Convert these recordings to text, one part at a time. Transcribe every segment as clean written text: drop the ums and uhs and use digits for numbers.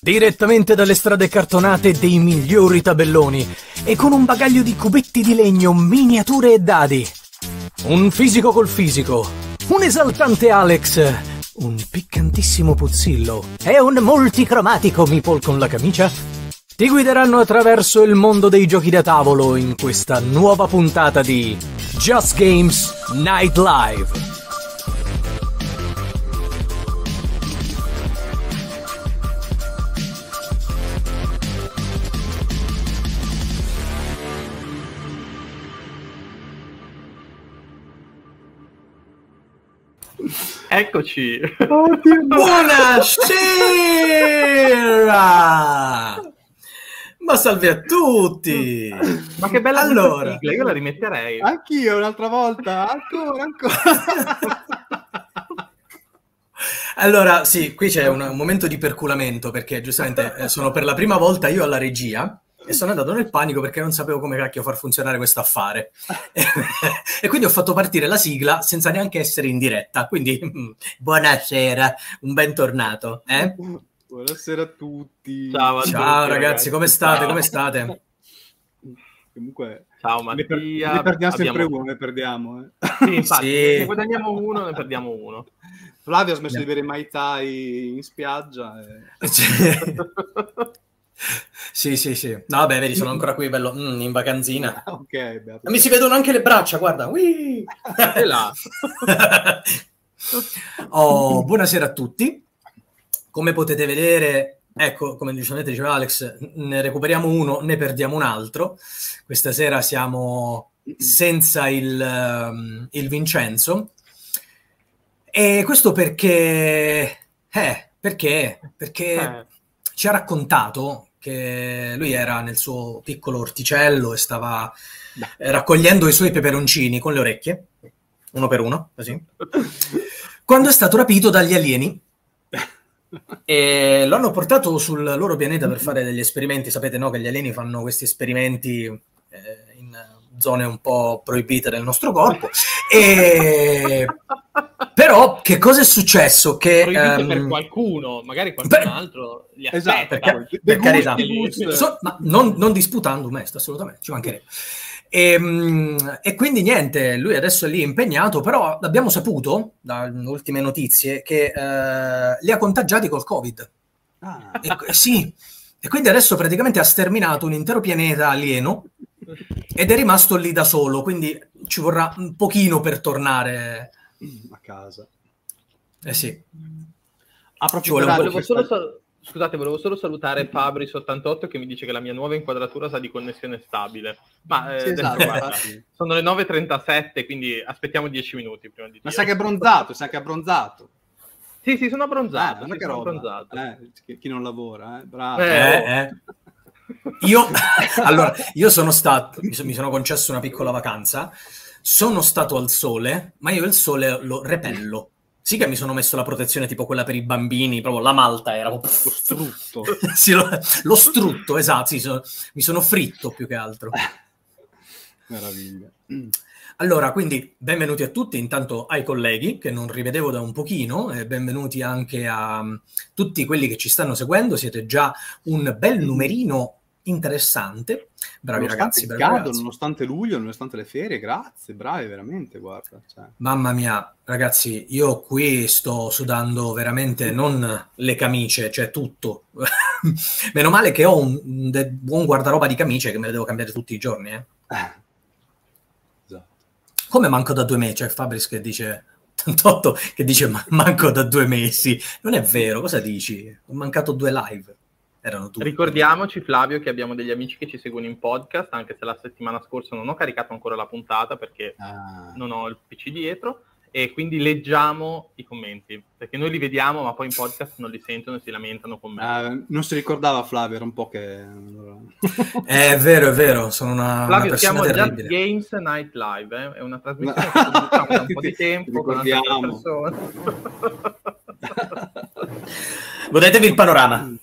Direttamente dalle strade cartonate dei migliori tabelloni e con un bagaglio di cubetti di legno, miniature e dadi. Un fisico col fisico, un esaltante Alex, un piccantissimo Puzzillo e un multicromatico Meeple con la camicia ti guideranno attraverso il mondo dei giochi da tavolo in questa nuova puntata di Just Games Night Live. Eccoci. Buonasera! Ma salve a tutti! Ma che bella allora, sigla, io la rimetterei. Anch'io un'altra volta, ancora. Allora, sì, qui c'è un momento di perculamento perché giustamente sono per la prima volta io alla regia e sono andato nel panico perché non sapevo come cacchio far funzionare questo affare. E quindi ho fatto partire la sigla senza neanche essere in diretta. Quindi, buonasera, un bentornato. Buonasera a tutti. Ciao a tutti, ragazzi, come state? Ciao. Come state? Comunque, Ciao Mattia. ne perdiamo sempre uno, ne perdiamo. Sì, infatti, Sì. ne guadagniamo uno, ne perdiamo uno. Flavio ha smesso di bere Mai Tai in spiaggia. Sì. No, vabbè, vedi, sono ancora qui, bello, in vacanzina. Ok, beato. Mi si vedono anche le braccia, guarda. Whee! E là. Buonasera a tutti. Come potete vedere, ecco, come giustamente diceva Alex, ne recuperiamo uno, ne perdiamo un altro. Questa sera siamo senza il Vincenzo. E questo perché ci ha raccontato che lui era nel suo piccolo orticello e stava raccogliendo i suoi peperoncini con le orecchie, uno per uno, così, quando è stato rapito dagli alieni e lo hanno portato sul loro pianeta per fare degli esperimenti. Sapete, no, che gli alieni fanno questi esperimenti in zone un po' proibite del nostro corpo. Però che cosa è successo? Che Proibito per qualcuno, magari qualcun altro li aspetta. Esatto, per carità, gusti. ma non disputando me, assolutamente, ci mancherebbe. E quindi niente, lui adesso è lì impegnato, però abbiamo saputo, dalle ultime notizie, che li ha contagiati col Covid. Sì, e quindi adesso praticamente ha sterminato un intero pianeta alieno ed è rimasto lì da solo, quindi ci vorrà un pochino per tornare a casa. sì. Volevo solo salutare Fabris88 che mi dice che la mia nuova inquadratura sa di connessione stabile. Ma Sì, esatto, sono le 9:37, quindi aspettiamo 10 minuti prima di dire. Ma sa che è bronzato, Sì, sono abbronzato. che sono roba. abbronzato. Chi non lavora, bravo. Io sono stato, mi sono concesso una piccola vacanza, sono stato al sole, ma io il sole lo repello. Sì che mi sono messo la protezione tipo quella per i bambini, proprio la malta era proprio... Lo strutto. Sì, lo strutto, esatto, sì, mi sono fritto più che altro. Meraviglia. Allora, quindi benvenuti a tutti, intanto ai colleghi che non rivedevo da un pochino, e benvenuti anche a tutti quelli che ci stanno seguendo. Siete già un bel numerino interessante. Bravi ragazzi, nonostante luglio, nonostante le ferie, grazie, bravi veramente, guarda. Mamma mia, ragazzi, io qui sto sudando veramente, non le camicie, cioè tutto. Meno male che ho un buon guardaroba di camicie che me le devo cambiare tutti i giorni, Esatto. Come manco da 2 mesi? C'è Fabris che dice 88 che dice manco da 2 mesi. Non è vero, cosa dici? Ho mancato 2 live. Erano 2. Ricordiamoci, Flavio, che abbiamo degli amici che ci seguono in podcast, anche se la settimana scorsa non ho caricato ancora la puntata perché non ho il PC dietro, e quindi leggiamo i commenti, perché noi li vediamo ma poi in podcast non li sentono e si lamentano con me. Non si ricordava Flavio, era un po' che... È vero, sono una Flavio, persona siamo terribile. Just Games Night Live, è una trasmissione che facciamo da un po' di tempo con altre persone. Godetevi il panorama.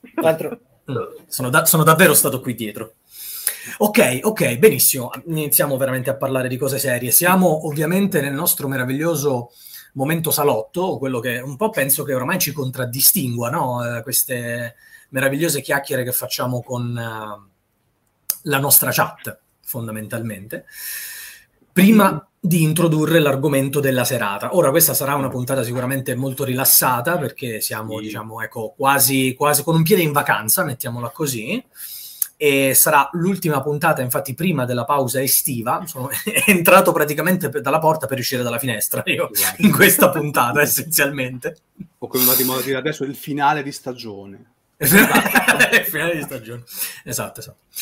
Sono davvero stato qui dietro. Ok, benissimo. Iniziamo veramente a parlare di cose serie. Siamo ovviamente nel nostro meraviglioso momento salotto, quello che un po' penso che ormai ci contraddistingua, no? Queste meravigliose chiacchiere che facciamo con la nostra chat, fondamentalmente, prima di introdurre l'argomento della serata. Ora, questa sarà una puntata sicuramente molto rilassata, perché siamo, diciamo, ecco, quasi con un piede in vacanza, mettiamola così, e sarà l'ultima puntata, infatti, prima della pausa estiva. Sono entrato praticamente dalla porta per uscire dalla finestra, io, in questa puntata, essenzialmente. O come va di modo a dire adesso, il finale di stagione. Il finale di stagione. Esatto.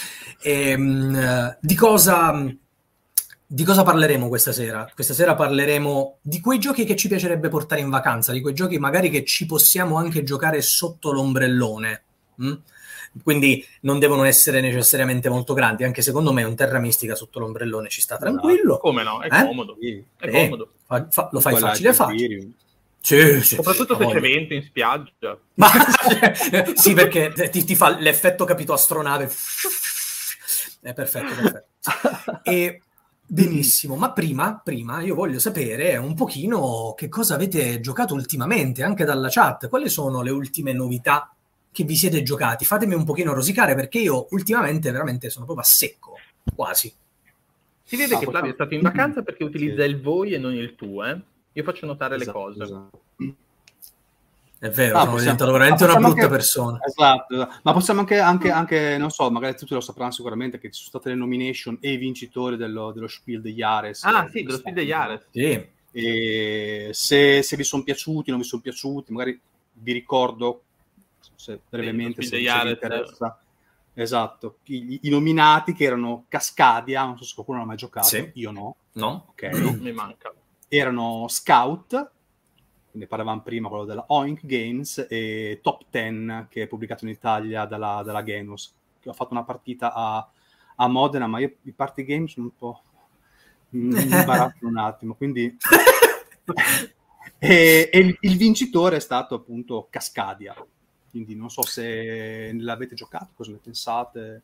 Di cosa parleremo questa sera? Questa sera parleremo di quei giochi che ci piacerebbe portare in vacanza, di quei giochi magari che ci possiamo anche giocare sotto l'ombrellone. Quindi non devono essere necessariamente molto grandi, anche secondo me un Terra Mistica sotto l'ombrellone ci sta tranquillo. Come no? È comodo. È comodo. Lo fai facile. Sì. Soprattutto se c'è vento in spiaggia. Ma sì, perché ti fa l'effetto, capito, astronave. È perfetto. E benissimo, ma prima io voglio sapere un pochino che cosa avete giocato ultimamente, anche dalla chat. Quali sono le ultime novità che vi siete giocati? Fatemi un pochino rosicare, perché io ultimamente veramente sono proprio a secco, quasi. Si vede che Flavio è stato in vacanza perché utilizza il voi e non il tu, eh? Io faccio notare le cose. Esatto. È vero, sono diventato veramente una brutta persona. Esatto. Ma possiamo anche, non so, magari tutti lo sapranno sicuramente, che ci sono state le nomination e i vincitori dello Spiel degli Jahres. Sì, dello Spiel degli Jahres. Sì. E se vi sono piaciuti, non vi sono piaciuti, magari vi ricordo, se brevemente, se vi interessa. Esatto, i nominati, che erano Cascadia, non so se qualcuno l'ha mai giocato, sì. Io no. Ok. Mi manca. Erano Scout, ne parlavamo prima, quello della Oink Games, e Top 10, che è pubblicato in Italia dalla Genus, che ho fatto una partita a Modena, ma io i party games sono un po' mi imbarazzo un attimo, quindi e il vincitore è stato appunto Cascadia, quindi non so se l'avete giocato, cosa ne pensate?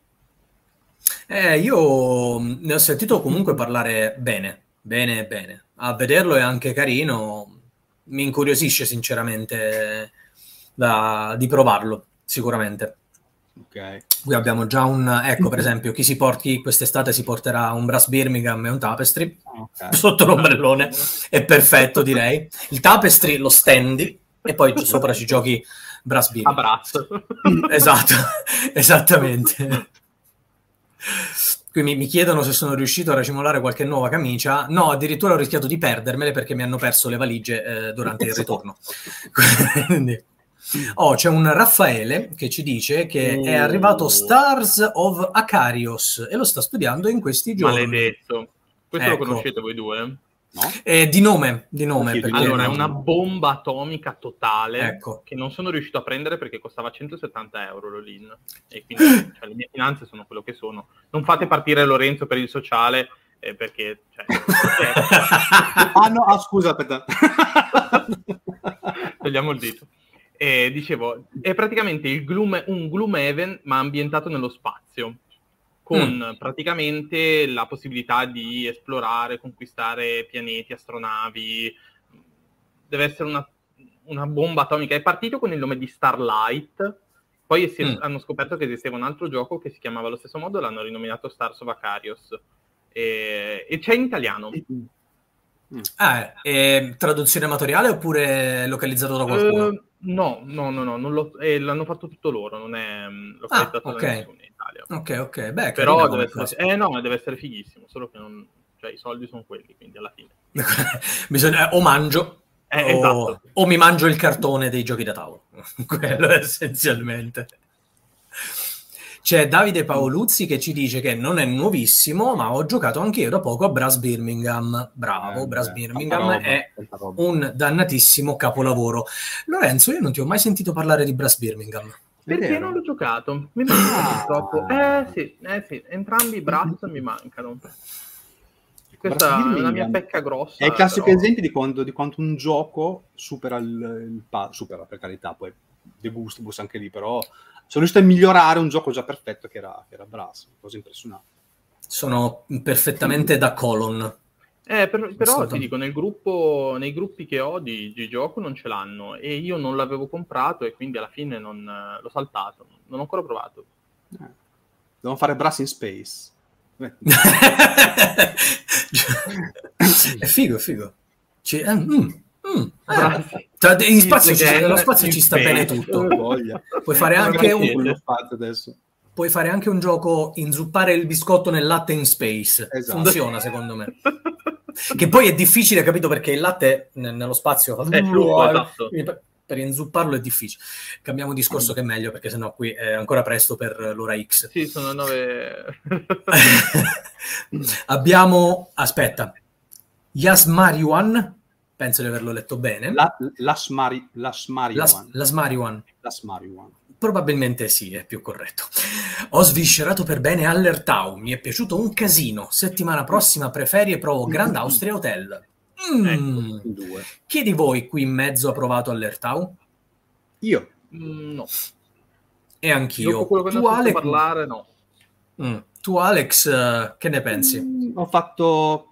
Io ne ho sentito comunque parlare bene. A vederlo è anche carino, mi incuriosisce sinceramente di provarlo, sicuramente. Ok. Qui abbiamo già ecco, per esempio, chi quest'estate si porterà un Brass Birmingham e un Tapestry sotto l'ombrellone, è perfetto, direi. Il Tapestry lo stendi e poi sopra ci giochi Brass Birmingham. Abbraccio. Esatto, esattamente. Qui mi chiedono se sono riuscito a racimolare qualche nuova camicia. No, addirittura ho rischiato di perdermele perché mi hanno perso le valigie durante il ritorno. Quindi... c'è un Raffaele che ci dice che è arrivato Stars of Acarios e lo sta studiando in questi giorni. Maledetto. Questo lo conoscete voi due? No? Di nome. Perché allora, è una bomba atomica totale, ecco, che non sono riuscito a prendere perché costava 170 euro l'all-in. E quindi le mie finanze sono quello che sono. Non fate partire Lorenzo per il sociale, perché... Scusa, aspetta. Togliamo il dito. Dicevo, è praticamente un Gloomhaven, ma ambientato nello spazio, con praticamente la possibilità di esplorare, conquistare pianeti, astronavi. Deve essere una bomba atomica. È partito con il nome di Starlight, poi hanno scoperto che esisteva un altro gioco che si chiamava allo stesso modo, l'hanno rinominato Stars of Acarios, e c'è in italiano. Traduzione amatoriale oppure localizzato da qualcuno? No, l'hanno fatto tutto loro, non è localizzato da nessuno in Italia. Ok. Beh, però deve essere fighissimo, solo che i soldi sono quelli, quindi alla fine. Bisogna o mangio esatto. o mi mangio il cartone dei giochi da tavolo. Quello essenzialmente. C'è Davide Paoluzzi che ci dice che non è nuovissimo, ma ho giocato anche io da poco a Brass Birmingham. Bravo, Brass Birmingham è un dannatissimo capolavoro. Lorenzo, io non ti ho mai sentito parlare di Brass Birmingham. Perché non l'ho giocato? Mi manca troppo. Sì, entrambi i Brass mi mancano. Questa è una mia pecca grossa. È il classico esempio di quanto un gioco supera supera, per carità, poi De Gustibus anche lì, però sono riuscito a migliorare un gioco già perfetto che era Brass, cosa impressionante. Sono perfettamente da colon. Però ti dico, nei gruppi che ho di gioco non ce l'hanno, e io non l'avevo comprato e quindi alla fine l'ho saltato, non ho ancora provato. Devono fare Brass in Space. È figo. In spazio lo spazio ci sta bene tutto. Puoi fare anche un gioco inzuppare il biscotto nel latte in space. Esatto. Funziona, secondo me. Che poi è difficile, capito? Perché il latte nello spazio è fluido, esatto. Per inzupparlo è difficile. Cambiamo discorso che è meglio, perché sennò qui è ancora presto per l'ora X. Sì, sono 9. Abbiamo, aspetta, Yasmariwan, penso di averlo letto bene. Lasmariwan. Probabilmente sì, è più corretto. Ho sviscerato per bene Allertau, mi è piaciuto un casino. Settimana prossima preferie provo Grand Austria Hotel. Chi di voi qui in mezzo ha provato Allertau? Io. No. E anch'io. Dopo quello che Tu, ne ho Alex, parlare, no. Tu, Alex, che ne pensi? Ho fatto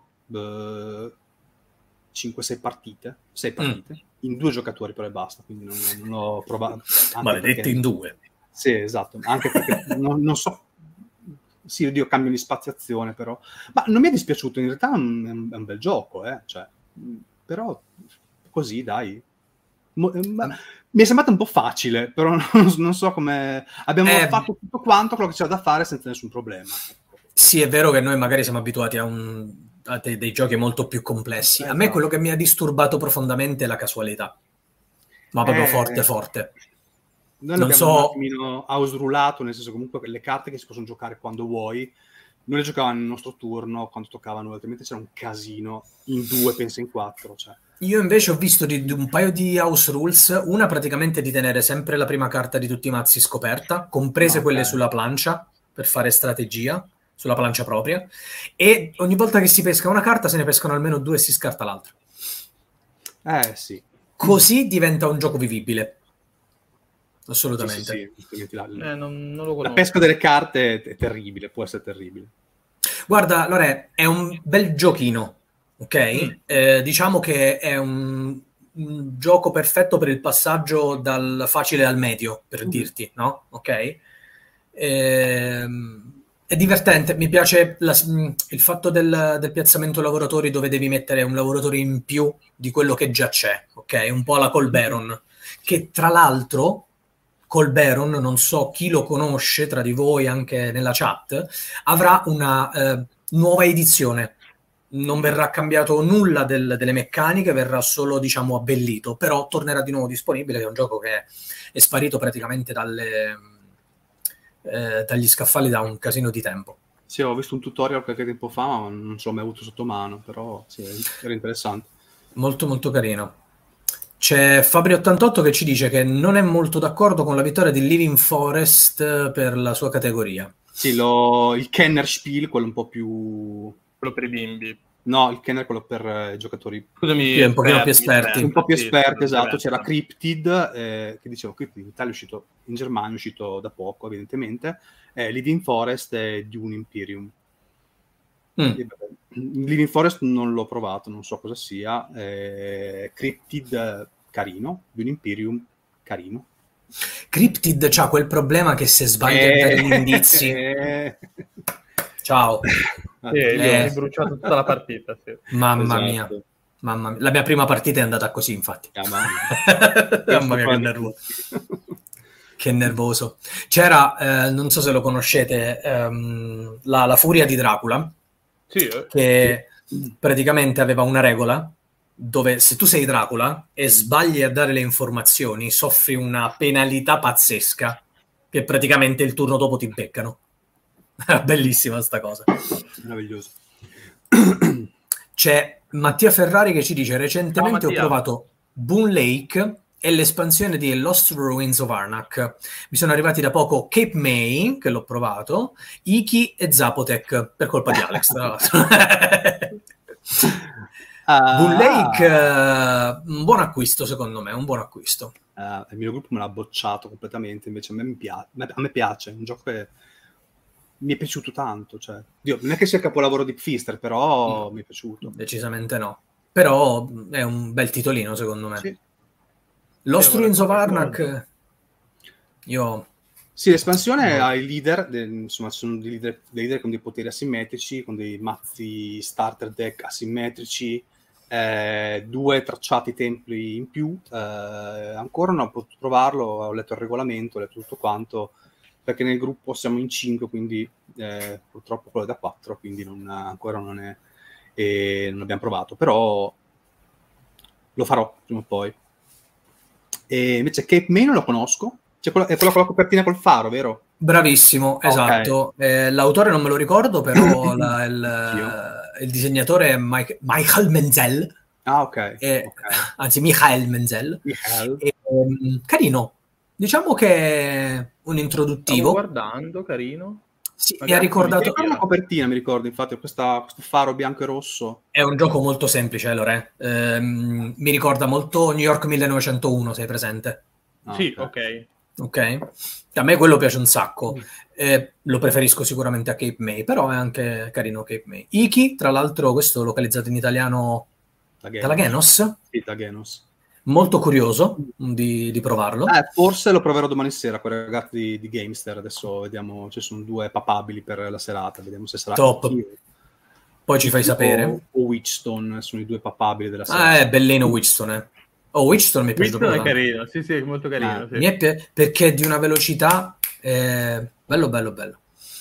5-6 partite. 6 partite. In 2 giocatori però e basta, quindi non ho provato. Maledetti in 2. Sì, esatto. Anche perché non so. Sì, oddio, cambio di spaziazione, però. Ma non mi è dispiaciuto, in realtà è un bel gioco, cioè, però così, dai. Mi è sembrato un po' facile, però non so come. Abbiamo fatto tutto quanto quello che c'era da fare senza nessun problema. Sì, è vero che noi magari siamo abituati a dei giochi molto più complessi. A me quello che mi ha disturbato profondamente è la casualità. Ma proprio forte. Noi l'abbiamo un attimino house-rulato, nel senso comunque le carte che si possono giocare quando vuoi, noi le giocavamo nel nostro turno, quando toccavano, altrimenti c'era un casino, in 2, penso in 4. Cioè. Io invece ho visto di un paio di house rules, una praticamente di tenere sempre la prima carta di tutti i mazzi scoperta, comprese quelle sulla plancia, per fare strategia, sulla plancia propria, e ogni volta che si pesca una carta se ne pescano almeno 2 e si scarta l'altra. Sì. Così diventa un gioco vivibile. Assolutamente. Sì. Non lo conosco. La pesca delle carte è terribile, può essere terribile. Guarda, Lore, è un bel giochino, ok? Diciamo che è un gioco perfetto per il passaggio dal facile al medio, per dirti, no? Ok? È divertente, mi piace il fatto del piazzamento lavoratori, dove devi mettere un lavoratore in più di quello che già c'è, ok? Un po' alla Colbaron, che tra l'altro Colbaron, non so chi lo conosce tra di voi anche nella chat, avrà una nuova edizione. Non verrà cambiato nulla delle meccaniche, verrà solo, diciamo, abbellito, però tornerà di nuovo disponibile, che è un gioco che è sparito praticamente dagli scaffali da un casino di tempo. Sì, ho visto un tutorial qualche tempo fa, ma non ce l'ho mai avuto sotto mano, però sì, era interessante. Molto molto carino. C'è Fabri88 che ci dice che non è molto d'accordo con la vittoria di Living Forest per la sua categoria. Sì, il Kenner Spiel, quello un po' più... Quello per i bimbi. No, il Kenner è quello per giocatori... Scusami, un pochino più esperti. Un po' più esperti, esatto. C'era Cryptid, che dicevo, Cryptid in Italia è uscito, in Germania è uscito da poco, evidentemente. Living Forest e Dune Imperium. Living Forest non l'ho provato, non so cosa sia. Cryptid carino, Dune Imperium carino. Cryptid c'ha quel problema che se sbagli a dare gli indizi ciao, mi hai bruciato tutta la partita, sì. Mamma mia, la mia prima partita è andata così, infatti. Mamma mia, che nervoso. Che nervoso. C'era, non so se lo conoscete, la furia di Dracula, che praticamente aveva una regola dove se tu sei Dracula e sbagli a dare le informazioni soffri una penalità pazzesca, che praticamente il turno dopo ti beccano. Bellissima sta cosa. Meraviglioso. C'è Mattia Ferrari che ci dice: recentemente ho provato Boon Lake e l'espansione di Lost Ruins of Arnak. Mi sono arrivati da poco Cape May, che l'ho provato, Iki e Zapotec, per colpa di Alex, tra l'altro. Boon Lake, un buon acquisto, secondo me, un buon acquisto. Il mio gruppo me l'ha bocciato completamente, invece a me piace, è un gioco che mi è piaciuto tanto, cioè, non è che sia il capolavoro di Pfister, però mi è piaciuto. Decisamente no. Però è un bel titolino, secondo me. Sì. Lost Ruins of Arnak, io... Sì, l'espansione ha i leader, insomma, sono dei leader con dei poteri asimmetrici, con dei mazzi starter deck asimmetrici, 2 tracciati templi in più. Ancora non ho potuto provarlo, ho letto il regolamento, ho letto tutto quanto, perché nel gruppo siamo in 5, quindi purtroppo quello è da 4, quindi ancora non abbiamo provato, però lo farò prima o poi. E invece Cape May non lo conosco. È quella con la copertina col faro, vero? Bravissimo, esatto. L'autore non me lo ricordo, però il disegnatore è Michael Menzel. Ah, ok. Anzi, Michael Menzel. Carino. Diciamo che è un introduttivo. Stavo guardando, carino. Sì, mi ha ricordato... una copertina, mi ricordo, infatti, questo faro bianco e rosso. È un gioco molto semplice, Lore. Mi ricorda molto New York 1901, sei presente? Sì, ok. Ok, a me quello piace un sacco, lo preferisco sicuramente a Cape May, però è anche carino Cape May. Iki, tra l'altro, questo localizzato in italiano dalla Genos. Sì, da Genos. Molto curioso di provarlo. Forse lo proverò domani sera con i ragazzi di Gamester, adesso vediamo, ci sono 2 papabili per la serata, vediamo se sarà top. Poi ci fai sapere. O Witchstone sono i 2 papabili della serata. È bellino Witchstone. Witchstone mi è piaciuto proprio. È carino, sì, è molto carino. Sì. Perché è di una velocità bello.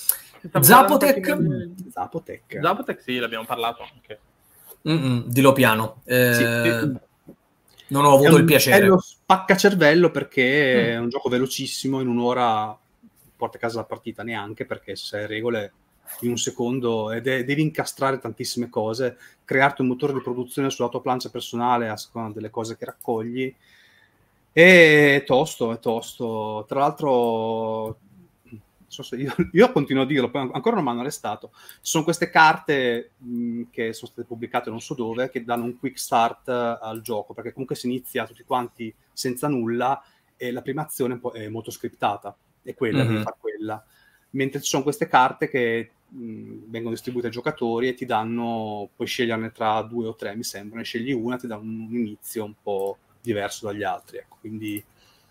Zapotec, sì, l'abbiamo parlato anche. Di Lopiano. Sì. Non ho avuto il piacere. È lo spaccacervello perché è un gioco velocissimo, in un'ora porta a casa la partita, neanche, perché se sai regole in un secondo devi incastrare tantissime cose, crearti un motore di produzione sulla tua plancia personale a seconda delle cose che raccogli. È tosto. Tra l'altro, io continuo a dirlo, poi ancora non mi hanno arrestato. Ci sono queste carte che sono state pubblicate non so dove, che danno un quick start al gioco, perché comunque si inizia tutti quanti senza nulla e la prima azione è molto scriptata, è quella, devi fare quella. Mentre ci sono queste carte che vengono distribuite ai giocatori e ti danno, puoi sceglierne tra 2 o 3, mi sembra, ne scegli una, ti dà un inizio un po' diverso dagli altri, ecco. Quindi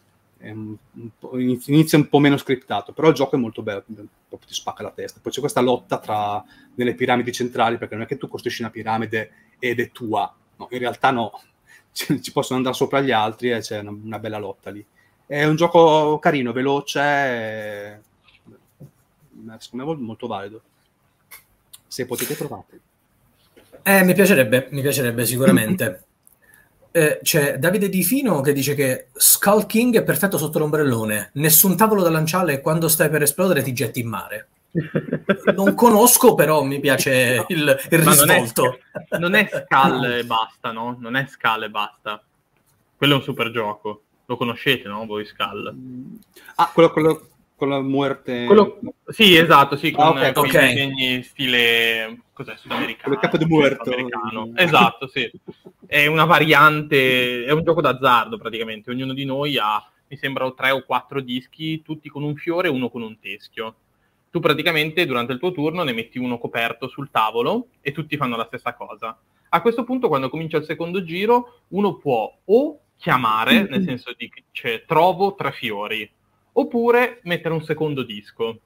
inizia un po' meno scriptato, però il gioco è molto bello, proprio ti spacca la testa. Poi c'è questa lotta tra nelle piramidi centrali, perché non è che tu costruisci una piramide ed è tua, no, in realtà no, ci possono andare sopra gli altri e c'è una bella lotta lì. È un gioco carino, veloce, secondo me molto valido, se potete provate. Mi piacerebbe sicuramente. C'è Davide Di Fino che dice che Skull King è perfetto sotto l'ombrellone, nessun tavolo da lanciare e quando stai per esplodere ti getti in mare. Non conosco, però mi piace il risvolto. Non è Skull e basta, no? Non è Skull e basta. Quello è un super gioco. Lo conoscete, no? Voi Skull. Quello con la muerte. Sì, esatto, sì, con okay. disegni stile sudamericano. Il capo di muerto. Esatto, sì. È una variante, è un gioco d'azzardo praticamente. Ognuno di noi ha, mi sembra, 3 o 4 dischi, tutti con un fiore e uno con un teschio. Tu praticamente durante il tuo turno ne metti uno coperto sul tavolo e tutti fanno la stessa cosa. A questo punto, quando comincia il secondo giro, uno può o chiamare, nel senso di cioè, trovo 3 fiori, oppure mettere un secondo disco.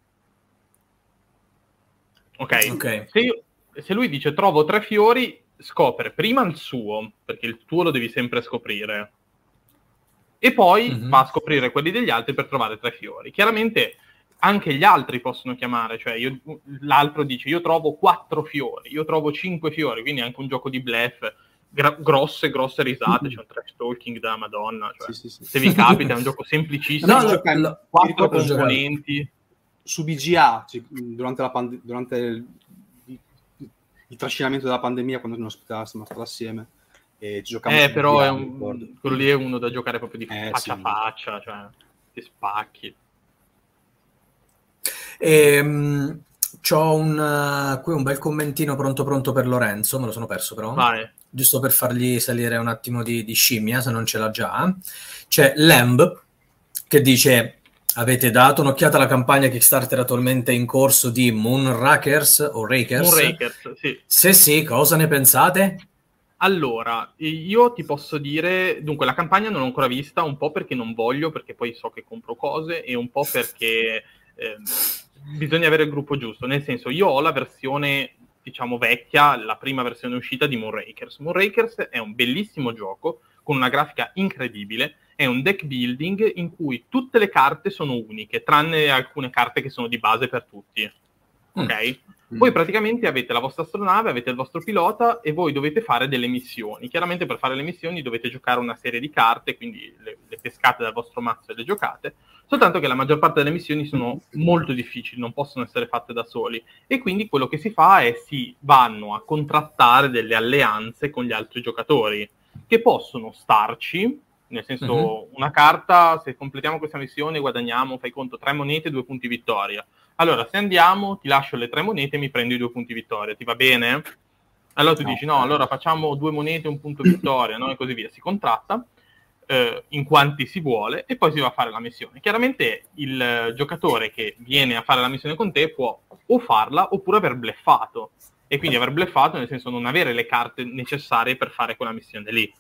Ok. Se lui dice trovo 3 fiori, scopre prima il suo, perché il tuo lo devi sempre scoprire, e poi va a scoprire quelli degli altri per trovare 3 fiori. Chiaramente anche gli altri possono chiamare, cioè l'altro dice io trovo 4 fiori, io trovo 5 fiori, quindi è anche un gioco di bluff, grosse risate, c'è un trash talking da Madonna, cioè, sì. Se vi capita è un gioco semplicissimo, 4 componenti. Su BGA, durante il trascinamento della pandemia, quando non siamo stati assieme e ci giocavamo però quello lì è uno da giocare proprio di faccia a faccia, cioè ti spacchi. C'ho qui un bel commentino pronto per Lorenzo, me lo sono perso però. Vai. Giusto per fargli salire un attimo di scimmia, se non ce l'ha già. C'è Lamb che dice Avete dato un'occhiata alla campagna Kickstarter attualmente in corso di Moonrakers o Rakers? Moonrakers, sì. Se sì, cosa ne pensate? Allora, io ti posso dire, dunque la campagna non l'ho ancora vista, un po' perché non voglio, perché poi so che compro cose, e un po' perché bisogna avere il gruppo giusto. Nel senso, io ho la versione, diciamo, vecchia, la prima versione uscita di Moonrakers. Moonrakers è un bellissimo gioco, con una grafica incredibile, è un deck building in cui tutte le carte sono uniche, tranne alcune carte che sono di base per tutti. Ok? Voi praticamente avete la vostra astronave, avete il vostro pilota e voi dovete fare delle missioni. Chiaramente per fare le missioni dovete giocare una serie di carte, quindi le pescate dal vostro mazzo e le giocate, soltanto che la maggior parte delle missioni sono molto difficili, non possono essere fatte da soli, e quindi quello che si fa è si vanno a contrattare delle alleanze con gli altri giocatori, che possono starci, nel senso una carta, se completiamo questa missione guadagniamo, fai conto, 3 monete, 2 punti vittoria. Allora, se andiamo, ti lascio le 3 monete e mi prendo i 2 punti vittoria, ti va bene? Allora tu dici, no, allora facciamo 2 monete, 1 punto vittoria, no? E così via. Si contratta in quanti si vuole e poi si va a fare la missione. Chiaramente il giocatore che viene a fare la missione con te può o farla oppure aver bleffato. E quindi aver bleffato nel senso non avere le carte necessarie per fare quella missione lì.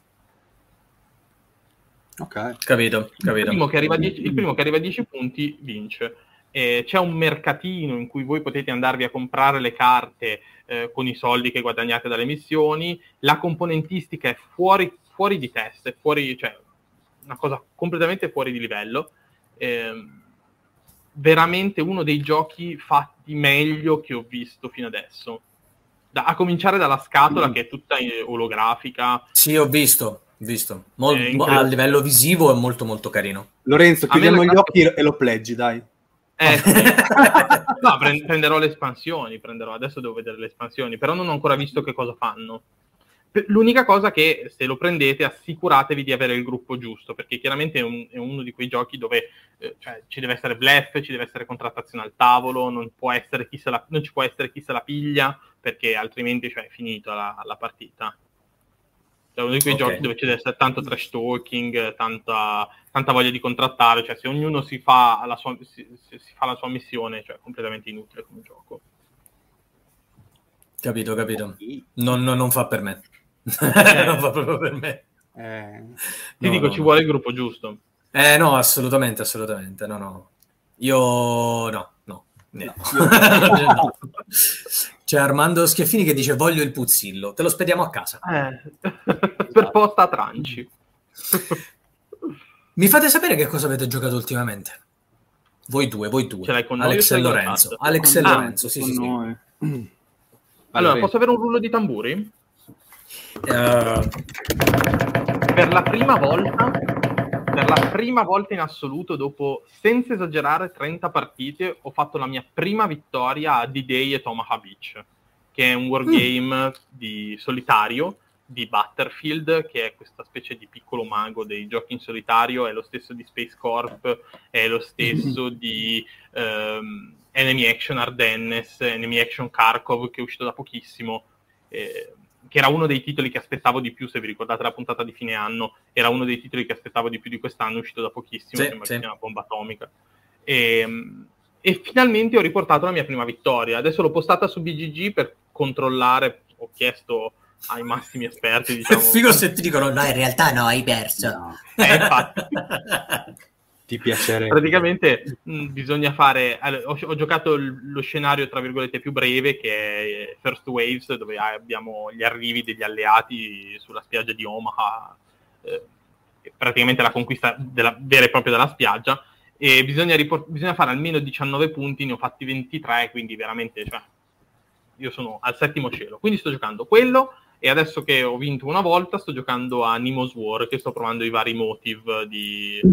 Ok, capito. Il primo che arriva a 10 punti vince. C'è un mercatino in cui voi potete andarvi a comprare le carte con i soldi che guadagnate dalle missioni. La componentistica è fuori di testa, è cioè una cosa completamente fuori di livello. Veramente uno dei giochi fatti meglio che ho visto fino adesso. A cominciare dalla scatola che è tutta olografica. Sì, ho visto. A livello visivo è molto molto carino. Lorenzo, chiudiamo gli occhi e lo pleggi, dai. Sì. No, prenderò le espansioni, adesso devo vedere le espansioni, però non ho ancora visto che cosa fanno. L'unica cosa che, se lo prendete, assicuratevi di avere il gruppo giusto, perché chiaramente è uno di quei giochi dove cioè, ci deve essere bluff, ci deve essere contrattazione al tavolo, non ci può essere chi se la piglia, perché altrimenti cioè, è finita la partita. È uno di quei giochi dove ci deve essere tanto trash talking, tanta voglia di contrattare, cioè se ognuno si fa la sua missione, cioè è completamente inutile come gioco. Capito. Non fa per me. Non fa proprio per me. Ti dico, ci vuole il gruppo giusto. No, assolutamente. No. Io no. C'è Armando Schiaffini che dice voglio il puzzillo, te lo spediamo a casa. Per posta a tranci. Mi fate sapere che cosa avete giocato ultimamente? Voi due. Ce l'hai con Alex noi e Lorenzo. Alex e Lorenzo, sì. Allora, posso avere un rullo di tamburi? Per la prima volta in assoluto, dopo, senza esagerare, 30 partite, ho fatto la mia prima vittoria a D-Day e Omaha Beach, che è un wargame di solitario di Battlefield, che è questa specie di piccolo mago dei giochi in solitario, è lo stesso di Space Corp, è lo stesso di Enemy Action Ardennes, Enemy Action Kharkov, che è uscito da pochissimo, che era uno dei titoli che aspettavo di più, se vi ricordate la puntata di fine anno, era uno dei titoli che aspettavo di più di quest'anno, è uscito da pochissimo, sembra che sia una bomba atomica. E finalmente ho riportato la mia prima vittoria. Adesso l'ho postata su BGG per controllare, ho chiesto ai massimi esperti, diciamo. Figo se ti dicono no, in realtà no, hai perso. No. Infatti. Ti piacerebbe. Praticamente bisogna fare... Ho giocato lo scenario, tra virgolette, più breve, che è First Waves, dove abbiamo gli arrivi degli alleati sulla spiaggia di Omaha, praticamente la conquista vera e propria della spiaggia, e bisogna fare almeno 19 punti, ne ho fatti 23, quindi veramente, cioè, io sono al 7° cielo. Quindi sto giocando quello, e adesso che ho vinto una volta sto giocando a Nemo's War, che sto provando i vari motive di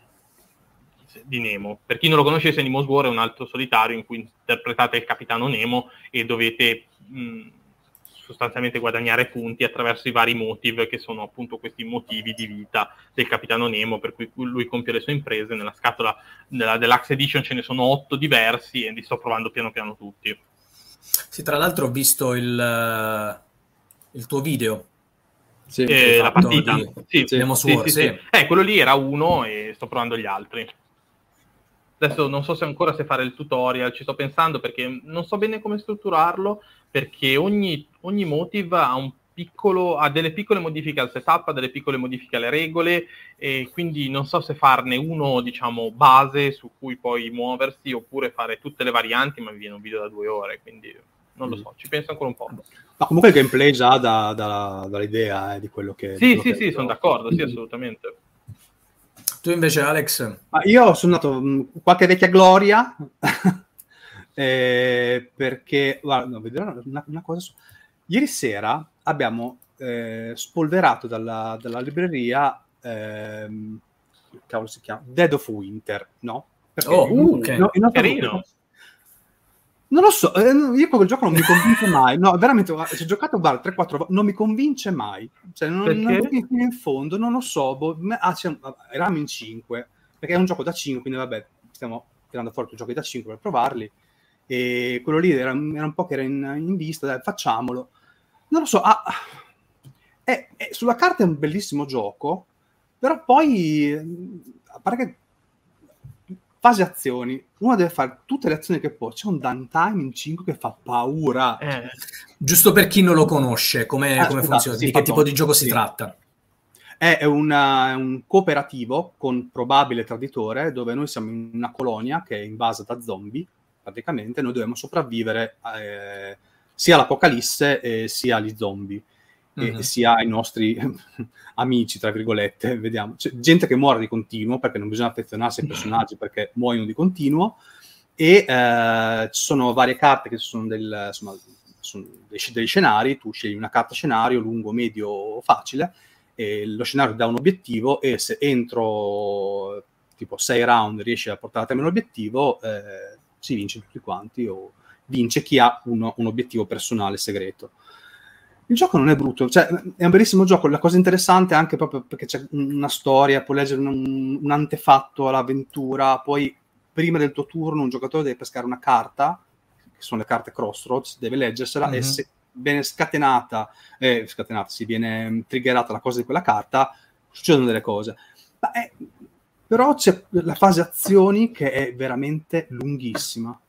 Nemo. Per chi non lo conoscesse, Nemo's War è un altro solitario in cui interpretate il capitano Nemo e dovete sostanzialmente guadagnare punti attraverso i vari motive, che sono appunto questi motivi di vita del capitano Nemo, per cui lui compie le sue imprese. Nella scatola dell'Axe Edition ce ne sono 8 diversi e li sto provando piano piano tutti. Sì, tra l'altro ho visto il tuo video. Sì, la partita. Sì. Quello lì era uno e sto provando gli altri. Adesso non so se ancora se fare il tutorial, ci sto pensando perché non so bene come strutturarlo, perché ogni motive ha delle piccole modifiche al setup, ha delle piccole modifiche alle regole, e quindi non so se farne uno, diciamo, base su cui poi muoversi, oppure fare tutte le varianti, ma mi viene un video da 2 ore, quindi non lo so, ci penso ancora un po'. Ma comunque il gameplay già dall'idea di quello che... Sì, sono d'accordo, sì, assolutamente. Tu invece, Alex? Ma io sono andato qualche vecchia gloria, perché, guarda, no, vedrò una cosa... Ieri sera abbiamo spolverato dalla libreria, cavolo si chiama, Dead of Winter, no? Perché ok. No, carino. Non lo so, io quel gioco non mi convince mai, no, veramente, se ho giocato 3-4 non mi convince mai, cioè non fino in fondo, non lo so, eravamo in 5, perché è un gioco da 5, quindi vabbè, stiamo tirando fuori 2 giochi da 5 per provarli, e quello lì era un po' che era in vista, dai, facciamolo. Non lo so, sulla carta è un bellissimo gioco, però poi, a parte che fase azioni, uno deve fare tutte le azioni che può, c'è un downtime in 5 che fa paura. Giusto per chi non lo conosce, come funziona, di che tipo di gioco si tratta? È un cooperativo con probabile traditore, dove noi siamo in una colonia che è invasa da zombie, praticamente, noi dobbiamo sopravvivere sia all'apocalisse sia agli zombie, e sia ai nostri amici, tra virgolette, vediamo. C'è gente che muore di continuo, perché non bisogna affezionarsi ai personaggi, perché muoiono di continuo, e ci sono varie carte che sono degli scenari, tu scegli una carta scenario, lungo, medio, facile, e lo scenario dà un obiettivo, e se entro tipo 6 round riesci a portare a termine l'obiettivo, si vince tutti quanti, o vince chi ha un obiettivo personale segreto. Il gioco non è brutto, cioè è un bellissimo gioco. La cosa interessante è anche proprio perché c'è una storia, puoi leggere un antefatto all'avventura, poi prima del tuo turno un giocatore deve pescare una carta, che sono le carte Crossroads, deve leggersela, e se viene viene triggerata la cosa di quella carta, succedono delle cose. Però c'è la fase azioni che è veramente lunghissima.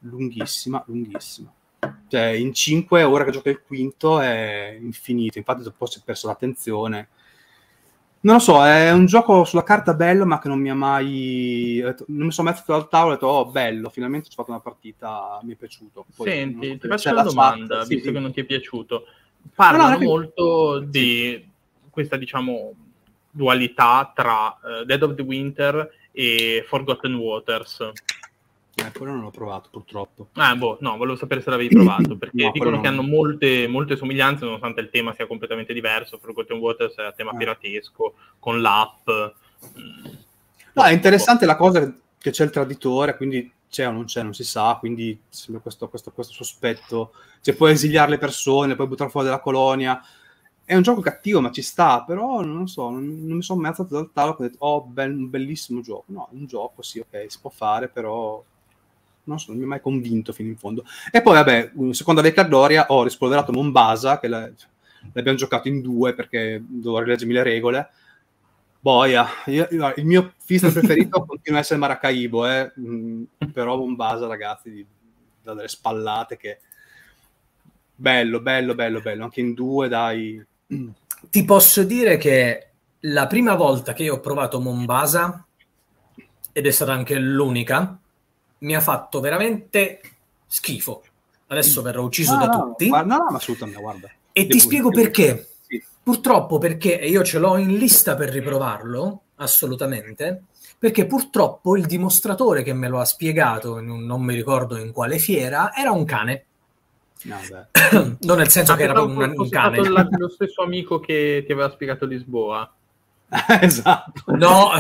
Cioè, in 5 ore che gioca il quinto è infinito, infatti dopo si è perso l'attenzione. Non lo so, è un gioco sulla carta bello, ma che non mi ha mai... Non mi sono messo al tavolo e ho detto, oh, bello, finalmente ho fatto una partita, mi è piaciuto. Poi, senti, ti faccio una domanda, visto che non ti è piaciuto. Parlano molto di questa, diciamo, dualità tra Dead of the Winter e Forgotten Waters. Quello non l'ho provato, purtroppo. No, volevo sapere se l'avevi provato, perché dicono che hanno molte somiglianze, nonostante il tema sia completamente diverso. Forgotten Waters è a tema piratesco, con l'app. No, è interessante la cosa che c'è il traditore, quindi c'è o non c'è, non si sa, quindi sembra questo sospetto. Cioè, puoi esiliare le persone, puoi buttare fuori dalla colonia. È un gioco cattivo, ma ci sta, però non so, non mi sono mai alzato dal tavolo e ho detto, un bellissimo gioco. No, un gioco, sì, ok, si può fare, però... non mi è mai convinto fino in fondo. E poi, vabbè, seconda vecchia gloria, ho rispolverato Mombasa, che l'abbiamo giocato in 2 perché dovevo rileggermi le regole. Boia, il mio fisto preferito continua a essere Maracaibo, però Mombasa, ragazzi, da delle spallate che... Bello, anche in 2, dai. Ti posso dire che la prima volta che io ho provato Mombasa, ed è stata anche l'unica, mi ha fatto veramente schifo. Adesso verrò ucciso da tutti. No, ma assolutamente, guarda. E ti spiego perché. Sì. Purtroppo perché io ce l'ho in lista per riprovarlo, assolutamente, perché purtroppo il dimostratore che me lo ha spiegato, non mi ricordo in quale fiera, era un cane. Non nel senso che era un cane. Lo stesso amico che ti aveva spiegato Lisboa. Esatto. No,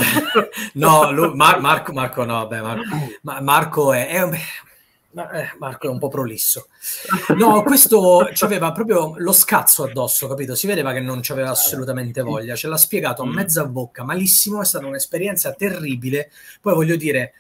Marco no, Marco è un po' prolisso. No, questo c'aveva proprio lo scazzo addosso, capito? Si vedeva che non c'aveva assolutamente voglia. Ce l'ha spiegato a mezza bocca, malissimo, è stata un'esperienza terribile. Poi voglio dire,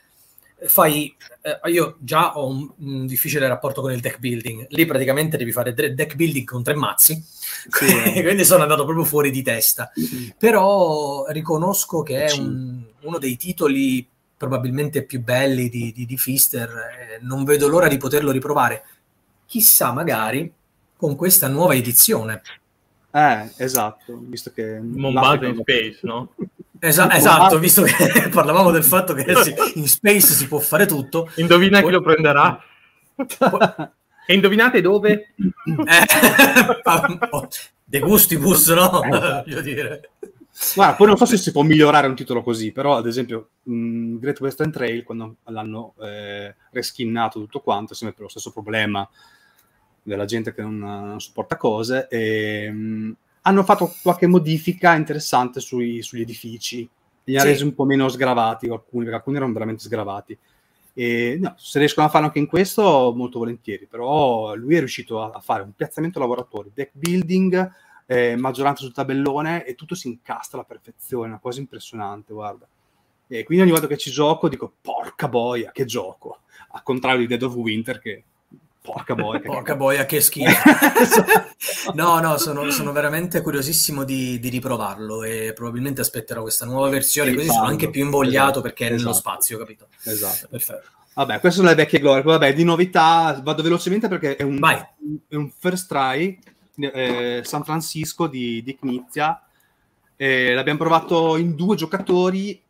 io già ho un difficile rapporto con il deck building. Lì praticamente devi fare deck building con 3 mazzi. Sì. Quindi sono andato proprio fuori di testa. Però riconosco che è uno dei titoli probabilmente più belli di Pfister, non vedo l'ora di poterlo riprovare. Chissà, magari con questa nuova edizione. Esatto, visto che... Mombasa in Space, no? Esatto, visto che parlavamo del fatto che in Space si può fare tutto. Indovina chi lo prenderà? E indovinate dove? De gustibus, no? Voglio dire. Guarda, poi non so se si può migliorare un titolo così, però ad esempio Great Western Trail, quando l'hanno reskinnato tutto quanto, è sempre lo stesso problema della gente che non sopporta cose, e hanno fatto qualche modifica interessante sugli edifici, li ha resi un po' meno sgravati alcuni, perché alcuni erano veramente sgravati. E no, se riescono a farlo anche in questo, molto volentieri, però lui è riuscito a fare un piazzamento lavoratori, deck building, maggioranza sul tabellone, e tutto si incastra alla perfezione, una cosa impressionante, guarda. E quindi ogni volta che ci gioco dico, porca boia, che gioco, al contrario di Dead of Winter, che porca boia, che schifo. No, sono veramente curiosissimo di riprovarlo, e probabilmente aspetterò questa nuova versione, così sono anche più invogliato, perché è nello spazio, capito? Esatto. Perfetto. Vabbè, queste sono le vecchie glorie. Poi vabbè, di novità vado velocemente perché è un first try, San Francisco di Knizia. L'abbiamo provato in 2 giocatori,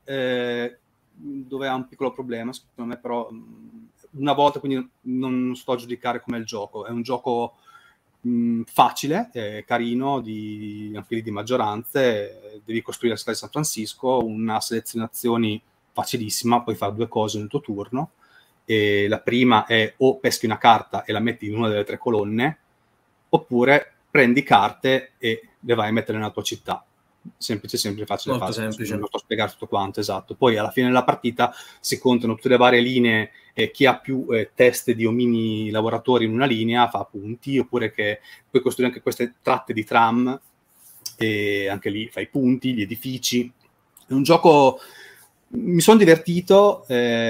dove ha un piccolo problema, secondo me, però una volta, quindi non sto a giudicare com'è il gioco. È un gioco facile, carino, anche lì di maggioranze. Devi costruire la città di San Francisco, una selezione azioni facilissima, puoi fare 2 cose nel tuo turno. E la prima è o peschi una carta e la metti in una delle 3 colonne, oppure prendi carte e le vai a mettere nella tua città. Semplice, facile. Molto semplice. Non sto a spiegare tutto quanto, esatto. Poi alla fine della partita si contano tutte le varie linee, e chi ha più teste di omini lavoratori in una linea fa punti, oppure che puoi costruire anche queste tratte di tram, e anche lì fai punti, gli edifici. È un gioco... Mi sono divertito,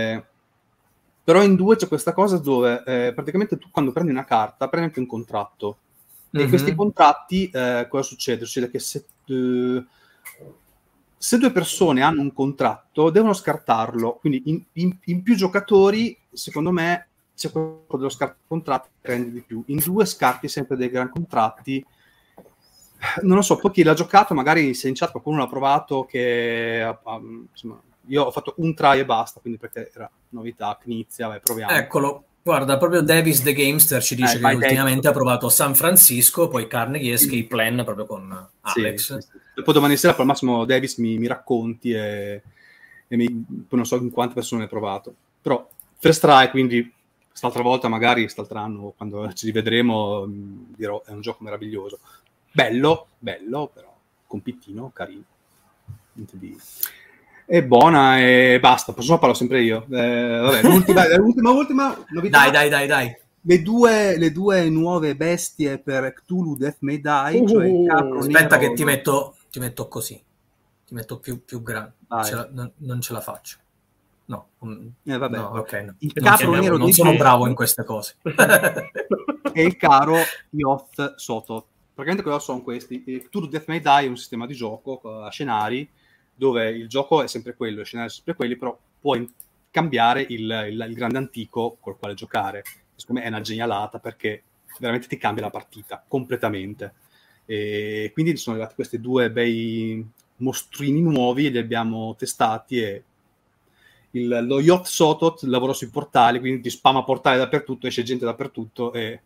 però in 2 c'è questa cosa dove praticamente tu, quando prendi una carta, prendi anche un contratto. E questi contratti, cosa succede? Succede che se 2 persone hanno un contratto, devono scartarlo. Quindi in più giocatori, secondo me, c'è quello dello contratto che rende di più. In 2 scarti sempre dei gran contratti. Non lo so, poi chi l'ha giocato, magari se in chat qualcuno l'ha provato, che insomma, io ho fatto un try e basta, quindi perché era novità, Knizia, vai, proviamo. Eccolo. Guarda, proprio Davis the Gamester ci dice che ultimamente ha provato San Francisco, poi Carnegie Escape Plan proprio con Alex. Sì. Poi domani sera al massimo Davis mi racconti e poi non so in quante persone hai provato. Però first try, quindi quest'altra volta, magari quest'altro anno, quando ci rivedremo, dirò è un gioco meraviglioso. Bello, però compitino, carino. Niente di... È buona e basta, posso parlo sempre io. Vabbè, l'ultima novità. Dai. Le due nuove bestie per Cthulhu Death May Die, cioè il capro aspetta nero, che ti metto così. Ti metto più grande. Non ce la faccio. No. Vabbè. No, okay, no. Il capro nero non sono bravo in queste cose. E il caro Yoth Soto. Praticamente cosa sono questi? Cthulhu Death May Die è un sistema di gioco a scenari, dove il gioco è sempre quello, i scenari sono sempre quelli, però puoi cambiare il grande antico col quale giocare. Secondo me è una genialata, perché veramente ti cambia la partita completamente. E quindi sono arrivati questi 2 bei mostrini nuovi e li abbiamo testati, e lo Yoth Sotot lavora sui portali, quindi ti spama portali dappertutto, esce gente dappertutto e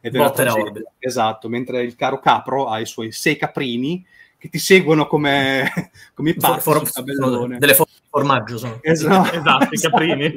esatto, mentre il caro capro ha i suoi 6 caprini che ti seguono come i pazzi sul tabellone. Delle foto di formaggio sono. Esatto, i caprini.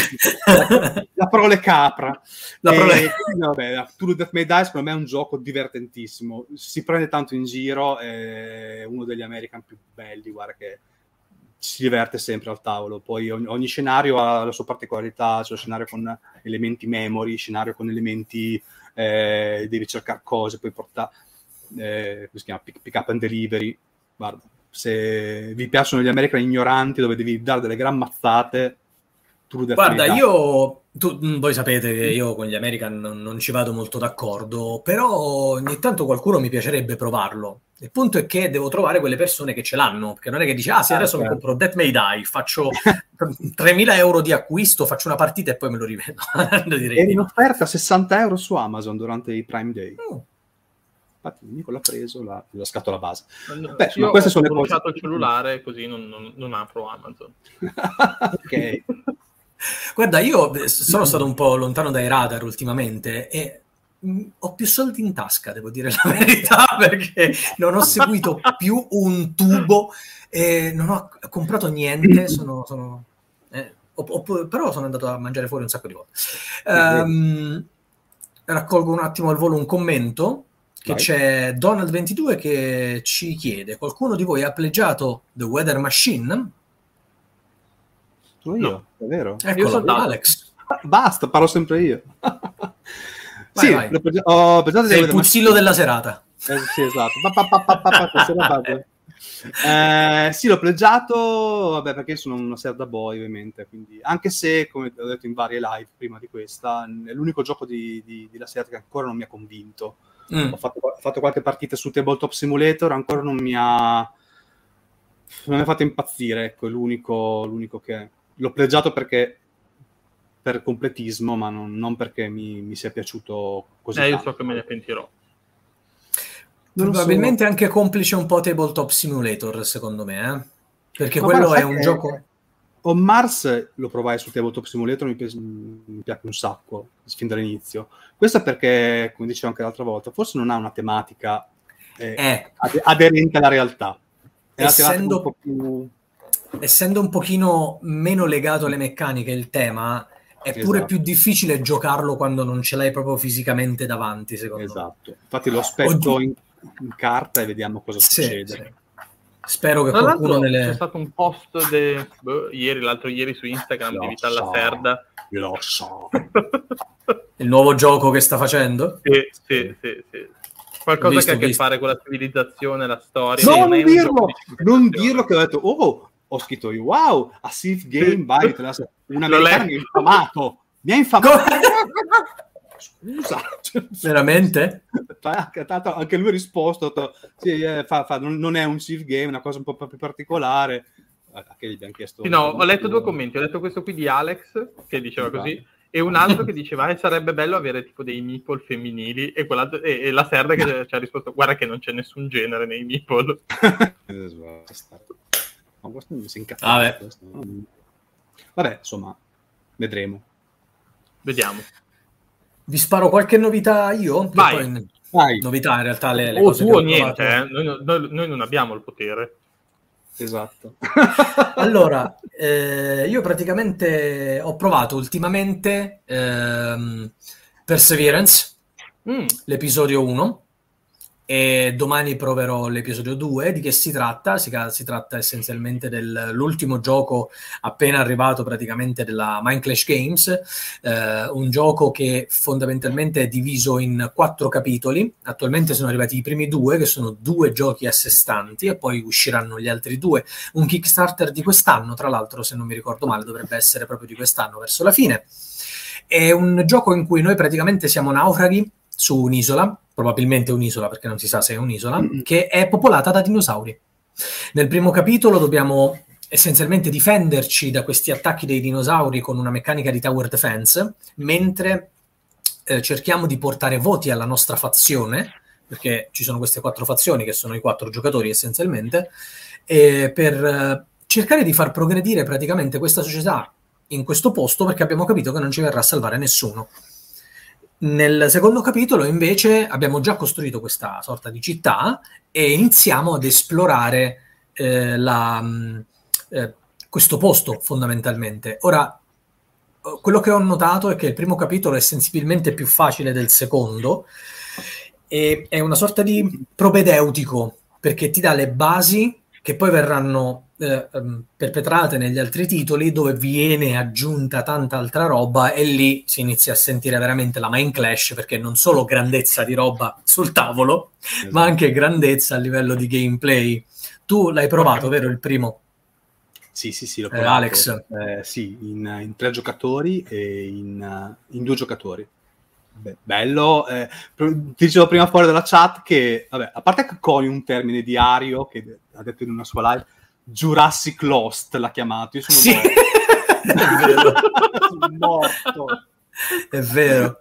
La prole capra. Vabbè, Cthulhu Death May Die secondo me è un gioco divertentissimo, si prende tanto in giro, è uno degli American più belli, guarda che si diverte sempre al tavolo. Poi ogni scenario ha la sua particolarità, c'è lo scenario con elementi memory, scenario con elementi devi cercare cose, poi portare come si chiama? Pick up and delivery. Guarda, se vi piacciono gli American ignoranti dove devi dare delle gran mazzate, guarda, voi sapete che io con gli American non ci vado molto d'accordo, però ogni tanto qualcuno mi piacerebbe provarlo, Il punto è che devo trovare quelle persone che ce l'hanno, perché non è che dici, sì, adesso mi compro Death May Die, faccio 3.000 euro di acquisto, faccio una partita e poi me lo rivendo. Era in offerta a 60 euro su Amazon durante i Prime Day. Infatti Nico l'ha preso la scatola base. Beh, io queste sono le cose. Ho bruciato il cellulare, così non apro Amazon. Ok. Guarda, io sono stato un po' lontano dai radar ultimamente e ho più soldi in tasca, devo dire la verità, perché non ho seguito più un tubo e non ho comprato niente, però sono andato a mangiare fuori un sacco di volte. Raccolgo un attimo al volo un commento che c'è Donald22 che ci chiede: qualcuno di voi ha pleggiato The Weather Machine? Io, è vero. Eccolo, Alex. Basta, parlo sempre io. Vai. Ho pensato sei il puzzillo della serata. Sì, esatto. Sì, l'ho pleggiato, vabbè, perché sono una Zelda boy, ovviamente, quindi anche se, come ho detto in varie live prima di questa, è l'unico gioco di la serie che ancora non mi ha convinto. Ho fatto qualche partita su Tabletop Simulator, ancora non mi ha fatto impazzire, ecco, è l'unico che l'ho pleggiato perché per completismo, ma non perché mi sia piaciuto così tanto. Io so che me ne pentirò. Probabilmente anche complice un po' Tabletop Simulator, secondo me, perché quello è un gioco... On Mars lo provai su Tabletop Simulator, mi piace un sacco, fin dall'inizio. Questo perché, come dicevo anche l'altra volta, forse non ha una tematica aderente alla realtà. È essendo un po' più... essendo un pochino meno legato alle meccaniche il tema, è pure più difficile giocarlo quando non ce l'hai proprio fisicamente davanti, secondo me. Esatto. Infatti lo aspetto in carta e vediamo cosa succede. Sì. Spero che tra qualcuno c'è stato un post l'altro ieri su Instagram di Vital Lacerda. Lo so. Il nuovo gioco che sta facendo? Sì. Qualcosa che ha a che fare con la civilizzazione, la storia. No, non dirlo che ho detto, ho scritto io, wow, a Sith Game by un americano mi ha infamato. Mi ha infamato. Scusa. Veramente? Anche lui ha risposto, sì, non è un Sith Game, è una cosa un po' più particolare. Che gli abbiamo chiesto. Sì, no, ho letto due commenti. Ho letto questo qui di Alex, che diceva così, e un altro che diceva sarebbe bello avere tipo dei meeple femminili, e la Serda che ci ha risposto: guarda che non c'è nessun genere nei meeple. Ma questo mi si incazza. Vabbè, insomma, vedremo. Vediamo. Vi sparo qualche novità io? Vai. Novità in realtà le cose tu o niente, noi non abbiamo il potere. Esatto. Allora, io praticamente ho provato ultimamente Perseverance, l'episodio 1, e domani proverò l'episodio 2. Di che si tratta? Si tratta essenzialmente dell'ultimo gioco appena arrivato praticamente della Mindclash Games, un gioco che fondamentalmente è diviso in 4 capitoli. Attualmente sono arrivati i primi 2, che sono 2 giochi a sé stanti, e poi usciranno gli altri 2. Un Kickstarter di quest'anno, tra l'altro, se non mi ricordo male, dovrebbe essere proprio di quest'anno, verso la fine. È un gioco in cui noi praticamente siamo naufraghi su un'isola, probabilmente un'isola perché non si sa se è un'isola, che è popolata da dinosauri. Nel primo capitolo dobbiamo essenzialmente difenderci da questi attacchi dei dinosauri con una meccanica di tower defense, mentre cerchiamo di portare voti alla nostra fazione, perché ci sono queste 4 fazioni che sono i 4 giocatori essenzialmente, per cercare di far progredire praticamente questa società in questo posto, perché abbiamo capito che non ci verrà a salvare nessuno. Nel secondo capitolo invece abbiamo già costruito questa sorta di città e iniziamo ad esplorare questo posto fondamentalmente. Ora, quello che ho notato è che il primo capitolo è sensibilmente più facile del secondo e è una sorta di propedeutico, perché ti dà le basi che poi verranno perpetrate negli altri titoli, dove viene aggiunta tanta altra roba, e lì si inizia a sentire veramente la Mindclash, perché non solo grandezza di roba sul tavolo, esatto, ma anche grandezza a livello di gameplay. Tu l'hai provato, vero, il primo? Sì, l'ho provato. Alex? Sì, in 3 giocatori e in 2 giocatori. bello. Ti dicevo prima fuori dalla chat che, vabbè, a parte che coni un termine diario che ha detto in una sua live, Jurassic Lost l'ha chiamato. Io sono sì. morto. È vero. Sono morto. È vero.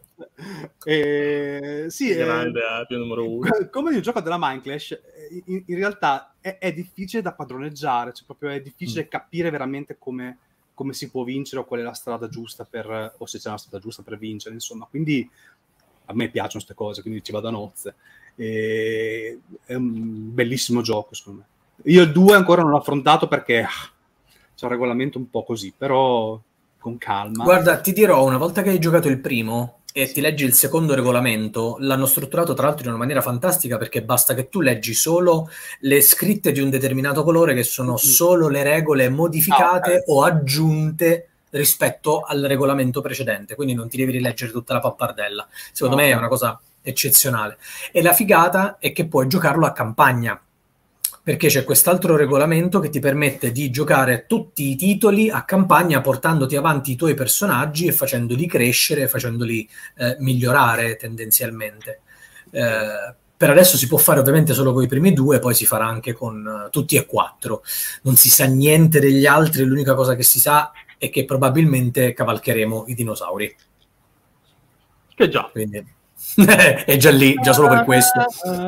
Sì, grande più numero 1. Come il gioco della Mindclash, in realtà è difficile da padroneggiare, cioè proprio è difficile capire veramente come si può vincere o qual è la strada giusta o se c'è una strada giusta per vincere, insomma. Quindi a me piacciono queste cose, quindi ci vado a nozze. È un bellissimo gioco, secondo me. Io il 2 ancora non l'ho affrontato perché c'è un regolamento un po' così, però con calma. Guarda, ti dirò, una volta che hai giocato il primo e ti leggi il secondo regolamento, l'hanno strutturato tra l'altro in una maniera fantastica, perché basta che tu leggi solo le scritte di un determinato colore, che sono solo le regole modificate o aggiunte rispetto al regolamento precedente, quindi non ti devi rileggere tutta la pappardella. Secondo me è una cosa eccezionale. E la figata è che puoi giocarlo a campagna, perché c'è quest'altro regolamento che ti permette di giocare tutti i titoli a campagna, portandoti avanti i tuoi personaggi e facendoli crescere, facendoli migliorare tendenzialmente. Per adesso si può fare ovviamente solo con i primi 2, poi si farà anche con tutti e 4. Non si sa niente degli altri, l'unica cosa che si sa è che probabilmente cavalcheremo i dinosauri. Che già. Quindi è già lì, già solo per questo.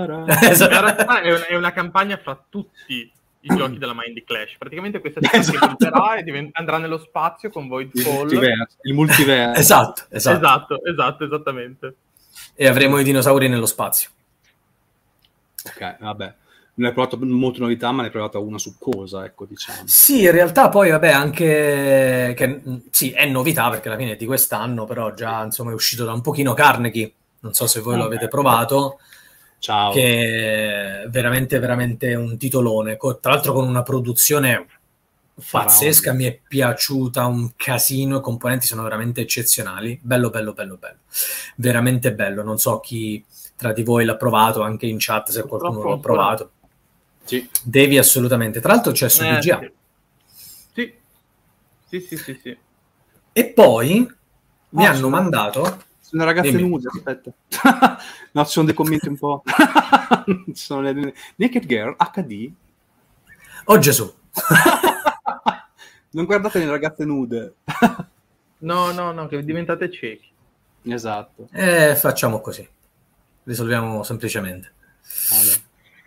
È una campagna fra tutti i giochi della Mindy Clash. Praticamente questa si comperà e andrà nello spazio con Voidfall. Il multiverso. Esatto, esattamente. E avremo i dinosauri nello spazio. Ok, vabbè. Non hai provato molte novità, ma ne hai provata una succosa, ecco, diciamo. Sì, in realtà poi, vabbè, anche che sì, è novità perché alla fine è di quest'anno, però già, insomma, è uscito da un pochino Carnegie. Non so se voi lo avete provato. Ciao. Che è veramente, veramente un titolone. Tra l'altro con una produzione pazzesca, mi è piaciuta un casino, i componenti sono veramente eccezionali. Bello. Veramente bello. Non so chi tra di voi l'ha provato, anche in chat se qualcuno l'ha provato. Sì. Devi assolutamente. Tra l'altro c'è su BGA. Sì. E poi mi hanno mandato... Sono ragazze nude, aspetta. No, ci sono dei commenti un po'... ci sono le Naked Girl HD. Oh Gesù! Non guardate le ragazze nude. No, che diventate ciechi. Esatto. Facciamo così. Risolviamo semplicemente. Vabbè.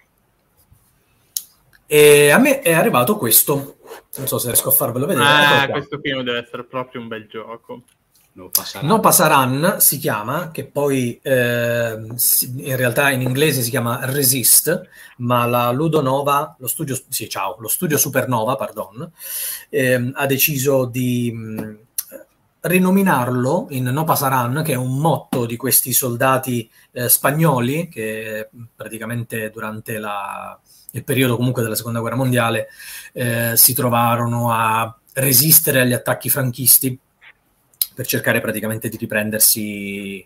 E a me è arrivato questo. Non so se riesco a farvelo vedere. Questo qui deve essere proprio un bel gioco. No Pasaran si chiama, che poi in realtà in inglese si chiama Resist, ma la Ludonova, lo studio Supernova, ha deciso di rinominarlo in No Pasaran, che è un motto di questi soldati spagnoli che praticamente durante il periodo comunque della Seconda Guerra Mondiale si trovarono a resistere agli attacchi franchisti per cercare praticamente di riprendersi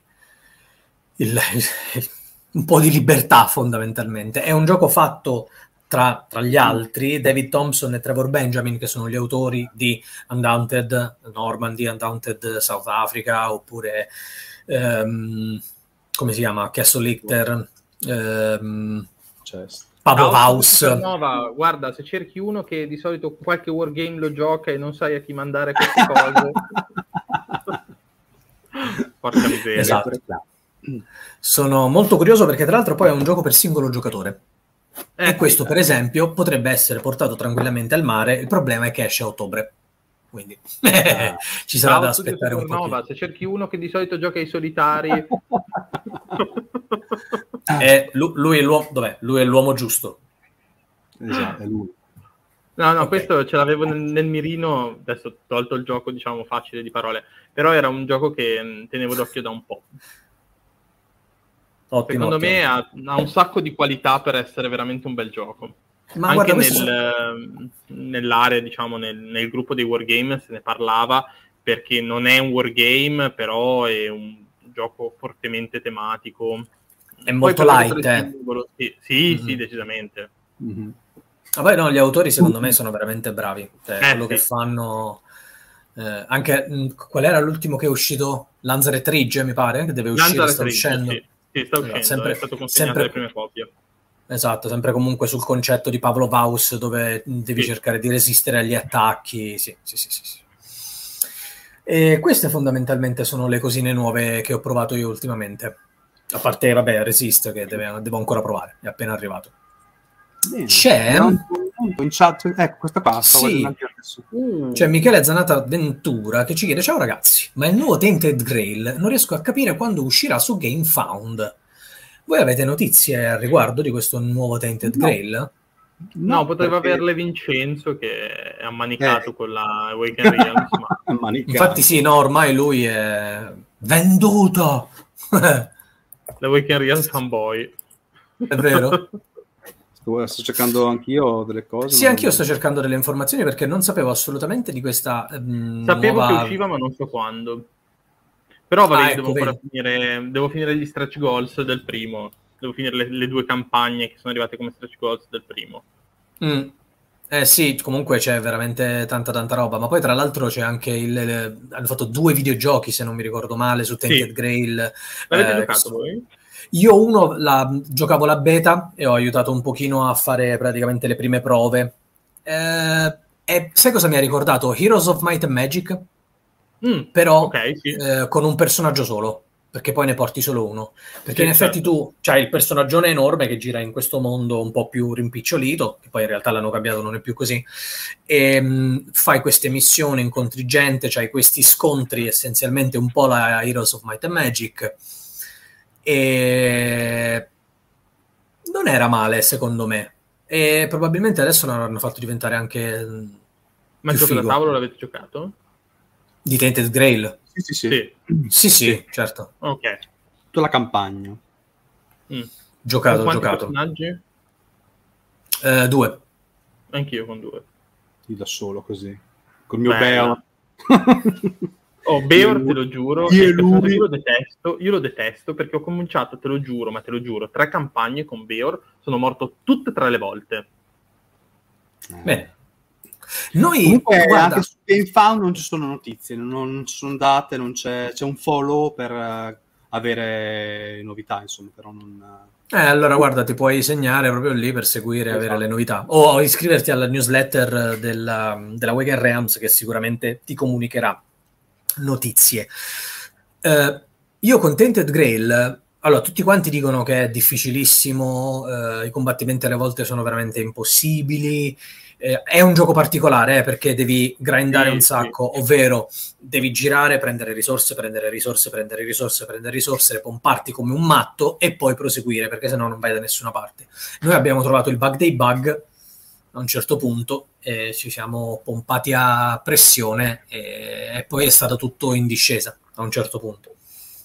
un po' di libertà, fondamentalmente. È un gioco fatto tra gli altri David Thompson e Trevor Benjamin, che sono gli autori di Undaunted Normandy, Undaunted South Africa, oppure come si chiama? Castle Lictor, Pablo House. Guarda, se cerchi uno che di solito qualche wargame lo gioca e non sai a chi mandare queste cose... Porca miseria. Esatto. Sono molto curioso perché tra l'altro poi è un gioco per singolo giocatore e questo per esempio potrebbe essere portato tranquillamente al mare. Il problema è che esce a ottobre, quindi ci sarà da aspettare un po'. Se cerchi uno che di solito gioca ai solitari lui è l'uomo, dov'è? Lui è l'uomo giusto. Esatto, è lui. No, okay. Questo ce l'avevo nel mirino, adesso tolto il gioco, diciamo, facile di parole, però era un gioco che tenevo d'occhio da un po'. Secondo me ha un sacco di qualità per essere veramente un bel gioco. Ma anche nell'area, diciamo, nel gruppo dei wargame se ne parlava, perché non è un wargame, però è un gioco fortemente tematico. È molto light, Sì, decisamente. Vabbè, no, gli autori secondo me sono veramente bravi. Quello che fanno Anche qual era l'ultimo che è uscito? Lanzaret Ridge, mi pare, che deve uscire, sta uscendo. Sì, sta uscendo, sempre, è stato consegnato le prime copie. Esatto, sempre comunque sul concetto di Pavlov House, dove devi cercare di resistere agli attacchi. Sì. E queste fondamentalmente sono le cosine nuove che ho provato io ultimamente. A parte, vabbè, Resist, che devo ancora provare, è appena arrivato. Bene. C'è in chat, ecco, questa qua sì. C'è Michele Zanata Ventura che ci chiede: ciao ragazzi, ma il nuovo Tainted Grail non riesco a capire quando uscirà su GameFound. Voi avete notizie al riguardo di questo nuovo Tainted Grail? No, poteva averle Vincenzo, che è ammanicato con la Awaken Realms. Ma... Infatti sì, no, ormai lui è venduto. L'Awaken Realms fanboy. È vero? Sto cercando anch'io delle cose. Sì, anch'io sto cercando delle informazioni perché non sapevo assolutamente di questa sapevo nuova... che usciva, ma non so quando. Però vabbè, ecco, devo finire gli stretch goals del primo. Devo finire le 2 campagne che sono arrivate come stretch goals del primo. Sì, comunque c'è veramente tanta roba, ma poi tra l'altro c'è anche hanno fatto 2 videogiochi, se non mi ricordo male, su Tainted Grail. L'avete giocato voi? Io uno giocavo la beta e ho aiutato un pochino a fare praticamente le prime prove. E sai cosa mi ha ricordato? Heroes of Might and Magic? Però con un personaggio solo, perché poi ne porti solo uno. Perché in effetti tu c'hai il personaggione enorme che gira in questo mondo un po' più rimpicciolito, che poi in realtà l'hanno cambiato, non è più così, e fai queste missioni, incontri gente, c'hai questi scontri, essenzialmente un po' la Heroes of Might and Magic, e non era male secondo me, e probabilmente adesso l'hanno fatto diventare anche ma il gioco da tavolo l'avete giocato? Di Tainted Grail? Sì, certo. Ok. Tutta la campagna. Giocato. Personaggi? 2. Anch'io con 2. Io da solo così. Col mio Beor. Beor, te lo giuro, io lo detesto perché ho cominciato, te lo giuro, 3 campagne con Beor, sono morto tutte 3 le volte. Bene. Noi comunque anche su GameFound non ci sono notizie, non ci sono date, non c'è un follow per avere novità, insomma, però non... allora guarda, ti puoi segnare proprio lì per seguire e avere le novità, o iscriverti alla newsletter della Awaken Realms, che sicuramente ti comunicherà notizie. Io con Tainted Grail, allora tutti quanti dicono che è difficilissimo, i combattimenti alle volte sono veramente impossibili. È un gioco particolare perché devi grindare un sacco, ovvero devi girare, prendere risorse, pomparti come un matto e poi proseguire, perché sennò non vai da nessuna parte. Noi abbiamo trovato il bug dei bug a un certo punto e ci siamo pompati a pressione e poi è stato tutto in discesa a un certo punto.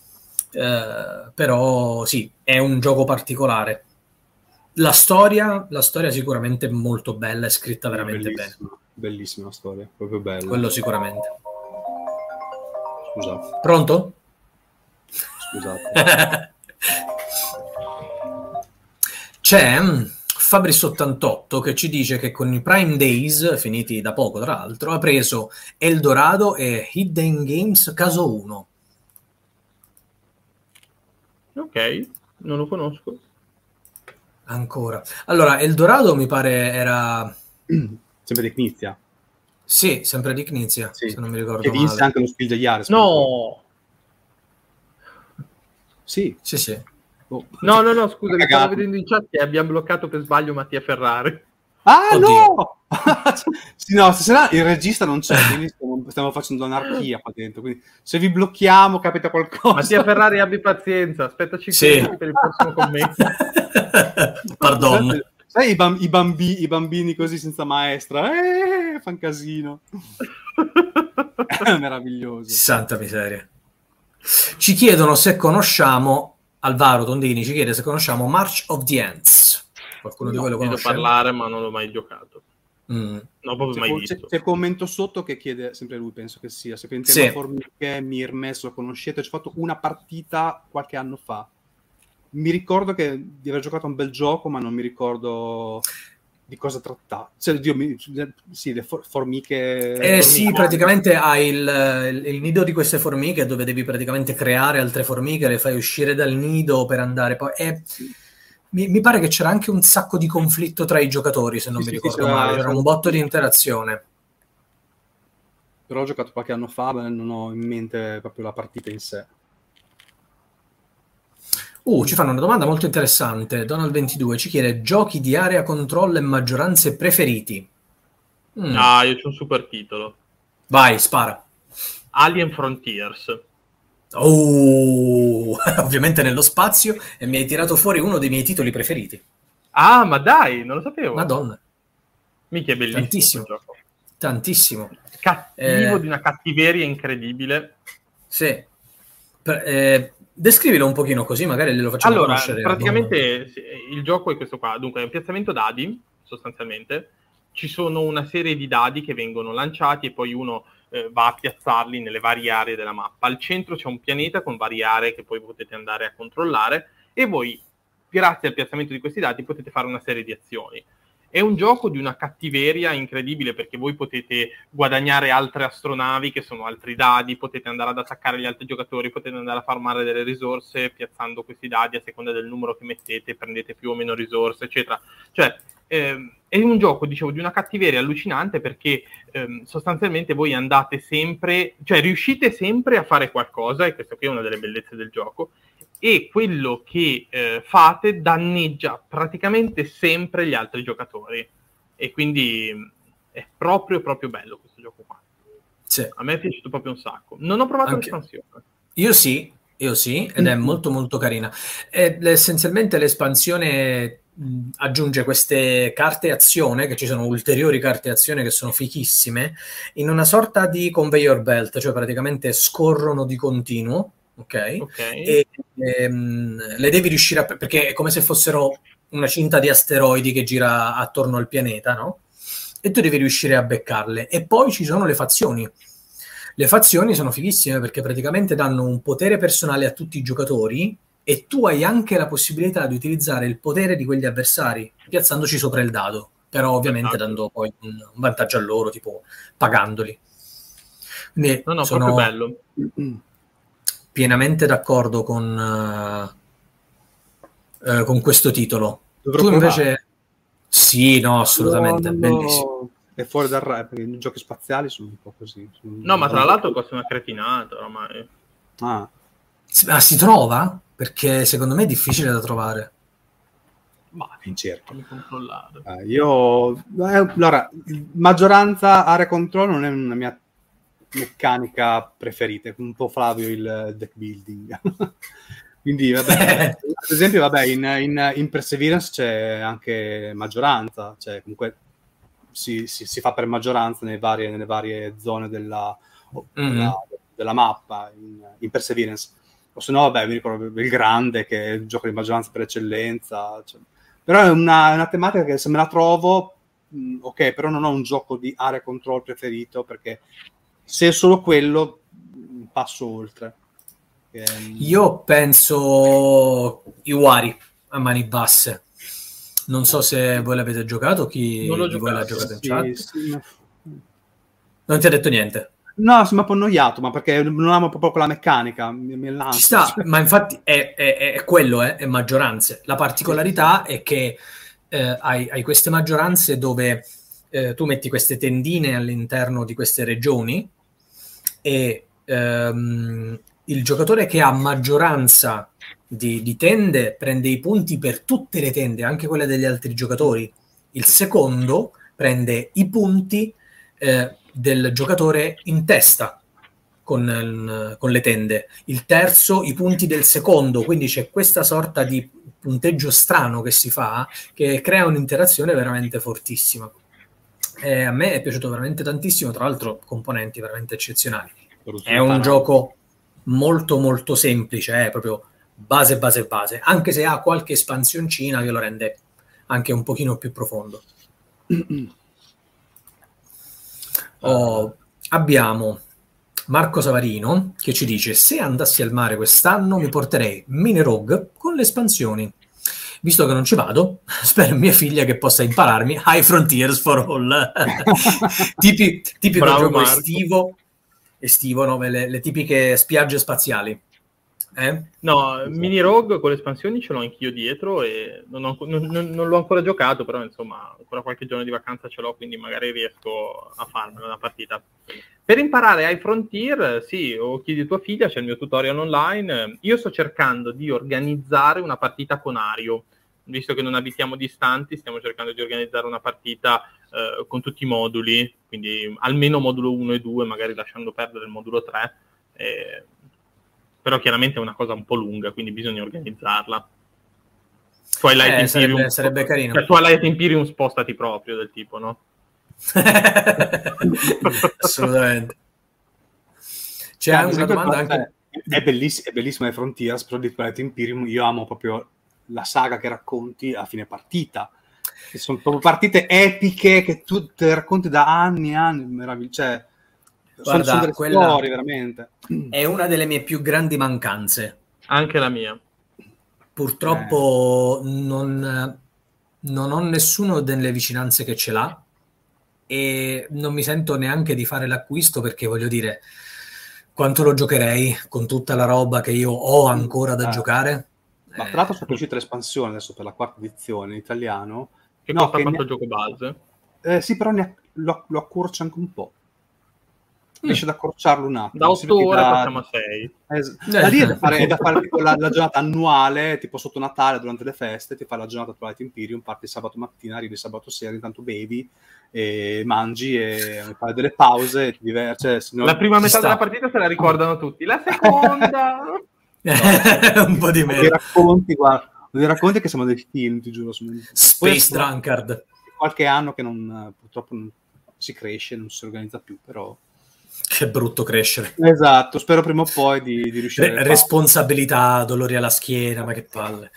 Però sì, è un gioco particolare. La storia sicuramente è molto bella, è scritta veramente bene. Bellissima la storia, proprio bella. Quello sicuramente. Scusate. Pronto? Scusate. C'è Fabris88 che ci dice che con i Prime Days, finiti da poco tra l'altro, ha preso Eldorado e Hidden Games Caso 1. Ok, non lo conosco. Ancora. Allora, Eldorado mi pare era... sempre di Knizia. Sì, sempre di Knizia, se non mi ricordo male. E vinse anche lo Spiel degli Jahres. No! Sì. No, scusa, mi stavo vedendo in chat che abbiamo bloccato per sbaglio Mattia Ferrari. Ah, oddio. No! Sì, no, stasera il regista non c'è, quindi stiamo facendo anarchia qua dentro, quindi se vi blocchiamo capita qualcosa. Mattia Ferrari, abbi pazienza, aspetta 5 minuti per il prossimo commento. Pardon. Sai i bambini così senza maestra, fan casino. È meraviglioso. Santa miseria. Ci chiedono se conosciamo, Alvaro Tondini ci chiede se conosciamo March of the Ants. Qualcuno di voi lo conosce? Ho parlare, ma non l'ho mai giocato. No, proprio mai visto. C'è il commento sotto che chiede, sempre lui penso che sia, se pensiamo a Formiche, Mirmes, lo conoscete, ci ho fatto una partita qualche anno fa. Mi ricordo di aver giocato un bel gioco, ma non mi ricordo... di cosa tratta? Cioè, sì, le formiche... Sì, praticamente hai il nido di queste formiche dove devi praticamente creare altre formiche, le fai uscire dal nido per andare poi... Mi pare che c'era anche un sacco di conflitto tra i giocatori, se non mi ricordo male, c'era un botto di interazione. Però ho giocato qualche anno fa, ma non ho in mente proprio la partita in sé. Ci fanno una domanda molto interessante. Donald22 ci chiede giochi di area control e maggioranze preferiti. Ah, io c'ho un super titolo. Vai, spara. Alien Frontiers. Ovviamente nello spazio, e mi hai tirato fuori uno dei miei titoli preferiti. Ah, ma dai, non lo sapevo. Madonna. Mica è bellissimo. Tantissimo. Gioco. Tantissimo. Cattivo di una cattiveria incredibile. Sì. Descrivilo un pochino così magari lo facciamo conoscere. Praticamente il gioco è questo qua. Dunque è un piazzamento dadi, sostanzialmente. Ci sono una serie di dadi che vengono lanciati e poi uno va a piazzarli nelle varie aree della mappa. Al centro c'è un pianeta con varie aree che poi potete andare a controllare e voi, grazie al piazzamento di questi dadi, potete fare una serie di azioni. È un gioco di una cattiveria incredibile perché voi potete guadagnare altre astronavi che sono altri dadi, potete andare ad attaccare gli altri giocatori, potete andare a farmare delle risorse piazzando questi dadi a seconda del numero che mettete, prendete più o meno risorse, eccetera. Cioè, è un gioco, dicevo, di una cattiveria allucinante perché sostanzialmente voi andate sempre, cioè riuscite sempre a fare qualcosa, e questo qui è una delle bellezze del gioco, e quello che fate danneggia praticamente sempre gli altri giocatori, e quindi è proprio bello questo gioco qua. Sì. A me è piaciuto proprio un sacco. Non ho provato l'espansione. Io sì, ed è molto molto carina. Essenzialmente l'espansione aggiunge queste carte azione, che ci sono ulteriori carte azione che sono fichissime, in una sorta di conveyor belt, cioè praticamente scorrono di continuo. Ok. E le devi riuscire perché è come se fossero una cinta di asteroidi che gira attorno al pianeta, no? E tu devi riuscire a beccarle. E poi ci sono le fazioni. Le fazioni sono fighissime perché praticamente danno un potere personale a tutti i giocatori e tu hai anche la possibilità di utilizzare il potere di quegli avversari piazzandoci sopra il dado, però ovviamente dando poi un vantaggio a loro, tipo pagandoli. Quindi proprio bello. Pienamente d'accordo con questo titolo. Tu invece sì, no, assolutamente, bellissimo. È fuori dal rap, perché i giochi spaziali sono un po' così. No, ma tra l'altro costa una cretinata ormai. Si trova? Perché secondo me è difficile da trovare. Ma in cerca. Controllare. Allora, maggioranza area control non è una mia meccanica preferita, un po' Flavio il deck building. Quindi vabbè, ad esempio in Perseverance c'è anche maggioranza, cioè comunque si fa per maggioranza nelle varie zone della mappa in Perseverance. O se no vabbè, mi ricordo il Grande, che è il gioco di maggioranza per eccellenza, cioè. Però è una tematica che se me la trovo ok, però non ho un gioco di area control preferito, perché se è solo quello passo oltre. Io penso Iwari a mani basse. Non so se voi l'avete giocato, chi di voi l'ha giocato in chat? Sì. Non ti ha detto niente? No, sono un po' annoiato, ma perché non amo proprio quella meccanica. Ci sta, ma infatti è quello, è maggioranze. La particolarità è che hai queste maggioranze dove tu metti queste tendine all'interno di queste regioni e il giocatore che ha maggioranza di tende prende i punti per tutte le tende, anche quelle degli altri giocatori. Il secondo prende i punti del giocatore in testa con le tende. Il terzo i punti del secondo, quindi c'è questa sorta di punteggio strano che si fa, che crea un'interazione veramente fortissima. A me è piaciuto veramente tantissimo, tra l'altro componenti veramente eccezionali. È un gioco molto molto semplice, proprio base, anche se ha qualche espansioncina che lo rende anche un pochino più profondo. Abbiamo Marco Savarino che ci dice: se andassi al mare quest'anno mi porterei Mini Rogue con le espansioni. visto che non ci vado, spero in mia figlia che possa impararmi High Frontiers for All. Tipico gioco estivo, no? Le tipiche spiagge spaziali. No, esatto. Mini Rogue con le espansioni ce l'ho anch'io dietro e non l'ho ancora giocato, però insomma ancora qualche giorno di vacanza ce l'ho, quindi magari riesco a farmela una partita. Per imparare High Frontier, sì, o chiedi a tua figlia, c'è il mio tutorial online. Io sto cercando di organizzare una partita con Ario, visto che non abitiamo distanti, stiamo cercando di organizzare una partita con tutti i moduli, quindi almeno modulo 1 e 2, magari lasciando perdere il modulo 3, però chiaramente è una cosa un po' lunga, quindi bisogna organizzarla. Twilight Imperium sarebbe carino. Cioè, Twilight Imperium spostati proprio, del tipo, no? Assolutamente. C'è anche una domanda anche... È bellissima le Frontiers, però di Twilight Imperium io amo proprio la saga che racconti a fine partita. Che sono proprio partite epiche che tu te racconti da anni e anni, meraviglioso. Cioè, guarda, sono delle storie, veramente. È una delle mie più grandi mancanze. Anche la mia. Purtroppo non ho nessuno delle vicinanze che ce l'ha e non mi sento neanche di fare l'acquisto, perché voglio dire, quanto lo giocherei con tutta la roba che io ho ancora da giocare. Ma tra l'altro è uscita l'espansione adesso per la 4ª edizione in italiano. Che costa quanto il gioco base? Sì, però lo accorcia anche un po'. Riesce ad accorciarlo un attimo. Da 8 ore facciamo a 6. Da lì è da fare tipo la giornata annuale, tipo sotto Natale, durante le feste, ti fai la giornata Twilight Imperium, parti sabato mattina, arrivi sabato sera, intanto bevi, e mangi, e fai delle pause, e ti diverti. Cioè, la prima metà della partita se la ricordano tutti, la seconda... un po' di meno. Dei racconti che siamo dei film, ti giuro. Space Drunkard. Qualche anno che purtroppo non si cresce, non si organizza più, però... Che brutto crescere. Esatto, spero prima o poi di riuscire a responsabilità, dolori alla schiena, ma che palle.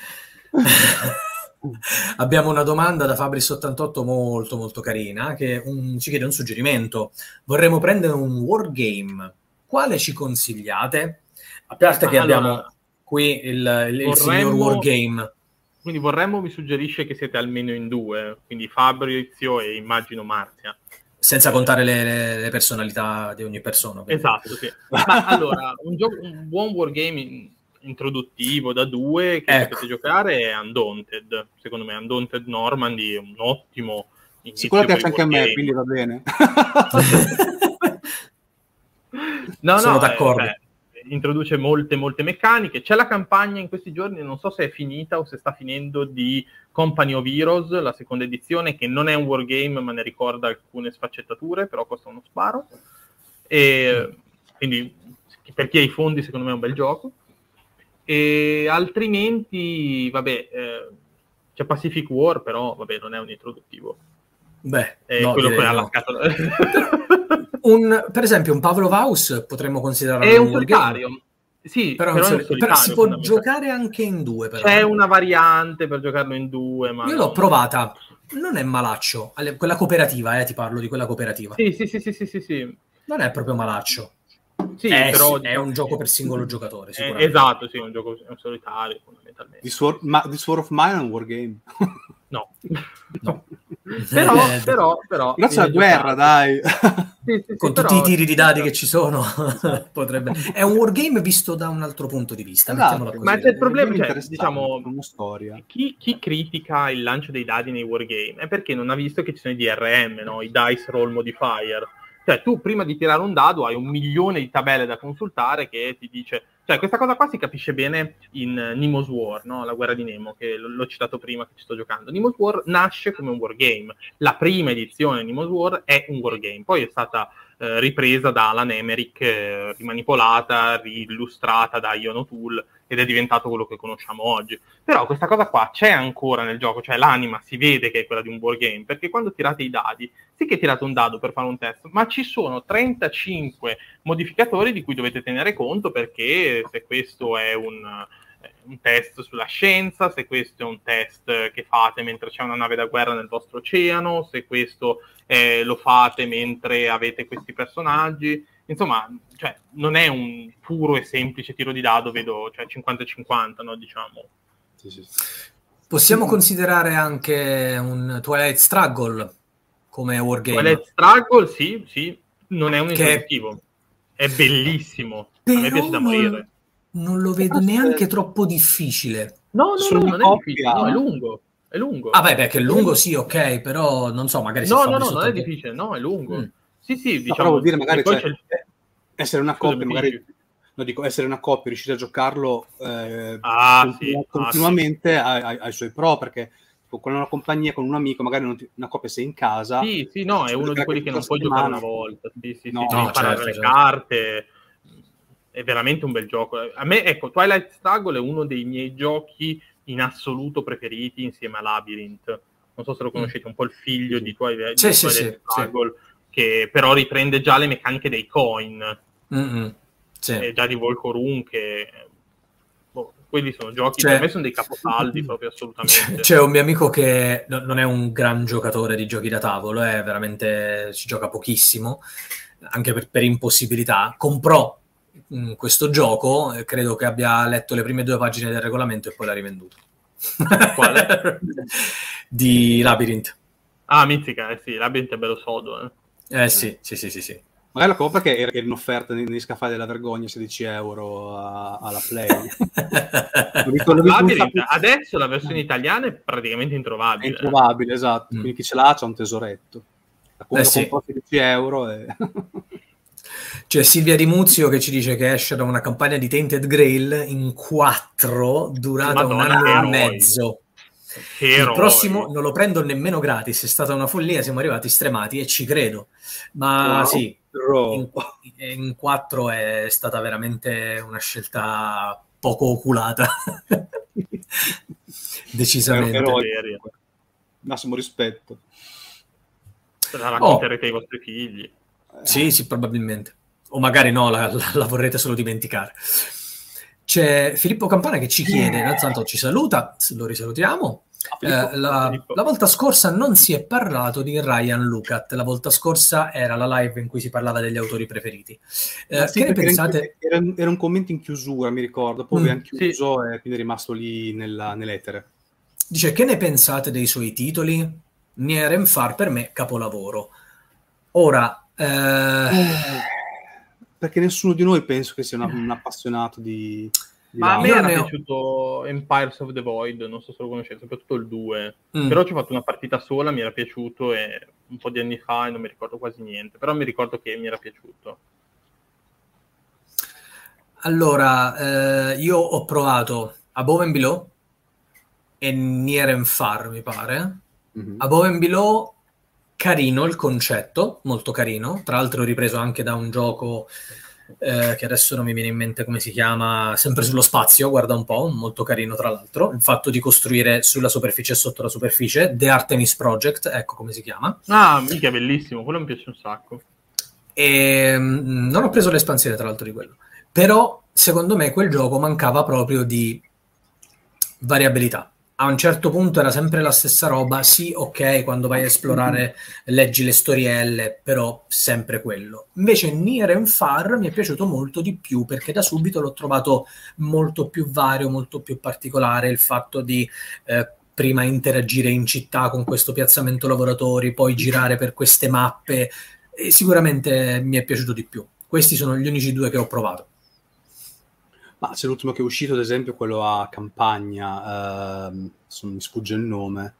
Abbiamo una domanda da Fabris88 molto molto carina, che ci chiede un suggerimento. Vorremmo prendere un wargame. Quale ci consigliate? A parte che abbiamo qui il signor wargame. Quindi Vorremmo mi suggerisce che siete almeno in 2, quindi Fabrizio e immagino Marzia. Senza contare le personalità di ogni persona. Ovviamente. Esatto, sì. Ma allora, un buon wargame introduttivo da 2 che potete giocare è Undaunted. Secondo me Undaunted Normandy è un ottimo inizio. Quello piace anche a me, quindi va bene. Sono d'accordo. Introduce molte meccaniche. C'è la campagna in questi giorni, non so se è finita o se sta finendo, di Company of Heroes, la seconda edizione, che non è un wargame ma ne ricorda alcune sfaccettature, però costa uno sparo, e quindi per chi ha i fondi secondo me è un bel gioco. E altrimenti c'è Pacific War, però vabbè, non è un introduttivo. Quello poi alla scatola. Per esempio un Pavlov House potremmo considerare è un solitario. Sì, però si può giocare anche in 2. Però. C'è una variante per giocarlo in 2. Ma io l'ho provata, non è malaccio. Quella cooperativa, ti parlo di quella cooperativa. Sì. Non è proprio malaccio. Sì, però è un gioco per singolo giocatore, sicuramente. Esatto, sì, è un solitario, fondamentalmente. Di Sword of Mine è un wargame? No. però c'è la guerra, dai. Con tutti i tiri di dadi che ci sono. Potrebbe. È un wargame visto da un altro punto di vista. Esatto. Ma c'è il problema, diciamo, una storia. Chi critica il lancio dei dadi nei wargame è perché non ha visto che ci sono i DRM, no? I Dice Roll Modifier. Cioè, tu prima di tirare un dado hai 1 milione di tabelle da consultare che ti dice... Cioè, questa cosa qua si capisce bene in Nemo's War, no? La guerra di Nemo, che l'ho citato prima che ci sto giocando. Nemo's War nasce come un wargame. La prima edizione di Nemo's War è un wargame. Poi è stata ripresa da Alan Emmerich, rimanipolata, riillustrata da Ion O'Toole, ed è diventato quello che conosciamo oggi. Però questa cosa qua c'è ancora nel gioco, cioè l'anima si vede che è quella di un wargame, perché quando tirate i dadi, sì che tirate un dado per fare un test, ma ci sono 35 modificatori di cui dovete tenere conto, perché se questo è un test sulla scienza, se questo è un test che fate mentre c'è una nave da guerra nel vostro oceano, se questo lo fate mentre avete questi personaggi, insomma, cioè, non è un puro e semplice tiro di dado, vedo, cioè 50-50, no, diciamo. Sì. Possiamo considerare anche un Twilight Struggle come wargame. Twilight Struggle, sì, non è un introduttivo. È bellissimo. A me piace da morire. Non lo vedo neanche troppo difficile. No, non è difficile, no, è lungo. Ah, beh, che è lungo, sì, ok, però non so, magari se no, non è difficile, no, è lungo. Sì, diciamo. Vuol dire magari essere una Scusami, coppia, magari essere una coppia, riuscire a giocarlo continuamente ai suoi pro, perché con una compagnia, con un amico, magari una coppia sei in casa. Sì, no, è uno di quelli che non puoi giocare una volta. Sì, imparare le carte. È veramente un bel gioco. A me, ecco, Twilight Struggle è uno dei miei giochi in assoluto preferiti insieme a Labyrinth. Non so se lo conoscete, un po' il figlio di Twilight Struggle, che però riprende già le meccaniche dei coin. E già di Volcorun, che quelli sono giochi, per me sono dei caposaldi proprio, assolutamente. C'è un mio amico che non è un gran giocatore di giochi da tavolo, veramente ci gioca pochissimo, anche per impossibilità. Comprò questo gioco, credo che abbia letto le prime 2 pagine del regolamento e poi l'ha rivenduto. Quale? Di Labyrinth. Ah, Mizzica, sì, Labyrinth è bello sodo. Sì. Magari la compra che era in offerta negli scaffali della vergogna, 16 euro alla Play. Labyrinth, adesso la versione italiana è praticamente introvabile. È introvabile, esatto. Quindi chi ce l'ha c'ha un tesoretto. La compra con 16 euro e... C'è Silvia Di Muzio che ci dice che esce da una campagna di Tainted Grail in 4, durata un anno e mezzo. Il prossimo non lo prendo nemmeno gratis, è stata una follia, siamo arrivati stremati e ci credo. Ma sì, in 4 è stata veramente una scelta poco oculata. Decisamente. Massimo rispetto. La racconterete ai vostri figli. Sì, probabilmente. O magari no, la vorrete solo dimenticare. C'è Filippo Campana che ci chiede, innanzitutto ci saluta, lo risalutiamo. La volta scorsa non si è parlato di Ryan Lukat, la volta scorsa era la live in cui si parlava degli autori preferiti. Che ne pensate? Era un commento in chiusura, mi ricordo, poi abbiamo chiuso e quindi è rimasto lì nell'etere. Dice, che ne pensate dei suoi titoli? Nier Enfar per me capolavoro. Ora... perché nessuno di noi penso che sia un appassionato di ma a me era piaciuto Empires of the Void, non so se lo conoscete, soprattutto il 2, però ci ho fatto una partita sola, mi era piaciuto, e un po' di anni fa e non mi ricordo quasi niente, però mi ricordo che mi era piaciuto. Allora, io ho provato Above and Below e Nier Enfar, mi pare. Above and Below, carino il concetto, molto carino, tra l'altro ripreso anche da un gioco che adesso non mi viene in mente come si chiama, sempre sullo spazio, guarda un po', molto carino tra l'altro, il fatto di costruire sulla superficie e sotto la superficie, The Artemis Project, ecco come si chiama. Ah, mica bellissimo, quello mi piace un sacco. E non ho preso l'espansione tra l'altro di quello, però secondo me quel gioco mancava proprio di variabilità. A un certo punto era sempre la stessa roba, sì, ok, quando vai a esplorare leggi le storielle, però sempre quello. Invece Nier Enfar mi è piaciuto molto di più, perché da subito l'ho trovato molto più vario, molto più particolare, il fatto di prima interagire in città con questo piazzamento lavoratori, poi girare per queste mappe, e sicuramente mi è piaciuto di più. Questi sono gli unici 2 che ho provato. Ma c'è l'ultimo che è uscito, ad esempio, quello a campagna, non mi sfugge il nome,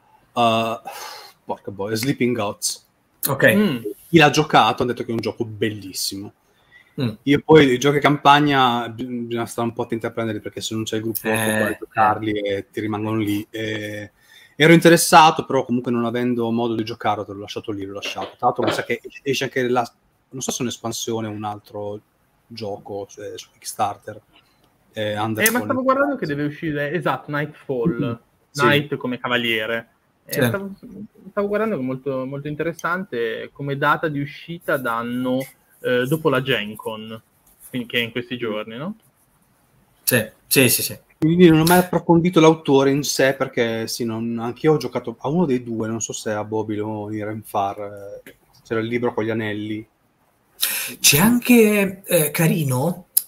porca boia, Sleeping Gods. Ok. Chi l'ha giocato ha detto che è un gioco bellissimo. Io poi i giochi a campagna bisogna stare un po' attenti a prenderli, perché se non c'è il gruppo puoi giocarli e ti rimangono lì. Ero interessato, però comunque non avendo modo di giocare l'ho lasciato lì, l'ho lasciato. Tra l'altro mi sa che esce anche non so se è un'espansione o un altro gioco, cioè su Kickstarter. Ma stavo guardando che deve uscire, esatto, Nightfall, Night come cavaliere. Stavo guardando che è molto, molto interessante, come data di uscita danno dopo la Gen Con, quindi che è in questi giorni, no? Sì. Quindi non ho mai approfondito l'autore in sé, perché anch'io ho giocato a uno dei 2, non so se a Bobby o Nier Enfar, c'era il libro con gli anelli. C'è anche carino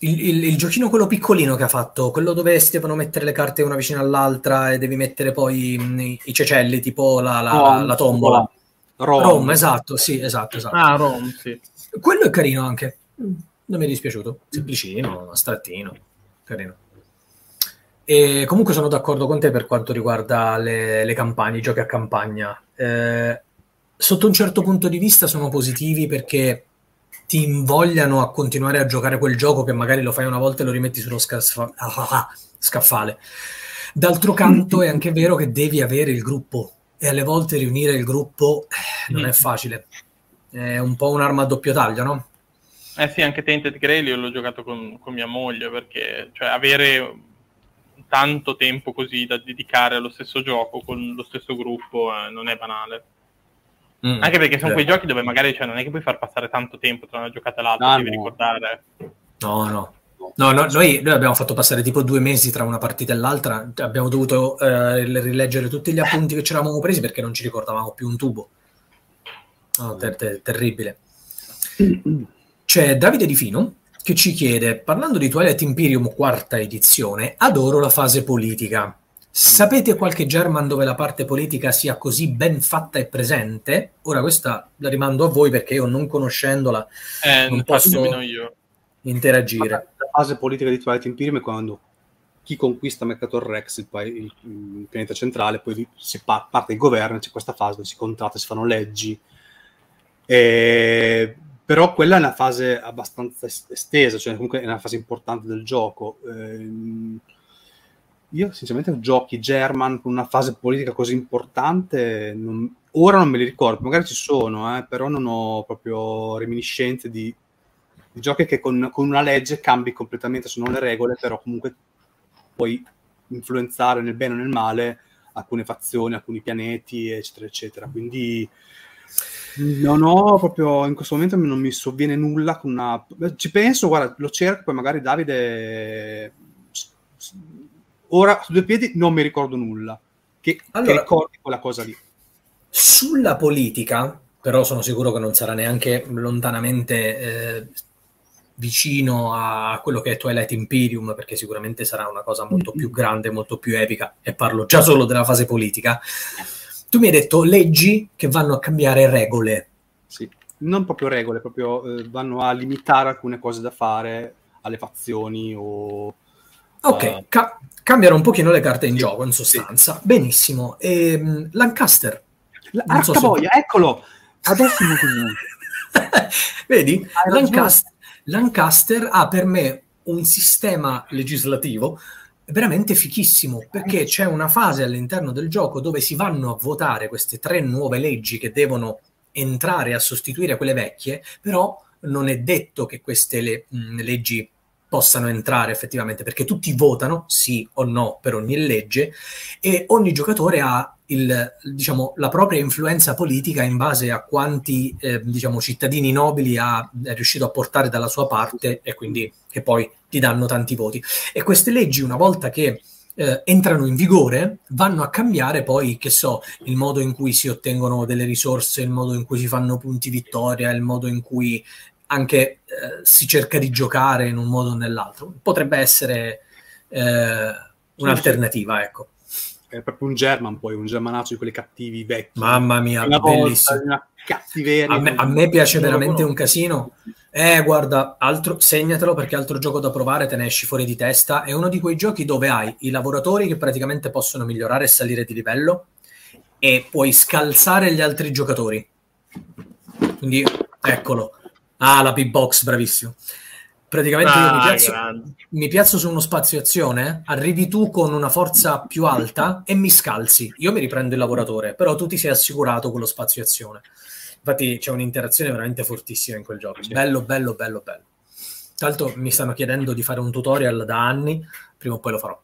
Il giochino quello piccolino che ha fatto, quello dove si devono mettere le carte una vicino all'altra e devi mettere poi i cecelli, tipo la tombola. Rome, esatto, sì, esatto. Ah, Rome, sì. Quello è carino anche. Non mi è dispiaciuto. Semplicino, astrattino, carino. E comunque sono d'accordo con te per quanto riguarda le campagne, i giochi a campagna. Sotto un certo punto di vista sono positivi perché ti invogliano a continuare a giocare quel gioco che magari lo fai una volta e lo rimetti sullo scaffale. D'altro canto è anche vero che devi avere il gruppo e alle volte riunire il gruppo non è facile. È un po' un'arma a doppio taglio, no? Sì, anche Tainted Grail io l'ho giocato con mia moglie, perché cioè avere tanto tempo così da dedicare allo stesso gioco con lo stesso gruppo non è banale. Anche perché sono quei giochi dove magari non è che puoi far passare tanto tempo tra una giocata e l'altra, devi ricordare. No, noi abbiamo fatto passare tipo 2 mesi tra una partita e l'altra, abbiamo dovuto rileggere tutti gli appunti che ci eravamo presi perché non ci ricordavamo più un tubo. Terribile. C'è Davide Di Fino che ci chiede, parlando di Twilight Imperium 4ª edizione, adoro la fase politica. Sapete qualche German dove la parte politica sia così ben fatta e presente? Ora questa la rimando a voi perché io non conoscendola non posso interagire. La fase politica di Twilight Imperium è quando chi conquista Mercator Rex, il pianeta centrale, poi si parte il governo, c'è questa fase dove si contratta, si fanno leggi. Però quella è una fase abbastanza estesa, cioè comunque è una fase importante del gioco. Io sinceramente giochi German con una fase politica così importante ora non me li ricordo, magari ci sono, però non ho proprio reminiscenze di giochi che con una legge cambi completamente, sono le regole, però comunque puoi influenzare nel bene o nel male alcune fazioni, alcuni pianeti, eccetera eccetera. Quindi non ho proprio, in questo momento non mi sovviene nulla con una... Ci penso, guarda, lo cerco, poi magari Davide... Ora, su due piedi, non mi ricordo nulla. Che ricordi quella cosa lì. Sulla politica, però sono sicuro che non sarà neanche lontanamente vicino a quello che è Twilight Imperium, perché sicuramente sarà una cosa molto più grande, molto più epica, e parlo già solo della fase politica. Tu mi hai detto leggi che vanno a cambiare regole. Sì, non proprio regole, proprio vanno a limitare alcune cose da fare alle fazioni o... Ok, cambiano un pochino le carte in gioco, in sostanza. Sì. Benissimo. Lancaster. Voglia, eccolo! Adesso non vedi? Lancaster ha per me un sistema legislativo veramente fichissimo, perché c'è una fase all'interno del gioco dove si vanno a votare queste 3 nuove leggi che devono entrare a sostituire quelle vecchie, però non è detto che queste leggi possano entrare effettivamente, perché tutti votano sì o no per ogni legge e ogni giocatore ha la propria influenza politica in base a quanti cittadini nobili è riuscito a portare dalla sua parte e quindi che poi ti danno tanti voti. E queste leggi, una volta che entrano in vigore, vanno a cambiare poi, che so, il modo in cui si ottengono delle risorse, il modo in cui si fanno punti vittoria, il modo in cui anche si cerca di giocare in un modo o nell'altro. Potrebbe essere un'alternativa, ecco. È proprio un German, poi un germanaccio di quelli cattivi vecchi. Mamma mia, bellissimo. Una cattiveria. A me piace veramente un casino. Guarda, segnatelo, perché altro gioco da provare, te ne esci fuori di testa. È uno di quei giochi dove hai i lavoratori che praticamente possono migliorare e salire di livello e puoi scalzare gli altri giocatori. Quindi, eccolo. La big box, bravissimo. Praticamente io mi piazzo su uno spazio azione, arrivi tu con una forza più alta e mi scalzi. Io mi riprendo il lavoratore, però tu ti sei assicurato quello spazio azione. Infatti c'è un'interazione veramente fortissima in quel gioco. Sì. Bello. Tra l'altro mi stanno chiedendo di fare un tutorial da anni, prima o poi lo farò.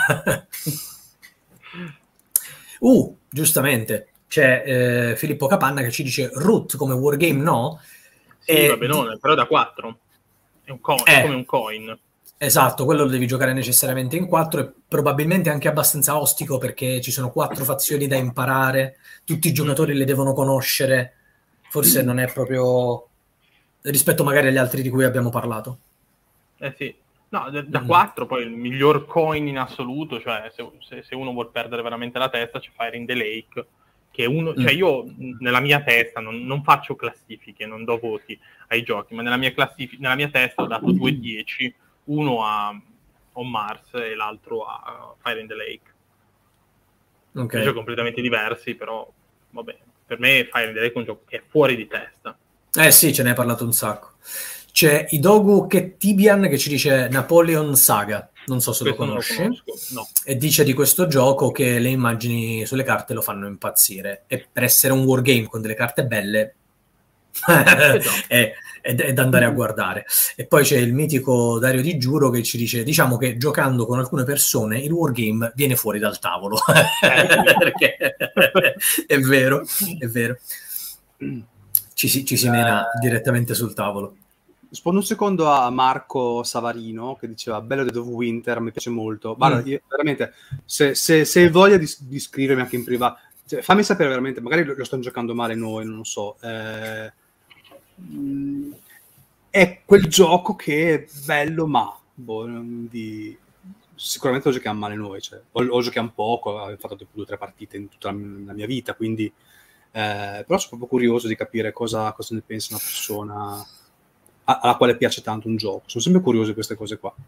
Giustamente, c'è Filippo Capanna che ci dice Root come wargame no? Sì, va benone, però da 4. È come un coin. Esatto, quello lo devi giocare necessariamente in 4 e probabilmente anche abbastanza ostico, perché ci sono 4 fazioni da imparare, tutti i giocatori le devono conoscere, forse non è proprio rispetto magari agli altri di cui abbiamo parlato. Sì. No, da 4 poi il miglior coin in assoluto, cioè se uno vuol perdere veramente la testa c'è Fire in the Lake, che è uno, cioè io nella mia testa non faccio classifiche, non do voti ai giochi, ma nella mia testa ho dato 2-10, uno a On Mars e l'altro a Fire in the Lake. Okay. Giochi completamente diversi, però vabbè, per me Fire in the Lake è un gioco che è fuori di testa. Sì, ce ne hai parlato un sacco. C'è Idogu Kettibian che ci dice Napoleon Saga, non so se Questo lo conosci, non lo conosco, no. E dice di questo gioco che le immagini sulle carte lo fanno impazzire, e per essere un wargame con delle carte belle è da andare a guardare. E poi c'è il mitico Dario Di Giuro che ci dice, diciamo che giocando con alcune persone il wargame viene fuori dal tavolo. Perché è vero. Ci si mena direttamente sul tavolo. Rispondo un secondo a Marco Savarino che diceva bello Dead of Winter, mi piace molto. Guarda, io, veramente, se hai voglia di scrivermi anche in privato, cioè, fammi sapere veramente, magari lo sto giocando male noi, non lo so. È quel gioco che è bello, ma sicuramente lo giochiamo male noi, cioè, o giochiamo poco, avevo fatto tipo 2 o 3 partite in tutta la mia vita, quindi però sono proprio curioso di capire cosa ne pensa una persona alla quale piace tanto un gioco. Sono sempre curioso di queste cose qua.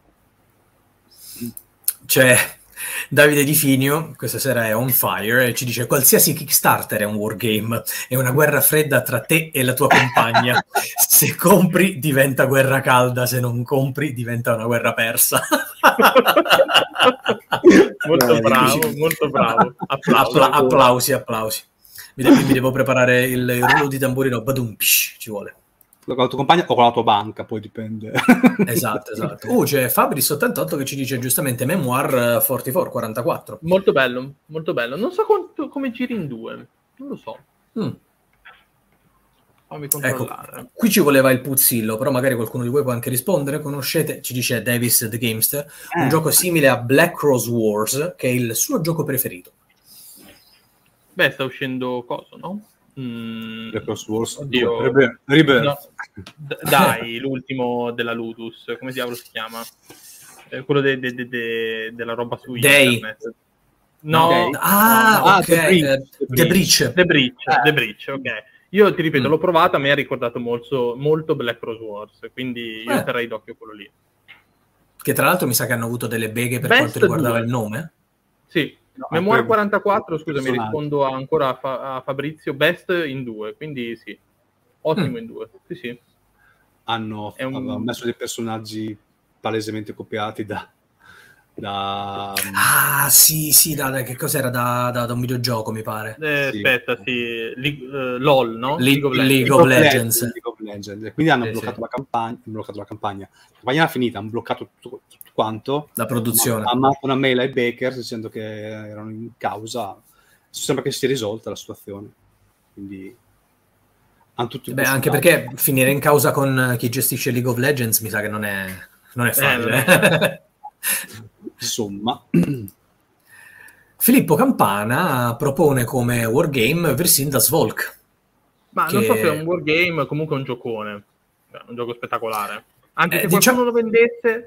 C'è Davide Di Finio, questa sera è on fire, e ci dice qualsiasi Kickstarter è un wargame, è una guerra fredda tra te e la tua compagna. Se compri diventa guerra calda, se non compri diventa una guerra persa. Molto bravo. Applausi. Mi devo preparare il rullo di tamburino, badumpish, ci vuole. Con la tua compagna o con la tua banca, poi dipende. Esatto. C'è Fabris88 che ci dice giustamente Memoir 44. Molto bello. Non so come giri in 2, non lo so. Fammi controllare. Ecco, qui ci voleva il puzzillo, però magari qualcuno di voi può anche rispondere. Conoscete, ci dice Davis the Gamester, un gioco simile a Black Rose Wars, che è il suo gioco preferito. Beh, sta uscendo cosa, no? Black Rose Wars. Rebirth. No. Dai, l'ultimo della Ludus, come diavolo si chiama? Quello della roba su internet. No. Ok. The Breach, ok. Io ti ripeto, l'ho provato, a me ha ricordato molto Black Rose Wars, quindi io terrei d'occhio quello lì. Che tra l'altro mi sa che hanno avuto delle beghe per quanto riguardava il nome. Sì. No, Memoir 44, scusami, rispondo ancora a Fabrizio, best in 2, quindi sì, ottimo in 2, sì. Hanno messo dei personaggi palesemente copiati da sì, che cos'era, da un videogioco mi pare. Sì. Aspetta, sì, LOL, no? League of Legends. Quindi hanno bloccato la campagna. La campagna era finita, hanno bloccato tutto quanto. La produzione. Ha mandato una mail ai Bakers dicendo che erano in causa. Sembra che si sia risolta la situazione. Quindi hanno tutti anche perché finire in causa con chi gestisce League of Legends mi sa che non è facile. Insomma, Filippo Campana propone come wargame Versindas Volk. Ma non so se è un wargame, comunque è un giocone, un gioco spettacolare. Anche se qualcuno lo vendesse...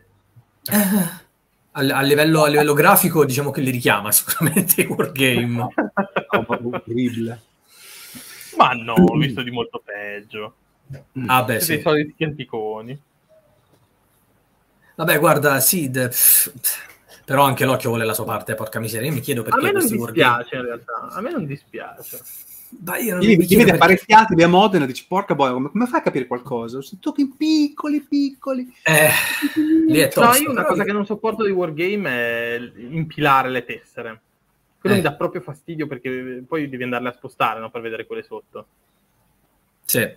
A livello grafico diciamo che li richiama sicuramente i wargame. Orribile. Ma no, ho visto di molto peggio. Beh, sì. Dei soliti schianticoni. Vabbè, guarda, sì, però anche l'occhio vuole la sua parte, porca miseria. Io mi chiedo perché a me non dispiace in realtà, a me non dispiace. Mi vede apparecchiati lì a Modena e dici porca boia, come fai a capire qualcosa? Se tocchi piccoli lì è tosto, io una cosa che non sopporto di wargame è impilare le tessere. Quello mi dà proprio fastidio, perché poi devi andarle a spostare, no, per vedere quelle sotto. Sì.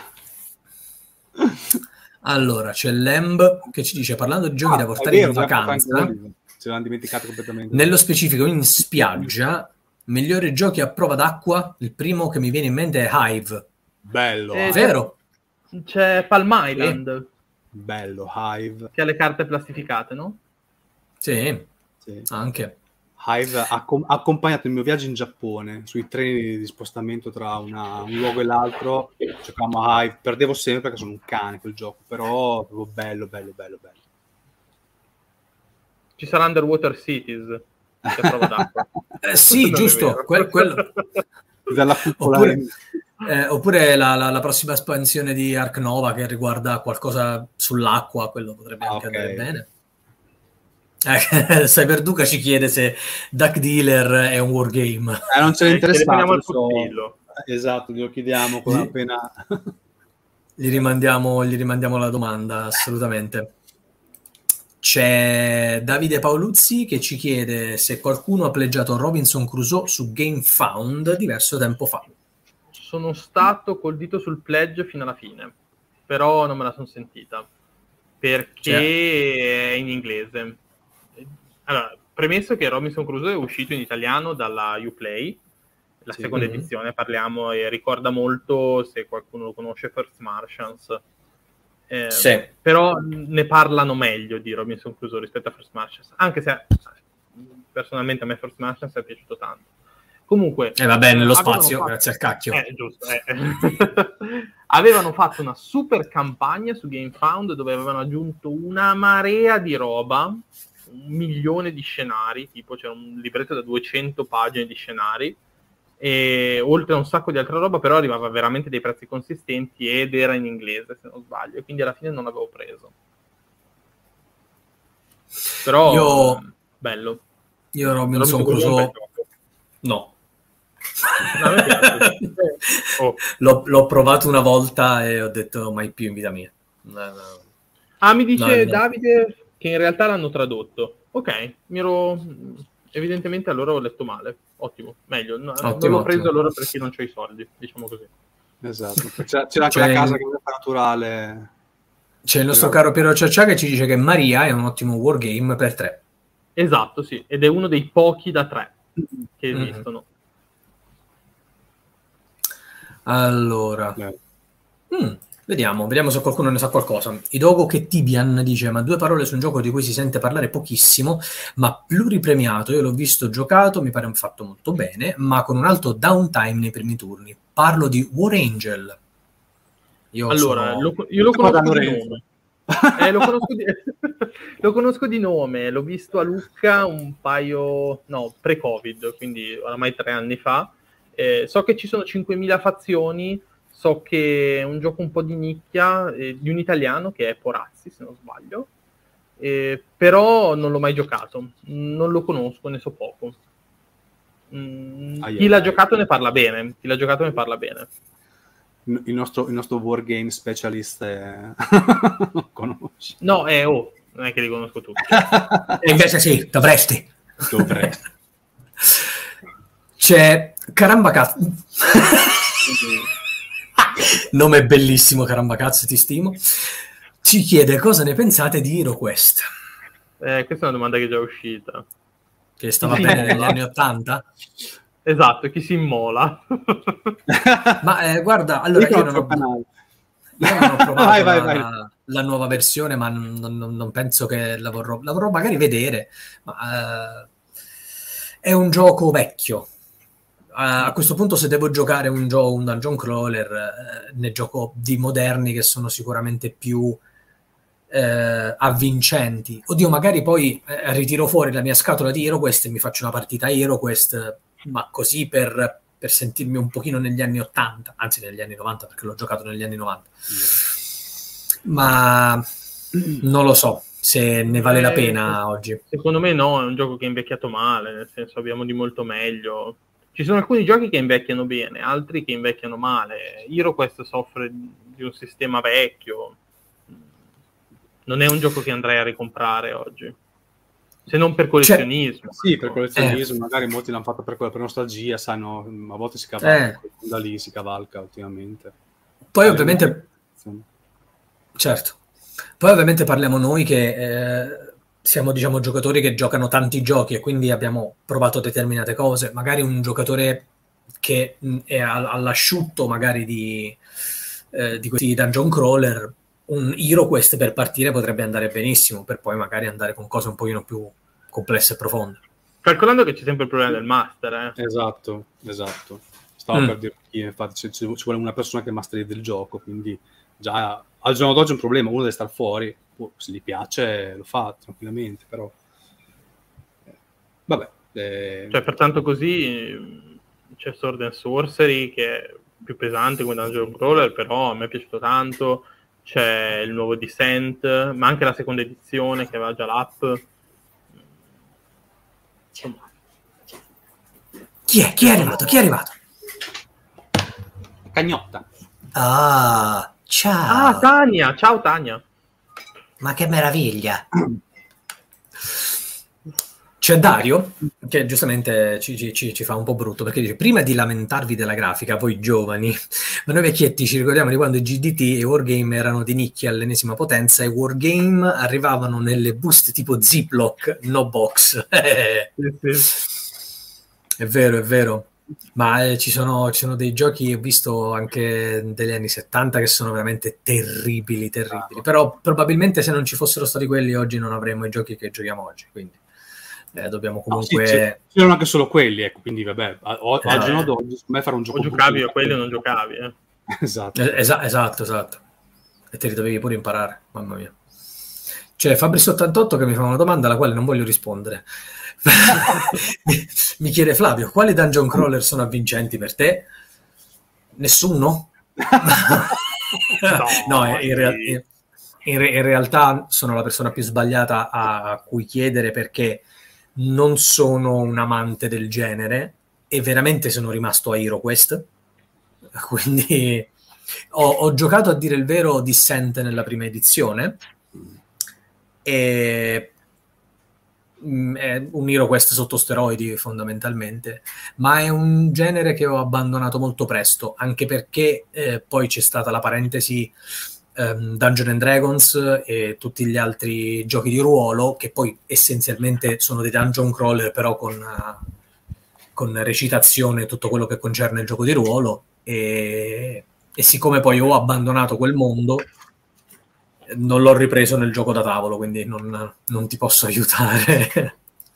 Allora c'è Lamb che ci dice, parlando di giochi da portare in vacanza, ce l'hanno dimenticato completamente. Nello specifico in spiaggia, migliori giochi a prova d'acqua, il primo che mi viene in mente è Hive. Bello. Vero? C'è Palm Island. Bello, Hive. Che ha le carte plastificate, no? Sì. Anche. Hive ha accompagnato il mio viaggio in Giappone sui treni di spostamento tra un luogo e l'altro. Giocavamo a Hive, perdevo sempre perché sono un cane quel gioco, però proprio bello. Ci sarà Underwater Cities, che prova d'acqua. Sì, giusto, quello. Dalla Oppure la prossima espansione di Ark Nova che riguarda qualcosa sull'acqua, quello potrebbe anche andare bene. Cyberduca ci chiede se Duck Dealer è un wargame. Non ce ne interessa. Esatto, glielo chiediamo appena. Gli rimandiamo la domanda, assolutamente. C'è Davide Paoluzzi che ci chiede se qualcuno ha pleggiato Robinson Crusoe su GameFound diverso tempo fa. Sono stato col dito sul pledge fino alla fine, però non me la sono sentita, perché è in inglese. Allora, premesso che Robinson Crusoe è uscito in italiano dalla Uplay, la seconda edizione, parliamo, e ricorda molto, se qualcuno lo conosce, First Martians. Però ne parlano meglio di Robinson Crusoe rispetto a First Martians, anche se personalmente a me First Martians è piaciuto tanto. Comunque, vabbè, nello spazio, grazie al cacchio. Giusto. Avevano fatto una super campagna su GameFound dove avevano aggiunto una marea di roba, 1 milione di scenari, tipo c'era un libretto da 200 pagine di scenari, e oltre a un sacco di altra roba, però arrivava veramente dei prezzi consistenti ed era in inglese, se non sbaglio, e quindi alla fine non l'avevo preso. Però bello. Io Robinson Crusoe no. L'ho provato una volta e ho detto mai più in vita mia. Mi dice Davide che in realtà l'hanno tradotto. Ok, evidentemente allora ho letto male. Ottimo, meglio. Non l'ho preso allora perché non c'ho i soldi, diciamo così. Esatto, c'era anche la casa che è naturale. C'è il nostro caro Piero Ciaccia che ci dice che Maria è un ottimo wargame per 3. Esatto, sì, ed è uno dei pochi da 3 che esistono. Allora, vediamo se qualcuno ne sa qualcosa. Idogo che Tibian dice: ma 2 parole su un gioco di cui si sente parlare pochissimo, ma pluripremiato. Io l'ho visto giocato, mi pare un fatto molto bene, ma con un alto downtime nei primi turni. Parlo di War Angel. Io lo conosco di nome. Lo conosco di nome, l'ho visto a Lucca pre-Covid, quindi oramai 3 anni fa. So che ci sono 5.000 fazioni, so che è un gioco un po' di nicchia, di un italiano che è Porazzi, se non sbaglio, però non l'ho mai giocato, non lo conosco, ne so poco. Chi l'ha giocato ne parla bene, Il nostro wargame specialist non conosce. No, non è che li conosco tutti. E invece sì, dovresti. C'è Carambacazzo. Nome bellissimo, Carambacazzo, ti stimo. Ci chiede cosa ne pensate di HeroQuest. Questa è una domanda che è già uscita. Che stava bene negli anni 80? Esatto, chi si immola. Ma guarda, allora io non ho provato la nuova versione, ma non penso che la vorrò magari vedere, ma è un gioco vecchio. A questo punto, se devo giocare un dungeon crawler, ne gioco di moderni che sono sicuramente più avvincenti. Oddio, magari poi ritiro fuori la mia scatola di HeroQuest e mi faccio una partita a HeroQuest, ma così per sentirmi un pochino negli anni 80, anzi negli anni 90, perché l'ho giocato negli anni 90. Ma non lo so se ne vale la pena oggi. Secondo me no, è un gioco che è invecchiato male, nel senso abbiamo di molto meglio. Ci sono alcuni giochi che invecchiano bene, altri che invecchiano male. HeroQuest soffre di un sistema vecchio. Non è un gioco che andrei a ricomprare oggi, se non per collezionismo. Sì, per collezionismo, magari molti l'hanno fatto per nostalgia, sanno, a volte si cavalca, da lì si cavalca ultimamente. Poi ovviamente certo. Poi ovviamente parliamo noi che siamo, diciamo, giocatori che giocano tanti giochi e quindi abbiamo provato determinate cose. Magari un giocatore che è all'asciutto magari di questi dungeon crawler, un HeroQuest per partire potrebbe andare benissimo, per poi magari andare con cose un pochino più complesse e profonde. Calcolando che c'è sempre il problema del master. Esatto. Stavo per dire, infatti ci vuole una persona che masterizza il gioco, quindi già al giorno d'oggi è un problema, uno deve stare fuori, se gli piace lo fa tranquillamente, però Cioè, pertanto così c'è Sword and Sorcery, che è più pesante come Dungeon Crawler, però a me è piaciuto tanto. C'è il nuovo Descent, ma anche la seconda edizione che aveva già l'app. Insomma. Chi è? Chi è arrivato? Chi è arrivato? Cagnotta. Ah, ciao. Ah, Tania! Ciao Tania! Ma che meraviglia. C'è Dario, che giustamente ci fa un po' brutto, perché dice: prima di lamentarvi della grafica, voi giovani, ma noi vecchietti ci ricordiamo di quando i GDT e i Wargame erano di nicchia all'ennesima potenza e i Wargame arrivavano nelle buste tipo Ziploc, no box. È vero. Ma ci sono dei giochi, ho visto anche degli anni 70, che sono veramente terribili. Però probabilmente se non ci fossero stati quelli oggi non avremmo i giochi che giochiamo oggi, quindi dobbiamo comunque... Sì, c'erano anche solo quelli, ecco, quindi vabbè, oggi secondo me fare un gioco... O giocavi a quelli o non giocavi, Esatto. Esatto. E te li dovevi pure imparare, mamma mia. C'è Fabris88 che mi fa una domanda alla quale non voglio rispondere. Mi chiede: Flavio, quali dungeon crawler sono avvincenti per te? Nessuno? No, in realtà sono la persona più sbagliata a cui chiedere, perché non sono un amante del genere e veramente sono rimasto a HeroQuest. Quindi ho giocato, a dire il vero, Descent nella prima edizione, e è un HeroQuest sotto steroidi fondamentalmente, ma è un genere che ho abbandonato molto presto, anche perché poi c'è stata la parentesi Dungeons and Dragons e tutti gli altri giochi di ruolo, che poi essenzialmente sono dei dungeon crawler, però con recitazione, tutto quello che concerne il gioco di ruolo, e siccome poi ho abbandonato quel mondo, non l'ho ripreso nel gioco da tavolo, quindi non ti posso aiutare.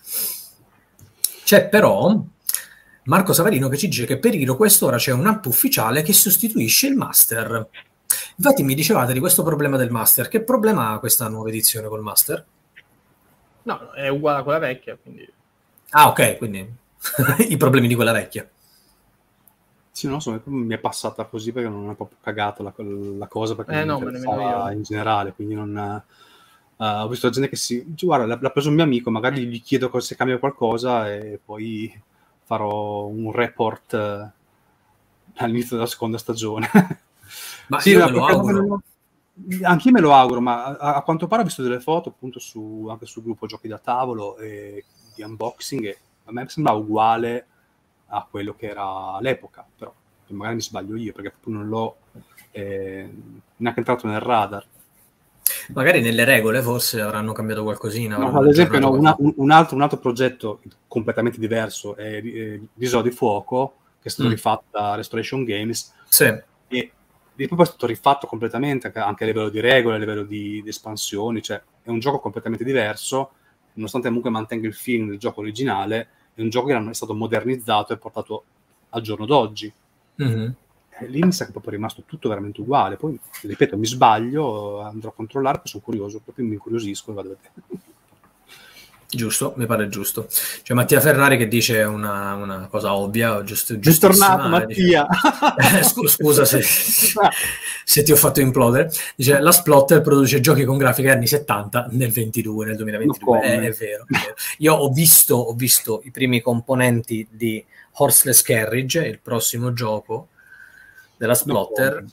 C'è però Marco Savarino che ci dice che per HeroQuest ora c'è un'app ufficiale che sostituisce il master. Infatti mi dicevate di questo problema del master. Che problema ha questa nuova edizione col master? No, è uguale a quella vecchia, quindi... Ah, ok, quindi i problemi di quella vecchia. Sì, non so, mi è passata così perché non è proprio cagata la cosa, perché no, mi interessava in generale, quindi non... ho visto la gente che guarda, l'ha preso un mio amico, magari gli chiedo se cambia qualcosa e poi farò un report all'inizio della seconda stagione. Ma sì, io me lo auguro. Anch'io me lo auguro, ma a quanto pare ho visto delle foto appunto anche sul gruppo Giochi da Tavolo di unboxing, e a me sembrava uguale a quello che era all'epoca, però magari mi sbaglio io, perché proprio non l'ho neanche entrato nel radar. Magari nelle regole forse avranno cambiato qualcosina. No, ad esempio un altro progetto completamente diverso è l'Isola di Fuoco, che è stato rifatto da Restoration Games, sì. E poi è stato rifatto completamente anche a livello di regole, a livello di espansioni, cioè è un gioco completamente diverso, nonostante comunque mantenga il film del gioco originale. È un gioco che è stato modernizzato e portato al giorno d'oggi. Mm-hmm. Lì mi sa che è proprio rimasto tutto veramente uguale. Poi, ripeto, mi sbaglio, andrò a controllare, perché sono curioso, proprio mi incuriosisco e vado a vedere. Giusto, mi pare giusto. C'è Mattia Ferrari che dice una cosa ovvia, Bentornato Mattia. Scusa se ti ho fatto implodere. Dice: la Splotter produce giochi con grafiche anni 70 nel 2022. È vero. Io ho visto i primi componenti di Horseless Carriage, il prossimo gioco della Splotter,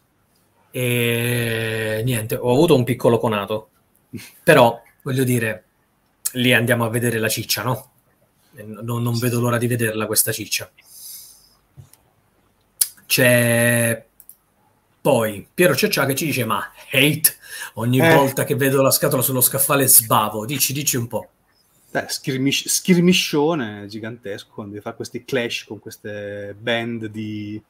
e niente, ho avuto un piccolo conato, però voglio dire, lì andiamo a vedere la ciccia, no? Non vedo l'ora di vederla questa ciccia. C'è poi Piero Ceccia che ci dice: ma hate, ogni volta che vedo la scatola sullo scaffale sbavo. Dici un po'. Skirmishone gigantesco, quando devi fare questi clash con queste band di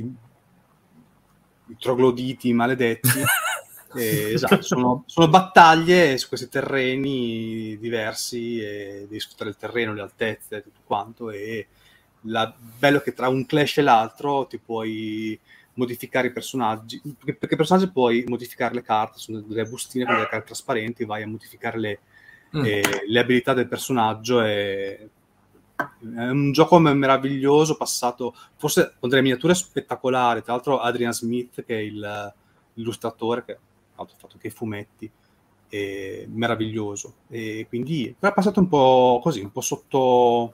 trogloditi maledetti. Esatto, sono battaglie su questi terreni diversi, e devi sfruttare il terreno, le altezze, tutto quanto, e bello che tra un clash e l'altro ti puoi modificare i personaggi, perché i personaggi puoi modificare le carte, sono delle bustine con delle carte trasparenti, vai a modificare le abilità del personaggio, e È un gioco meraviglioso, passato forse con delle miniature spettacolari. Tra l'altro Adrian Smith, che è l'illustratore, che ha fatto anche i fumetti, è meraviglioso. E quindi è passato un po' così, un po' sotto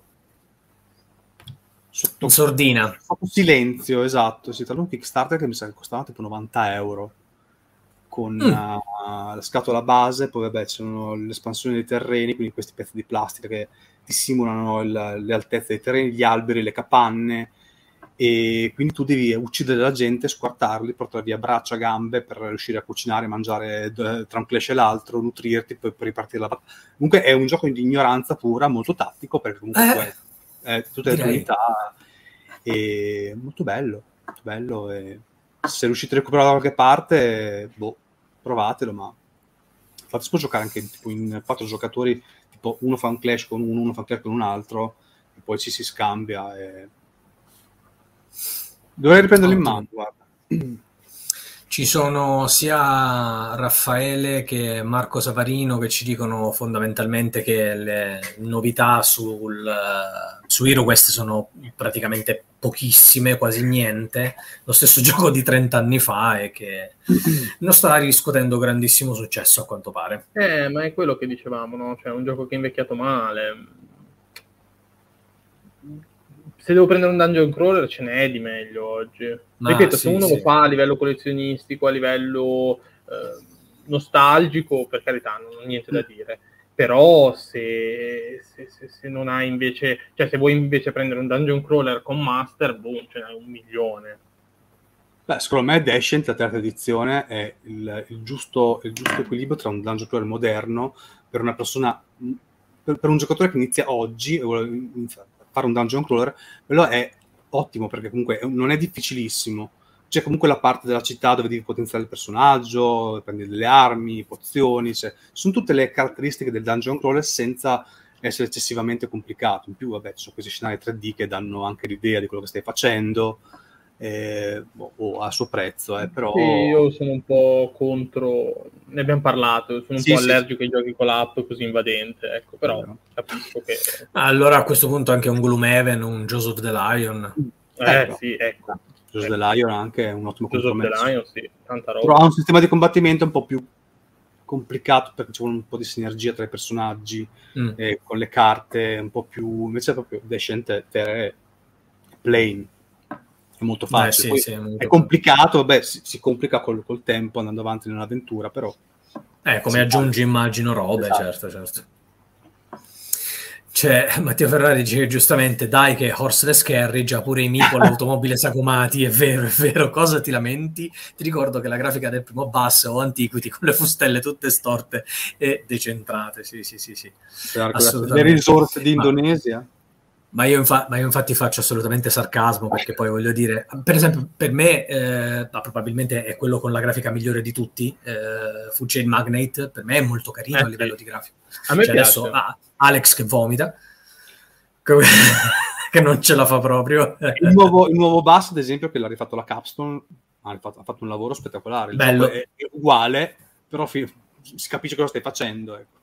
in sordina, sotto silenzio, esatto. Si tratta di un Kickstarter che mi sa che costava tipo 90 euro, con la scatola base. Poi vabbè, ci sono le espansioni dei terreni, quindi questi pezzi di plastica che ti simulano le altezze dei terreni, gli alberi, le capanne, e quindi tu devi uccidere la gente, squartarli, portarli via braccia, gambe per riuscire a cucinare, mangiare tra un clash e l'altro, nutrirti, poi per ripartire la battaglia. Comunque è un gioco di ignoranza pura, molto tattico, perché comunque tutte le tue unità, e molto bello, e se riuscite a recuperarlo da qualche parte, provatelo, ma si può giocare anche tipo in 4 giocatori, tipo uno fa un clash con uno fa un clash con un altro, e poi ci si scambia. Dovrei riprenderlo in mano, guarda. Ci sono sia Raffaele che Marco Savarino che ci dicono fondamentalmente che le novità su HeroQuest sono praticamente pochissime, quasi niente, lo stesso gioco di 30 anni fa, e che non sta riscuotendo grandissimo successo a quanto pare. Ma è quello che dicevamo, no? Cioè, è un gioco che è invecchiato male. Se devo prendere un dungeon crawler ce n'è di meglio oggi. Ripeto, se uno lo fa a livello collezionistico, a livello nostalgico, per carità, non ho niente da dire. Però se non hai invece, cioè se vuoi invece prendere un dungeon crawler con master, ce n'hai 1 milione. Beh, secondo me Descent, la terza edizione, è il giusto equilibrio tra un dungeon crawler moderno per una persona, per un giocatore che inizia oggi e vuole fare un dungeon crawler. Quello è ottimo, perché comunque non è difficilissimo. C'è comunque la parte della città dove devi potenziare il personaggio, prendi delle armi, pozioni, sono tutte le caratteristiche del dungeon crawler senza essere eccessivamente complicato. In più, vabbè, ci sono questi scenari 3D che danno anche l'idea di quello che stai facendo, o a suo prezzo, però... Sì, io sono un po' contro, ne abbiamo parlato, sono un po' allergico ai giochi con l'app così invadente, ecco, però capisco che... Allora a questo punto anche un Gloomhaven, un Jaws of the Lion. Sì, ecco. Jaws of the Lion anche è un ottimo compromesso. Jaws of the Lion, sì, tanta roba. Però ha un sistema di combattimento un po' più complicato, perché c'è un po' di sinergia tra i personaggi, con le carte un po' più... Invece è proprio Descent è plain. È molto facile, è complicato, vabbè, si complica col tempo andando avanti nell'avventura, però come aggiungi immagino robe, esatto. certo. C'è Matteo Ferrari dice giustamente, dai che Horseless Carriage ha pure i Meeple, l'automobile sagomati, è vero, cosa ti lamenti? Ti ricordo che la grafica del primo Bus o Antiquity con le fustelle tutte storte e decentrate, sì. Le risorse di Indonesia. Ma io infatti faccio assolutamente sarcasmo, perché poi voglio dire, per esempio per me probabilmente è quello con la grafica migliore di tutti, Food Chain Magnate per me è molto carino a livello di grafica. A me piace. Adesso Alex che vomita, che non ce la fa proprio. Il nuovo Bass, ad esempio, che l'ha rifatto la Capstone, ha fatto un lavoro spettacolare. Il bello. Gioco è uguale, però si capisce cosa stai facendo, ecco.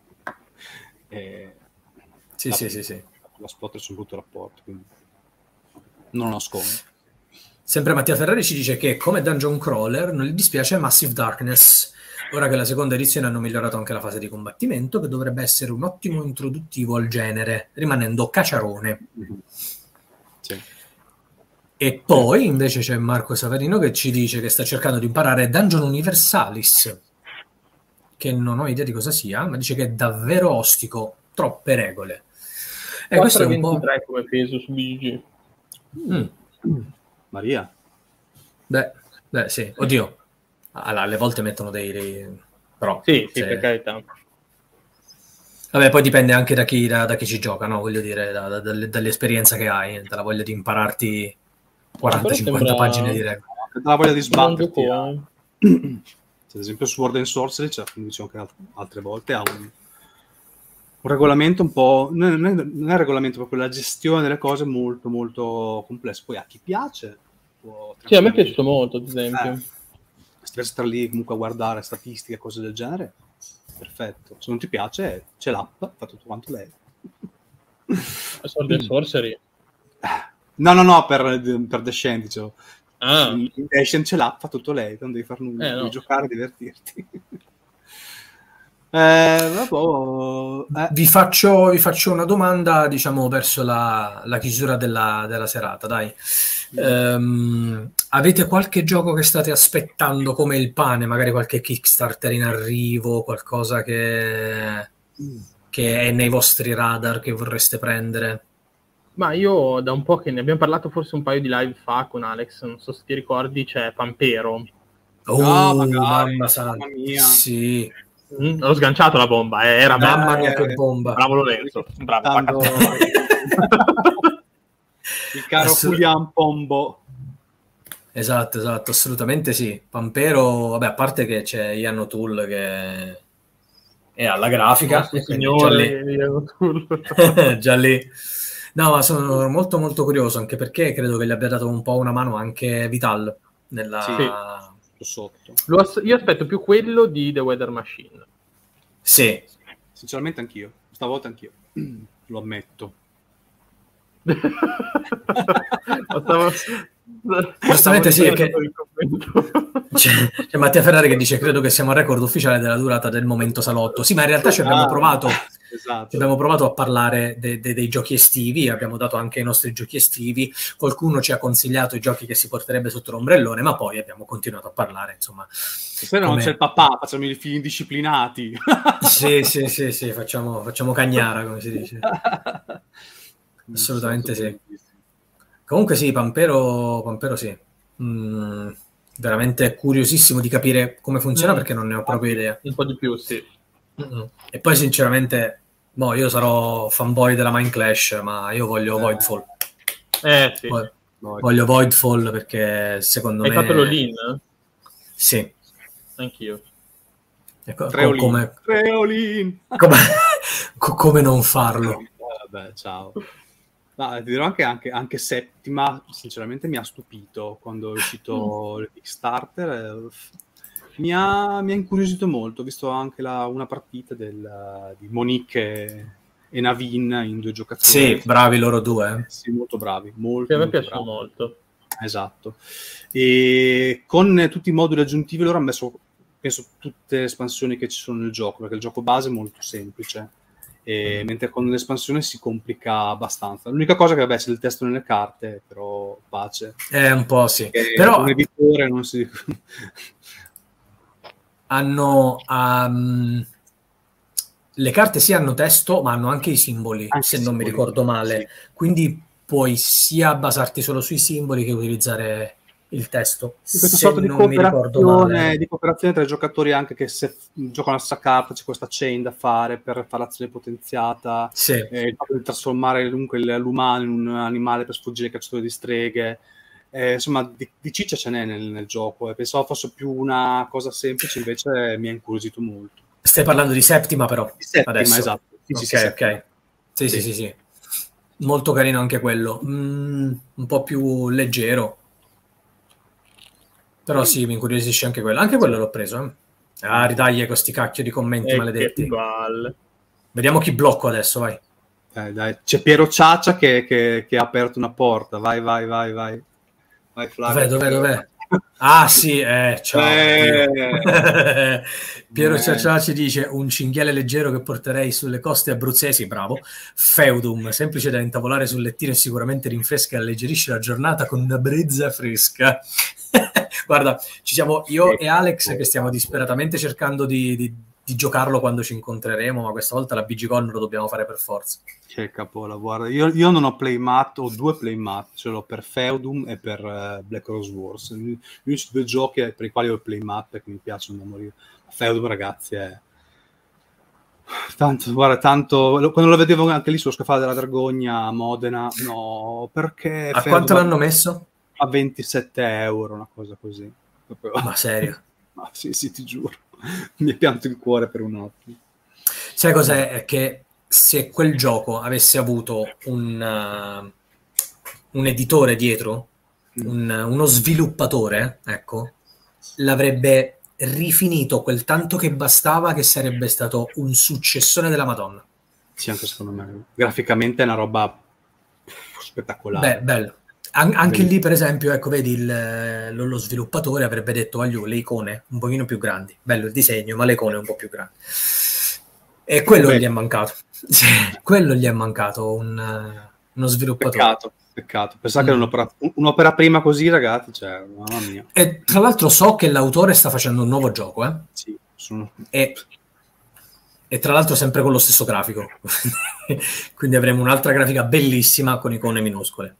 Sì. La splatter su un brutto rapporto, quindi non lo nascondo. Sempre Mattia Ferrari ci dice che come dungeon crawler non gli dispiace Massive Darkness, ora che la seconda edizione hanno migliorato anche la fase di combattimento, che dovrebbe essere un ottimo introduttivo al genere, rimanendo cacciarone. Sì. E poi invece c'è Marco Savarino che ci dice che sta cercando di imparare Dungeon Universalis, che non ho idea di cosa sia, ma dice che è davvero ostico, troppe regole. 4,23 come peso su BG. Maria. Beh, sì. Oddio. Alle volte mettono dei... Però... Sì, per carità. Vabbè, poi dipende anche da chi ci gioca, no? Voglio dire, dall'esperienza che hai, dalla voglia di impararti 40-50 pagine di regole. Dalla voglia di sbatterti. Ad esempio Sword and Sorcery, come dicevo anche altre volte, ha un regolamento un po', non è il regolamento, proprio la gestione delle cose molto molto complessa. Poi a chi piace sì, a me è piaciuto molto, ad esempio, stare lì comunque a guardare statistiche, cose del genere, perfetto. Se non ti piace c'è l'app, fa tutto quanto lei. Sword and Sorcery? No, per Descent, dicevo. Ah. Descent ce l'ha, fa tutto lei, non devi fare nulla, devi giocare e divertirti. Vi faccio una domanda, diciamo, verso la chiusura della serata, dai. Avete qualche gioco che state aspettando come il pane, magari qualche Kickstarter in arrivo, qualcosa che è nei vostri radar che vorreste prendere? Ma io da un po' che ne abbiamo parlato forse un paio di live fa con Alex, non so se ti ricordi, c'è Pampero. Mamma mia. Sì. Ho sganciato la bomba, era mamma mia che bomba. Bravo Lorenzo, bravo. Il caro Julian Pombo. Esatto, assolutamente sì. Pampero, vabbè, a parte che c'è Ian O'Toole che è alla grafica, signore, già lì. No, ma sono molto molto curioso, anche perché credo che gli abbia dato un po' una mano anche Vital nella... sotto. Io aspetto più quello di The Weather Machine. Sì. Sinceramente anch'io. Stavolta anch'io. Lo ammetto. Giustamente sì, perché c'è Mattia Ferrari che dice credo che siamo al record ufficiale della durata del momento salotto. Sì, ma in realtà ci abbiamo provato. Esatto. Abbiamo provato a parlare dei giochi estivi, abbiamo dato anche i nostri giochi estivi, qualcuno ci ha consigliato i giochi che si porterebbe sotto l'ombrellone, ma poi abbiamo continuato a parlare, insomma. Se non c'è il papà, facciamo i figli indisciplinati. Sì, facciamo cagnara, come si dice. Assolutamente sì. Comunque sì, Pampero sì. Veramente curiosissimo di capire come funziona perché non ne ho proprio idea. Un po' di più, sì. E poi sinceramente io sarò fanboy della Mind Clash, ma io voglio Voidfall. Sì. Voglio Voidfall perché secondo me... Hai fatto l'all-in? Sì. Anch'io. Ecco, Treolin. Come non farlo? Vabbè, ciao. No, ti dirò anche Settima, sinceramente mi ha stupito quando è uscito il Kickstarter. Mi ha incuriosito molto. Ho visto anche una partita di Monique e Navin in 2 giocatori. Sì, bravi loro due. Sì, molto bravi. Molto, a me molto piacciono molto. Esatto. E con tutti i moduli aggiuntivi loro hanno messo, penso, tutte le espansioni che ci sono nel gioco, perché il gioco base è molto semplice. Mentre con l'espansione si complica abbastanza. L'unica cosa che, vabbè, se il testo nelle carte, però pace. Un po' sì. Però un editore non si... hanno... le carte sì hanno testo, ma hanno anche i simboli, se non mi ricordo male. Sì. Quindi puoi sia basarti solo sui simboli che utilizzare il testo. Questa sorta di cooperazione tra i giocatori, anche che se giocano la stessa carta c'è questa chain da fare per fare l'azione potenziata, sì. Il fatto di trasformare dunque l'umano in un animale per sfuggire ai cacciatori di streghe, insomma di ciccia ce n'è nel gioco, pensavo fosse più una cosa semplice, invece mi ha incuriosito molto. Stai parlando di Settima però? Di Settima, adesso. Esatto. Ok. Sì. Molto carino anche quello, un po' più leggero. Però sì, mi incuriosisce anche quello. Anche quello l'ho preso. Ritaglia questi cacchio di commenti maledetti. Vediamo chi blocco adesso, vai. Dai. C'è Piero Ciaccia che ha aperto una porta. Vai. Vai, Flavio. Dov'è? Ah sì, ciao. Piero Ciaccia ci dice un cinghiale leggero che porterei sulle coste abruzzesi, bravo. Feudum, semplice da intavolare sul lettino e sicuramente rinfresca e alleggerisce la giornata con una brezza fresca. Guarda, ci siamo io e Alex che stiamo disperatamente cercando di giocarlo quando ci incontreremo, ma questa volta la BGCon lo dobbiamo fare per forza. Che capola, guarda, io non ho playmat, ho 2 playmat, ce l'ho per Feudum e per Black Rose Wars, gli unici 2 giochi per i quali ho il playmat perché mi piacciono da morire. Feudum, ragazzi, è tanto, quando lo vedevo anche lì sullo scaffale della Vergogna a Modena, no, perché a quanto l'hanno messo? A 27 euro, una cosa così. Ma serio? Ma sì, ti giuro, mi è pianto il cuore per un attimo. Sai cos'è? È che se quel gioco avesse avuto un editore dietro, uno sviluppatore, ecco, l'avrebbe rifinito quel tanto che bastava, che sarebbe stato un successone della Madonna. Sì, anche secondo me. Graficamente è una roba spettacolare. Beh, bello. Anche lì, per esempio, ecco, vedi, lo sviluppatore avrebbe detto, voglio le icone un pochino più grandi. Bello il disegno, ma le icone un po' più grandi. E quello gli è mancato. Sì, quello gli è mancato, uno sviluppatore. Peccato. Pensate che un'opera prima così, ragazzi, cioè, mamma mia. E tra l'altro so che l'autore sta facendo un nuovo gioco, eh? Sì, e tra l'altro sempre con lo stesso grafico. Quindi avremo un'altra grafica bellissima con icone minuscole.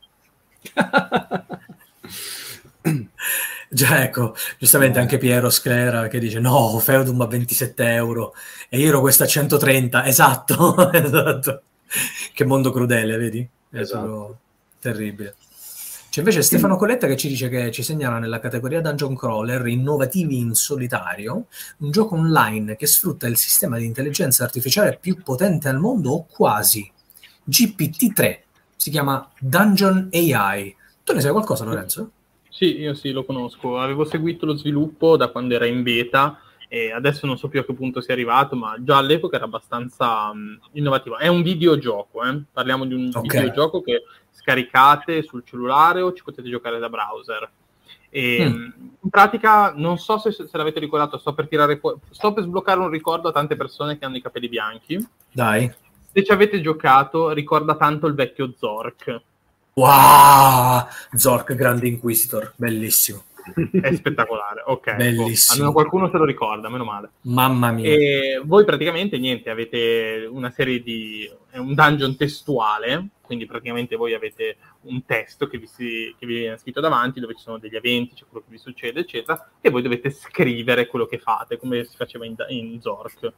Già, ecco, giustamente anche Piero Sclera che dice no, Feudum a 27 euro e io ero questa a 130, esatto. Esatto. Che mondo crudele, vedi? È esatto. Terribile. C'è invece Stefano Colletta che ci dice che ci segnala nella categoria Dungeon Crawler innovativi in solitario un gioco online che sfrutta il sistema di intelligenza artificiale più potente al mondo o quasi, GPT-3, si chiama Dungeon AI. Tu ne sai qualcosa, Lorenzo? Sì, io sì, lo conosco. Avevo seguito lo sviluppo da quando era in beta e adesso non so più a che punto sia arrivato, ma già all'epoca era abbastanza innovativo. È un videogioco, parliamo di un videogioco che scaricate sul cellulare o ci potete giocare da browser. E, in pratica, non so se l'avete ricordato, sto per sbloccare un ricordo a tante persone che hanno i capelli bianchi. Dai. Se ci avete giocato, ricorda tanto il vecchio Zork. Wow! Zork, grande Inquisitor, bellissimo. È spettacolare, ok. Bellissimo. Almeno qualcuno se lo ricorda, meno male. Mamma mia. E voi praticamente, niente, avete una serie è un dungeon testuale, quindi praticamente voi avete un testo che vi viene scritto davanti, dove ci sono degli eventi, c'è quello che vi succede, eccetera, e voi dovete scrivere quello che fate, come si faceva in Zork.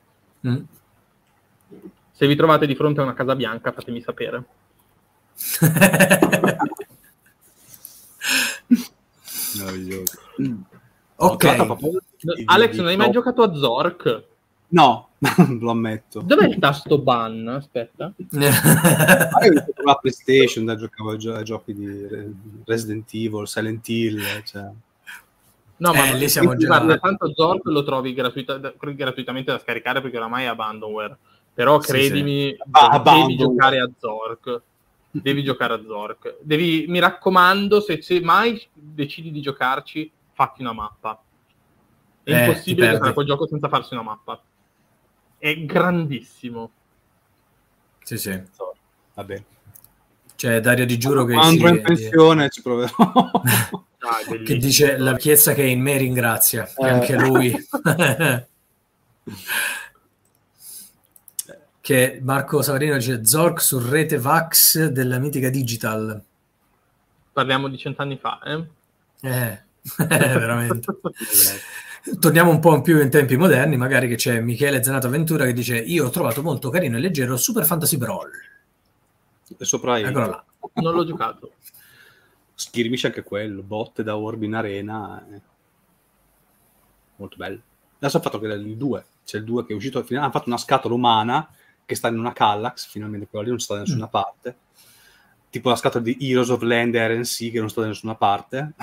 Se vi trovate di fronte a una casa bianca, fatemi sapere. Ok, Alex, non hai mai giocato a Zork? No, lo ammetto. Dov'è il tasto ban? Aspetta. Io ho la PlayStation, giocavo ai giochi di Resident Evil, Silent Hill, cioè. No, ma lì siamo già. Tanto Zork lo trovi gratuitamente da scaricare perché oramai è abandonware. Però credimi, devi giocare a Zork. Devi giocare a Zork. Mi raccomando, se mai decidi di giocarci, fatti una mappa. È impossibile giocare a quel gioco senza farsi una mappa. È grandissimo. Sì, sì. Vabbè. C'è Dario Di Giuro che andrò in pensione ci proverò. Che dice la chiezza che in me ringrazia. E anche lui. Che Marco Savarino dice Zork su rete Vax della mitica Digital. Parliamo di 100 anni fa, veramente. Torniamo un po' più in tempi moderni, magari che c'è Michele Zanato Ventura che dice io ho trovato molto carino e leggero Super Fantasy Brawl. E sopra eccolo là. Non l'ho giocato. Skirmish anche quello, botte da orbi in arena, molto bello. Adesso hanno fatto il 2, c'è il 2 che è uscito, hanno fatto una scatola umana che sta in una Kallax, finalmente quella lì non sta da nessuna parte, tipo la scatola di Heroes of Land e RNC che non sta da nessuna parte.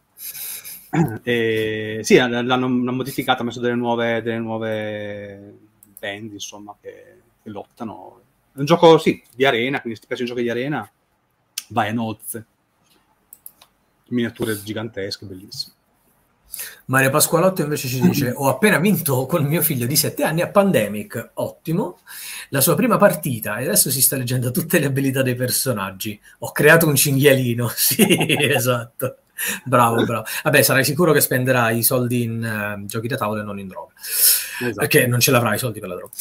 E sì, l'hanno modificata, ha messo delle nuove band, insomma, che lottano. È un gioco, sì, di arena, quindi se ti piace il gioco di arena vai a nozze. Miniature gigantesche, bellissime. Mario Pasqualotto invece ci dice ho appena vinto con mio figlio di 7 anni a Pandemic, ottimo, la sua prima partita e adesso si sta leggendo tutte le abilità dei personaggi, ho creato un cinghialino. Sì, esatto, bravo. Vabbè, sarai sicuro che spenderà i soldi in giochi da tavola e non in droga, esatto. Perché non ce l'avrai i soldi per la droga.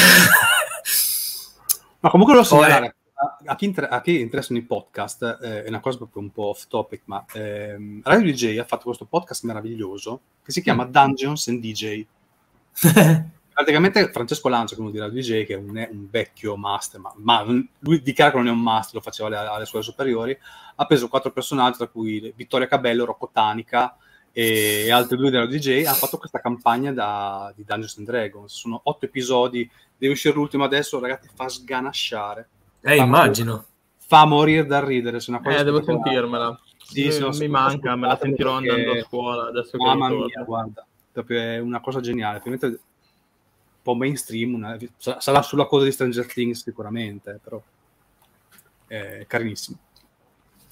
Ma comunque lo segnalare a chi interessano i podcast, è una cosa proprio un po' off topic, ma Radio DJ ha fatto questo podcast meraviglioso che si chiama Dungeons and DJ. Praticamente Francesco Lancia, che uno di Radio DJ, che è un vecchio master, ma lui dichiara che non è un master, lo faceva alle scuole superiori, ha preso 4 personaggi, tra cui Vittoria Cabello, Rocco Tanica e altri 2 della DJ, ha fatto questa campagna di Dungeons and Dragons. Sono 8 episodi, deve uscire l'ultimo adesso, ragazzi, fa sganasciare. Immagino. Fa morire da ridere. Una cosa devo sentirmela. Sì, mi manca, me la sentirò andando a scuola. Adesso mamma mia, guarda, proprio è una cosa geniale. Ovviamente un po' mainstream, sarà sulla coda di Stranger Things sicuramente, però è carinissimo.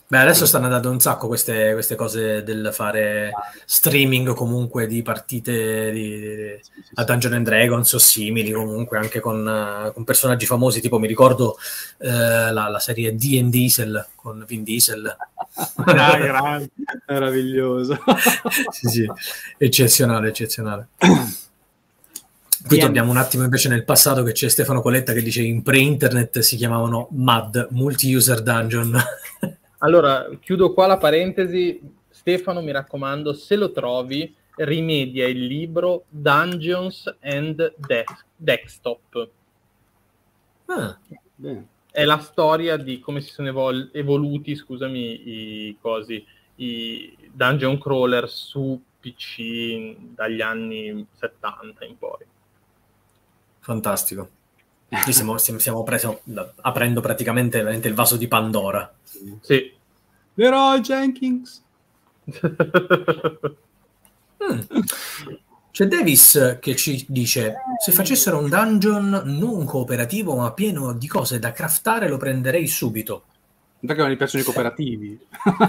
Beh, adesso stanno andando un sacco queste cose del fare streaming comunque di partite a Dungeons and Dragons o simili, comunque anche con personaggi famosi, tipo mi ricordo la serie D&D Diesel con Vin Diesel. Grande. Meraviglioso. Sì, eccezionale. Qui torniamo un attimo invece nel passato, che c'è Stefano Coletta che dice in pre-internet si chiamavano MUD, Multi-User Dungeon. Allora, chiudo qua la parentesi. Stefano, mi raccomando, se lo trovi, rimedia il libro Dungeons and Desktop. Bene. È la storia di come si sono evoluti, i dungeon crawler su PC dagli anni 70 in poi. Fantastico. Qui stiamo aprendo praticamente il vaso di Pandora. Sì. Leroy Jenkins. C'è Davis che ci dice: se facessero un dungeon non cooperativo ma pieno di cose da craftare lo prenderei subito. Perché non mi piacciono i cooperativi.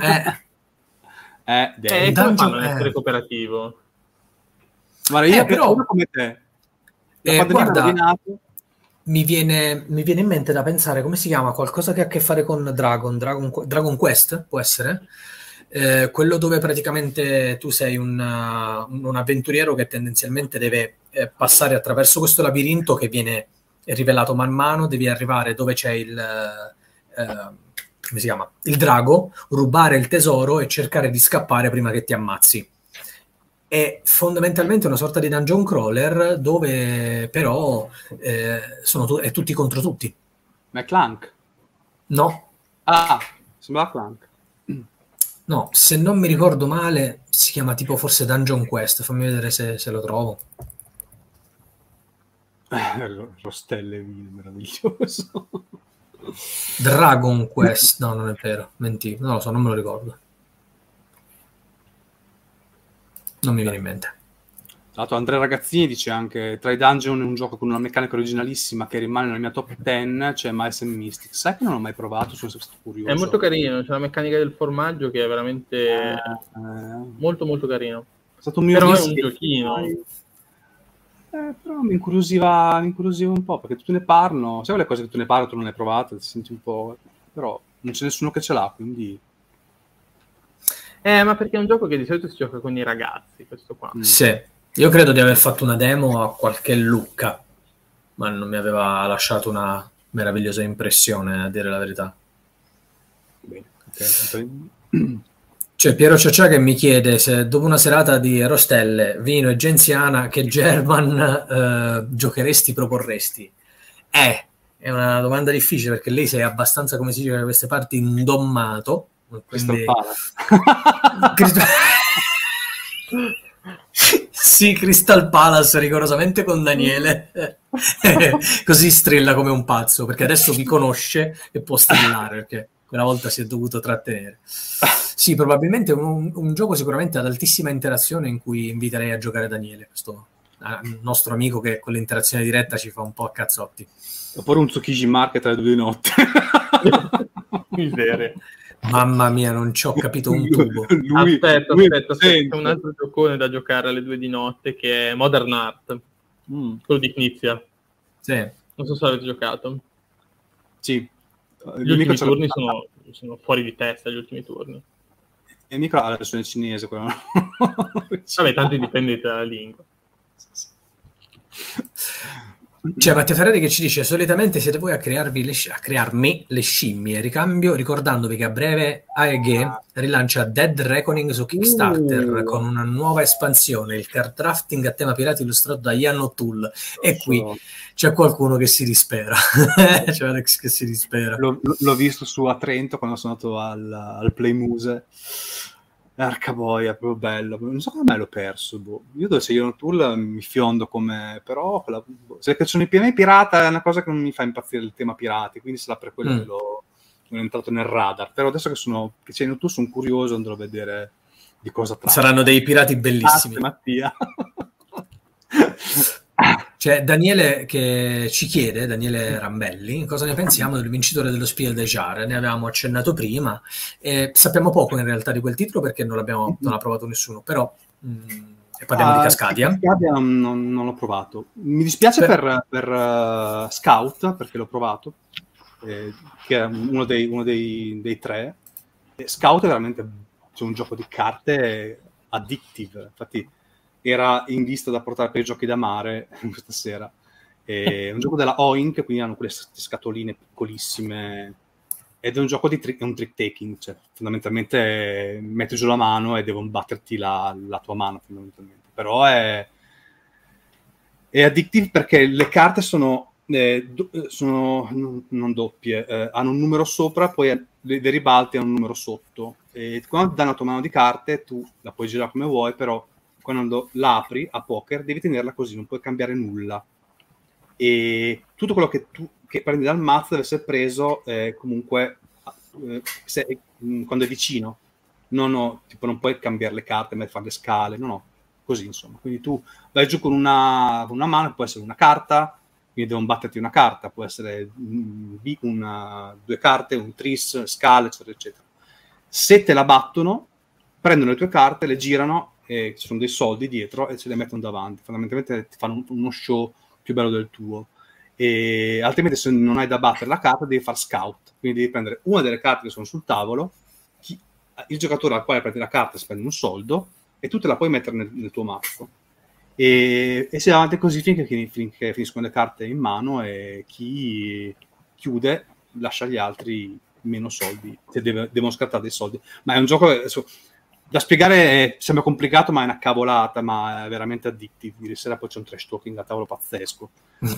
Come fanno a essere cooperativo? Guarda, io però come te. Guarda, mi viene in mente da pensare, come si chiama? Qualcosa che ha a che fare con Dragon Quest, può essere? Quello dove praticamente tu sei un avventuriero che tendenzialmente deve passare attraverso questo labirinto che viene rivelato man mano, devi arrivare dove c'è come si chiama? Il drago, rubare il tesoro e cercare di scappare prima che ti ammazzi. È fondamentalmente una sorta di dungeon crawler dove però è tutti contro tutti. Ma è Clank? No. Sembra Clank. No, se non mi ricordo male si chiama tipo forse Dungeon Quest. Fammi vedere se lo trovo. Rostelle meraviglioso. Dragon Quest. No, non è vero, mentì, non lo so, non me lo ricordo. Non mi viene in mente. Tra l'altro Andrea Ragazzini dice anche: tra i dungeon è un gioco con una meccanica originalissima che rimane nella mia top 10, c'è Mice and Mystics. Sai che non ho mai provato, sono stato curioso. È molto carino, c'è la meccanica del formaggio che è veramente molto molto carino. È stato un mio però è un giochino. Però mi incuriosiva un po', perché tutti ne parlano, sai quelle cose che tu ne parli, tu non le hai provate, ti senti un po', però non c'è nessuno che ce l'ha, quindi ma perché è un gioco che di solito si gioca con i ragazzi, questo qua. Sì, io credo di aver fatto una demo a qualche Lucca, ma non mi aveva lasciato una meravigliosa impressione, a dire la verità. Bene, okay. C'è Piero Ciaccia che mi chiede se dopo una serata di rostelle, vino e genziana che German giocheresti, proporresti? È una domanda difficile perché lei sei abbastanza, come si dice da queste parti, indommato. Quindi... Sì, Crystal Palace rigorosamente con Daniele. Così strilla come un pazzo, perché adesso vi conosce e può strillare, perché quella volta si è dovuto trattenere. Sì, probabilmente un gioco sicuramente ad altissima interazione in cui inviterei a giocare Daniele, questo nostro amico che con l'interazione diretta ci fa un po' a cazzotti. Oppure un Tsukiji Market alle 2 di notte. Miseria. Mamma mia, non ci ho capito un tubo. Aspetta, c'è un altro giocone da giocare alle 2 di notte che è Modern Art, quello di Knizia. Sì. Non so se avete giocato. Sì. Gli ultimi turni sono fuori di testa, gli ultimi turni. E mica ha la versione cinese, quello. Vabbè, tanto dipende dalla lingua. C'è Matteo Ferrari che ci dice: solitamente siete voi a crearmi le scimmie, ricambio ricordandovi che a breve AEG rilancia Dead Reckoning su Kickstarter con una nuova espansione, il card drafting a tema pirati illustrato da Ian O'Toole, e qui c'è qualcuno che si dispera. C'è Alex che si dispera. L'ho visto su a Trento quando sono andato al Playmuse. Arca boia, proprio bello. Non so come l'ho perso. Io dove c'è Ian O'Toole mi fiondo come... Però se sono i piani pirata è una cosa che non mi fa impazzire il tema pirati, quindi sarà per quello che non è entrato nel radar. Però adesso che c'è Ian O'Toole sono curioso, andrò a vedere di cosa tratta. Saranno dei pirati bellissimi. Mattia. C'è Daniele che ci chiede, Daniele Rambelli, cosa ne pensiamo del vincitore dello Spiel des Jahres. Ne avevamo accennato prima, e sappiamo poco in realtà di quel titolo perché non l'ha provato nessuno, però e parliamo di Cascadia. Cascadia non l'ho provato. Mi dispiace per Scout, perché l'ho provato, che è uno dei tre. Scout è veramente un gioco di carte addictive, infatti era in vista da portare per i giochi da mare questa sera. È un gioco della Oink, quindi hanno quelle scatoline piccolissime, ed è un gioco è un trick taking, cioè fondamentalmente metti giù la mano e devono batterti la tua mano, fondamentalmente. Però è addictive perché le carte sono non doppie, hanno un numero sopra, poi le ribalti hanno un numero sotto, e quando danno la tua mano di carte tu la puoi girare come vuoi, però quando l'apri a poker devi tenerla così, non puoi cambiare nulla, e tutto quello che prendi dal mazzo deve essere preso comunque quando è vicino, tipo non puoi cambiare le carte, fare le scale, no, così insomma. Quindi tu vai giù con una mano, può essere una carta, quindi devono batterti una carta, può essere due carte, un tris, scale, eccetera eccetera. Se te la battono, prendono le tue carte, le girano, e ci sono dei soldi dietro e ce le mettono davanti. Fondamentalmente ti fanno uno show più bello del tuo, e altrimenti se non hai da battere la carta devi fare scout, quindi devi prendere una delle carte che sono sul tavolo, il giocatore al quale prendi la carta spende un soldo e tu te la puoi mettere nel tuo mazzo, e si va avanti così finché finiscono le carte in mano, e chi chiude lascia agli altri meno soldi, devono scattare dei soldi. Ma è un gioco da spiegare, sembra complicato, ma è una cavolata, ma è veramente addictive. Ieri sera poi c'è un trash talking a tavolo pazzesco.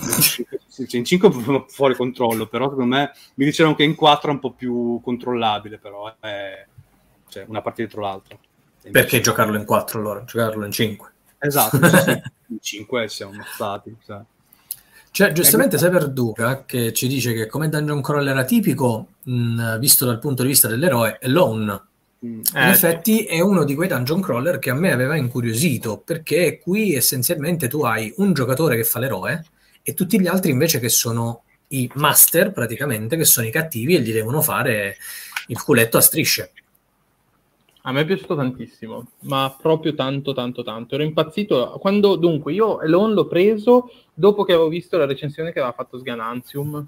In 5 è fuori controllo, però secondo me mi dicevano che in 4 è un po' più controllabile, però è una partita dietro l'altra. Perché giocarlo in 4 allora? Giocarlo in 5? Esatto, in 5 siamo ammazzati. Cioè, giustamente Cyber Duca che ci dice che come dungeon crawler atipico, visto dal punto di vista dell'eroe, è Lone. In effetti è uno di quei dungeon crawler che a me aveva incuriosito, perché qui essenzialmente tu hai un giocatore che fa l'eroe e tutti gli altri invece che sono i master, praticamente, che sono i cattivi e gli devono fare il culetto a strisce. A me è piaciuto tantissimo, ma proprio tanto. Ero impazzito quando, dunque, io Elon l'ho preso dopo che avevo visto la recensione che aveva fatto Sganantium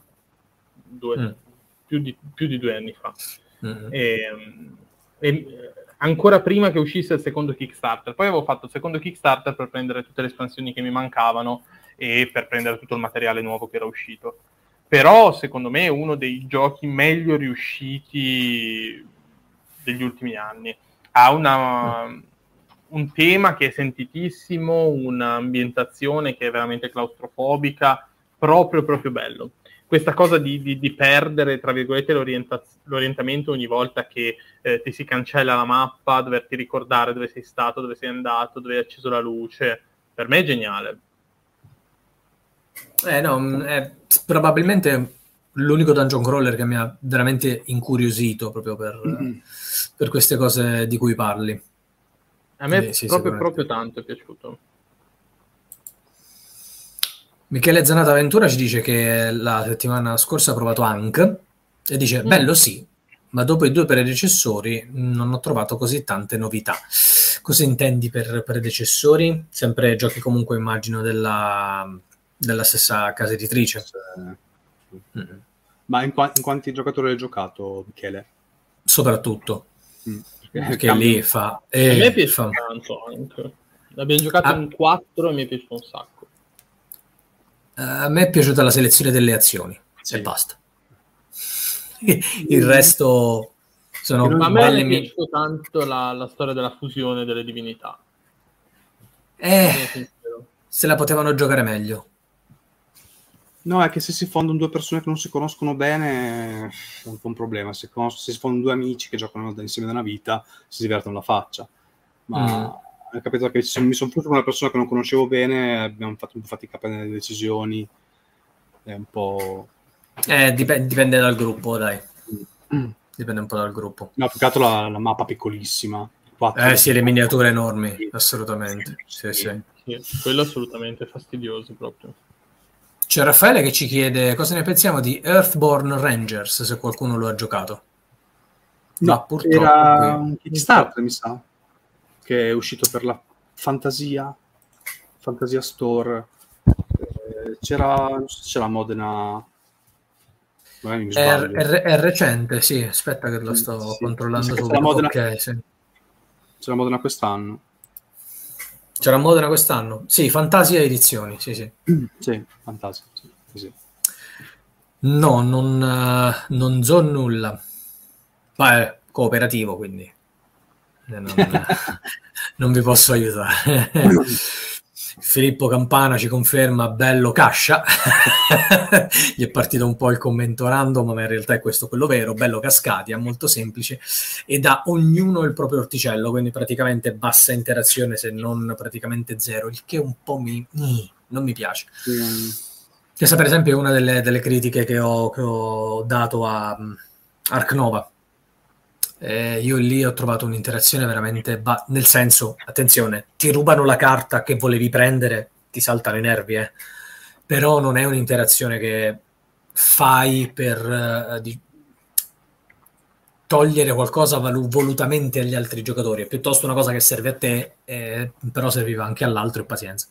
più di 2 anni fa. E ancora prima che uscisse il secondo Kickstarter. Poi avevo fatto il secondo Kickstarter per prendere tutte le espansioni che mi mancavano e per prendere tutto il materiale nuovo che era uscito. Però, secondo me, è uno dei giochi meglio riusciti degli ultimi anni. Ha un tema che è sentitissimo, un'ambientazione che è veramente claustrofobica, proprio bello. Questa cosa di perdere, tra virgolette, l'orientamento ogni volta che ti si cancella la mappa, doverti ricordare dove sei stato, dove sei andato, dove hai acceso la luce, per me è geniale. No, è probabilmente l'unico dungeon crawler che mi ha veramente incuriosito proprio per queste cose di cui parli. A me proprio tanto è piaciuto. Michele Zanata Ventura ci dice che la settimana scorsa ha provato Ankh e dice bello sì, ma dopo i 2 predecessori non ho trovato così tante novità. Cosa intendi per predecessori? Sempre giochi comunque, immagino, della stessa casa editrice. Ma in quanti giocatori hai giocato, Michele? Soprattutto. Perché lì fa... a me è piaciuto tanto anche. L'abbiamo giocato in 4 e mi è piaciuto un sacco. A me è piaciuta la selezione delle azioni e basta. Il resto sono a me è piaciuto tanto la storia della fusione delle divinità. Se la potevano giocare meglio. No, è che se si fondono 2 persone che non si conoscono bene è un po' un problema. Se si fondono 2 amici che giocano insieme da una vita, si divertono la faccia. Ma è capitato che mi sono fuso con una persona che non conoscevo bene, abbiamo fatto un po' fatica a prendere le decisioni. È un po'... dipende dal gruppo, dai. Dipende un po' dal gruppo. No, più che altro la mappa piccolissima. Sì, le miniature enormi, assolutamente. Sì. Sì, quello assolutamente fastidioso proprio. C'è Raffaele che ci chiede cosa ne pensiamo di Earthborn Rangers, se qualcuno lo ha giocato. No, ma purtroppo era qui un Kickstarter, mi sa, che è uscito per la Fantasia Store. C'era, non so se c'era Modena, magari mi sbaglio. è recente, sì, aspetta che lo sto Sì, controllando mi sa che subito. Modena, Ok, sì. c'era Modena quest'anno. C'era Modena quest'anno? Sì, Fantasia Edizioni, sì, sì. Sì, Fantasia, sì. No, non so nulla. Ma è cooperativo, quindi non vi posso aiutare. Filippo Campana ci conferma bello Cascia. Gli è partito un po' il commento random, ma in realtà è questo quello vero, bello Cascadia, molto semplice, e dà ognuno il proprio orticello, quindi praticamente bassa interazione, se non praticamente zero, il che un po' non mi piace. Questa per esempio è una delle critiche che ho dato a Ark Nova. Io lì ho trovato un'interazione veramente nel senso, attenzione, ti rubano la carta che volevi prendere, ti saltano i nervi, però non è un'interazione che fai per togliere qualcosa volutamente agli altri giocatori, è piuttosto una cosa che serve a te, però serviva anche all'altro, e pazienza.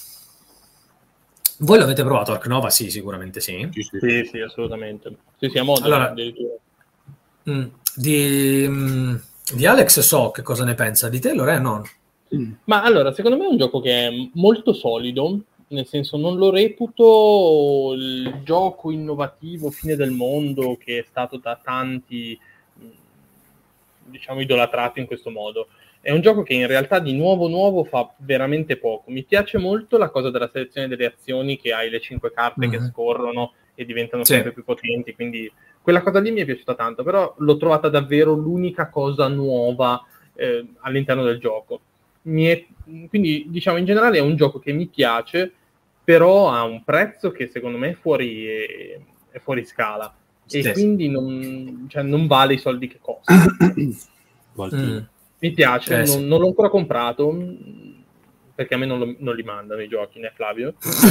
Voi l'avete provato Ark Nova? Sì, sicuramente sì. Sì, assolutamente. Sì, a Modena, allora, addirittura. Di Alex so che cosa ne pensa, di te Lore no. Ma allora, secondo me è un gioco che è molto solido, nel senso non lo reputo il gioco innovativo, fine del mondo, che è stato da tanti, diciamo, idolatrato in questo modo. È un gioco che in realtà di nuovo fa veramente poco. Mi piace molto la cosa della selezione delle azioni, che hai le 5 carte che scorrono e diventano sempre più potenti, quindi quella cosa lì mi è piaciuta tanto, però l'ho trovata davvero l'unica cosa nuova all'interno del gioco. Quindi diciamo in generale è un gioco che mi piace, però ha un prezzo che secondo me è fuori scala, e quindi non vale i soldi che costa. Mi piace, non l'ho ancora comprato perché a me non li mandano i giochi, né Flavio?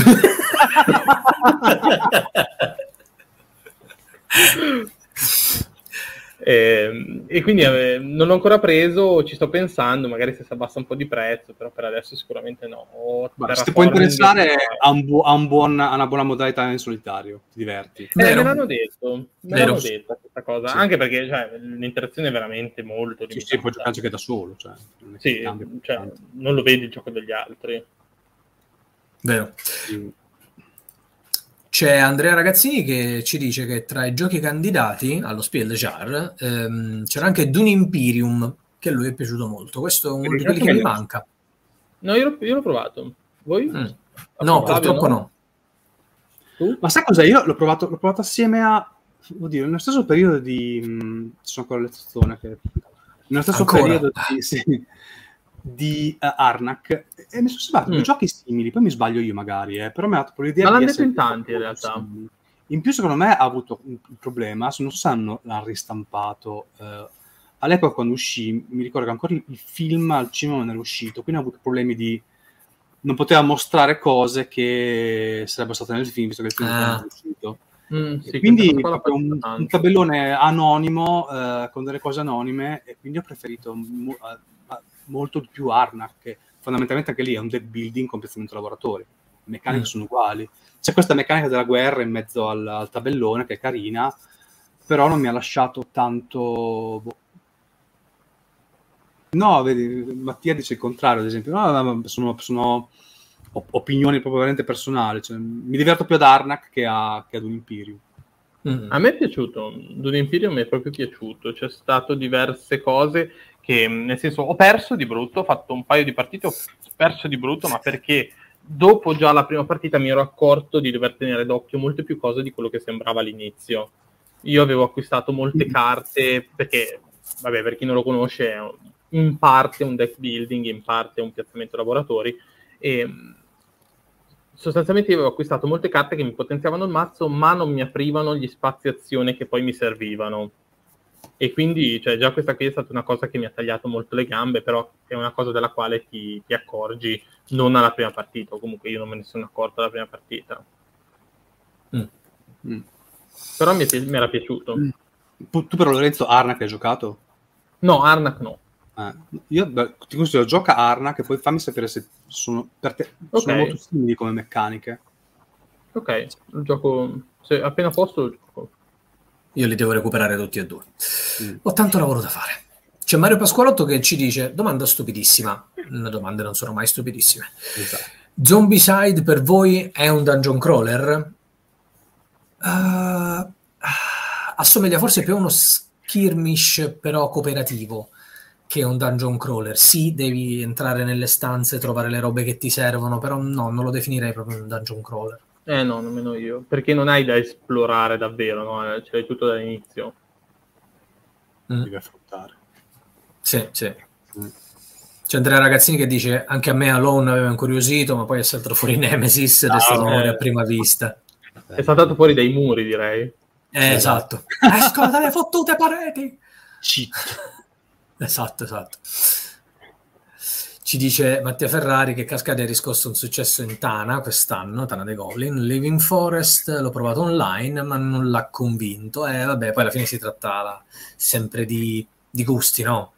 E quindi non l'ho ancora preso, ci sto pensando, magari se si abbassa un po' di prezzo, però per adesso sicuramente no. Se ti può interessare, ha una buona modalità in solitario, ti diverti. Me l'hanno detto questa cosa, sì. Anche perché l'interazione è veramente molto limitata. Sì, puoi giocare anche da solo. Non lo vedi il gioco degli altri. Vero. Sì. C'è Andrea Ragazzini che ci dice che tra i giochi candidati allo Spiel des Jahres c'era anche Dune Imperium, che a lui è piaciuto molto. Questo è uno di quelli che mi manca. No, io l'ho provato. Voi? No, purtroppo no. Tu? Ma sai cos'è? Io l'ho provato assieme a... Oddio, nello stesso periodo di... sono ancora le zone che... Nello stesso periodo di Arnak, e mi sono sembrati due giochi simili, poi mi sbaglio io magari, però mi ha dato l'idea. Ma l'hanno detto in tanti in realtà. Simili. In più secondo me ha avuto un problema, non so se l'hanno ristampato, all'epoca quando uscì, mi ricordo che ancora il film al cinema non era uscito, quindi ha avuto problemi di... non poteva mostrare cose che sarebbero state nel film, visto che il film non era uscito. Sì, quindi un tabellone anonimo con delle cose anonime, e quindi ho preferito molto di più Arnak, che fondamentalmente anche lì è un deck building con piazzamento lavoratori, le meccaniche sono uguali, c'è questa meccanica della guerra in mezzo al tabellone che è carina, però non mi ha lasciato tanto no, vedi, Mattia dice il contrario, ad esempio. No, sono opinioni proprio veramente personali, cioè, mi diverto più ad Arnak che ad un Imperium. A me è piaciuto, Dune Imperium mi è proprio piaciuto, c'è stato diverse cose che, nel senso, ho perso di brutto, ho fatto un paio di partite, ho perso di brutto, ma perché dopo già la prima partita mi ero accorto di dover tenere d'occhio molte più cose di quello che sembrava all'inizio. Io avevo acquistato molte carte, perché, vabbè, per chi non lo conosce, è in parte un deck building, in parte un piazzamento lavoratori, e sostanzialmente io avevo acquistato molte carte che mi potenziavano il mazzo, ma non mi aprivano gli spazi azione che poi mi servivano. E quindi cioè, già questa qui è stata una cosa che mi ha tagliato molto le gambe, però è una cosa della quale ti accorgi non alla prima partita, o comunque io non me ne sono accorto alla prima partita. Però mi era piaciuto. Tu però, Lorenzo, Arnak hai giocato? No, Arnak no. Io ti consiglio, gioca Arnak e poi fammi sapere se sono per te sono molto simili come meccaniche. Ok, lo gioco, se appena posso lo gioco. Io li devo recuperare tutti e due. Ho tanto lavoro da fare. C'è Mario Pasqualotto che ci dice: domanda stupidissima. Le domande non sono mai stupidissime. Esatto. Zombicide per voi è un dungeon crawler? Assomiglia forse più a uno skirmish però cooperativo che un dungeon crawler. Sì, devi entrare nelle stanze, trovare le robe che ti servono, però no, non lo definirei proprio un dungeon crawler. No, nemmeno io, perché non hai da esplorare davvero, no? Ce l'hai tutto dall'inizio. Devi affrontare. Sì. C'è Andrea Ragazzini che dice: anche a me Alone aveva incuriosito, ma poi è saltato fuori Nemesis ed è stato un amore a prima vista. È saltato fuori dai muri, direi. Esatto. Escono dalle fottute pareti! Cheat. Esatto. Ci dice Mattia Ferrari che Cascade ha riscosso un successo in Tana quest'anno, Tana dei Goblin. Living Forest l'ho provato online, ma non l'ha convinto. Vabbè, poi alla fine si tratta sempre di gusti, no?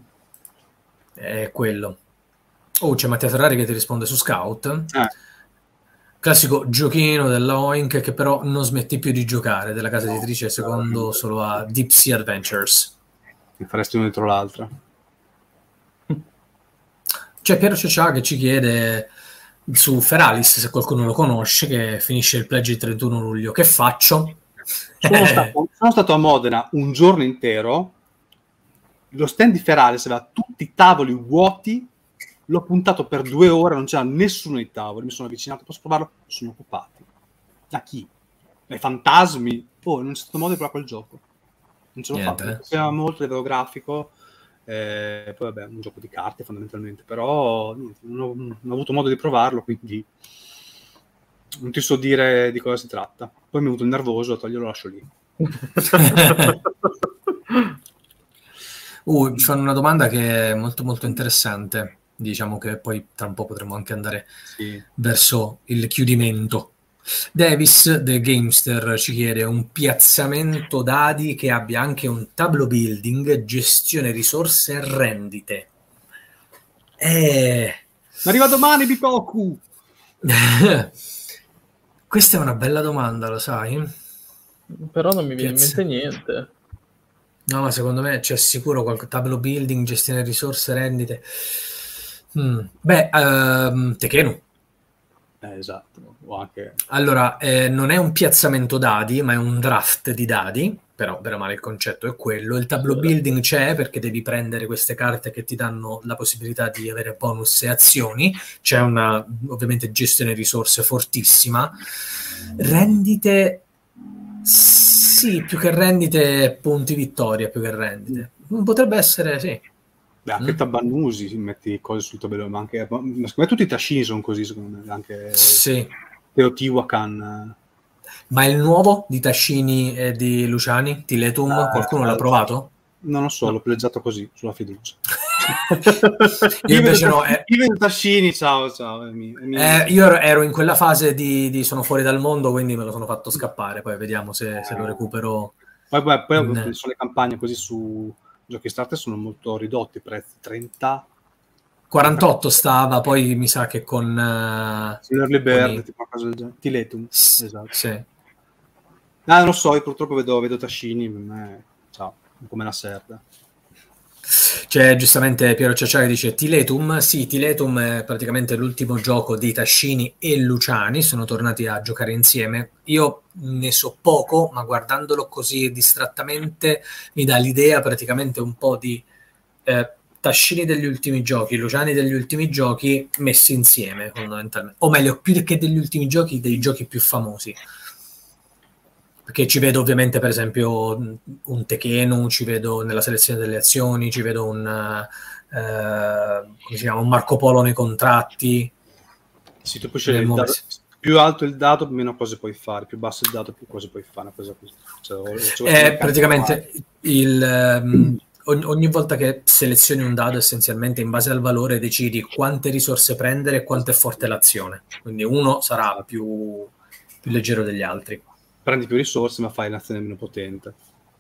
È quello. C'è Mattia Ferrari che ti risponde su Scout. Classico giochino della Oink che però non smetti più di giocare, della casa editrice secondo solo a Deep Sea Adventures. Ne faresti uno dietro l'altra. C'è Piero Ceccia che ci chiede su Feralis, se qualcuno lo conosce, che finisce il pledge il 31 luglio. Che faccio? Sono stato a Modena un giorno intero, lo stand di Feralis aveva tutti i tavoli vuoti, l'ho puntato per 2 ore, non c'era nessuno ai tavoli, mi sono avvicinato, posso provarlo? Sono occupati. Da chi? Dai fantasmi? Non c'è stato modo di provare quel gioco. Non ce l'ho fatto, mi piaceva molto a livello grafico. Poi vabbè, un gioco di carte fondamentalmente, però non ho avuto modo di provarlo, quindi non ti so dire di cosa si tratta. Poi mi è venuto nervoso, glielo lascio lì. Ci fanno una domanda che è molto molto interessante, diciamo che poi tra un po' potremo anche andare verso il chiudimento. Davis, The Gamester, ci chiede un piazzamento dadi che abbia anche un tableau building, gestione risorse e rendite. Arriva domani, Bikoku! Questa è una bella domanda, lo sai? Però non mi viene in mente niente. No, ma secondo me c'è sicuro qualche tableau building, gestione risorse, rendite. Tekhenu. Esatto. O anche... Allora, non è un piazzamento dadi, ma è un draft di dadi, però bene o male il concetto è quello. Il tableau building c'è perché devi prendere queste carte che ti danno la possibilità di avere bonus e azioni. C'è una, ovviamente, gestione risorse fortissima. Rendite... Sì, più che rendite, punti vittoria, più che rendite. Potrebbe essere, sì. Beh, anche Tabannusi metti cose sul tabellone, ma anche secondo me tutti i Tashini sono così, secondo me, anche Teotihuacan. Ma il nuovo di Tashini e di Luciani, Tiletum, qualcuno l'ha provato? Non lo so, l'ho pleggiato così, sulla fiducia. Io invece no. Io Tashini, ciao. Io ero in quella fase di sono fuori dal mondo, quindi me lo sono fatto scappare, poi vediamo se lo recupero. Poi sono le campagne così su Giochi Starter sono molto ridotti i prezzi, 48 stava, poi mi sa che con l'Early Bird, tipo una cosa del genere. Tiletum, esatto. Sì. Non lo so, io purtroppo vedo Tashini, ciao, come una serda. C'è giustamente Piero Ciacciari che dice Tiletum. Sì, Tiletum è praticamente l'ultimo gioco di Tashini e Luciani, sono tornati a giocare insieme. Io ne so poco, ma guardandolo così distrattamente mi dà l'idea praticamente un po' di Tashini degli ultimi giochi, Luciani degli ultimi giochi messi insieme fondamentalmente, o meglio, più che degli ultimi giochi, dei giochi più famosi. Perché ci vedo ovviamente per esempio un Tekhenu, ci vedo nella selezione delle azioni, ci vedo un come si chiama, un Marco Polo nei contratti. Sì, tu puoi scegliere Più alto il dato, meno cose puoi fare, più basso il dato, più cose puoi fare. Una cosa così. Cioè, praticamente ogni volta che selezioni un dado, essenzialmente in base al valore decidi quante risorse prendere e quanto è forte l'azione. Quindi uno sarà più leggero degli altri. Prendi più risorse, ma fai l'azione meno potente.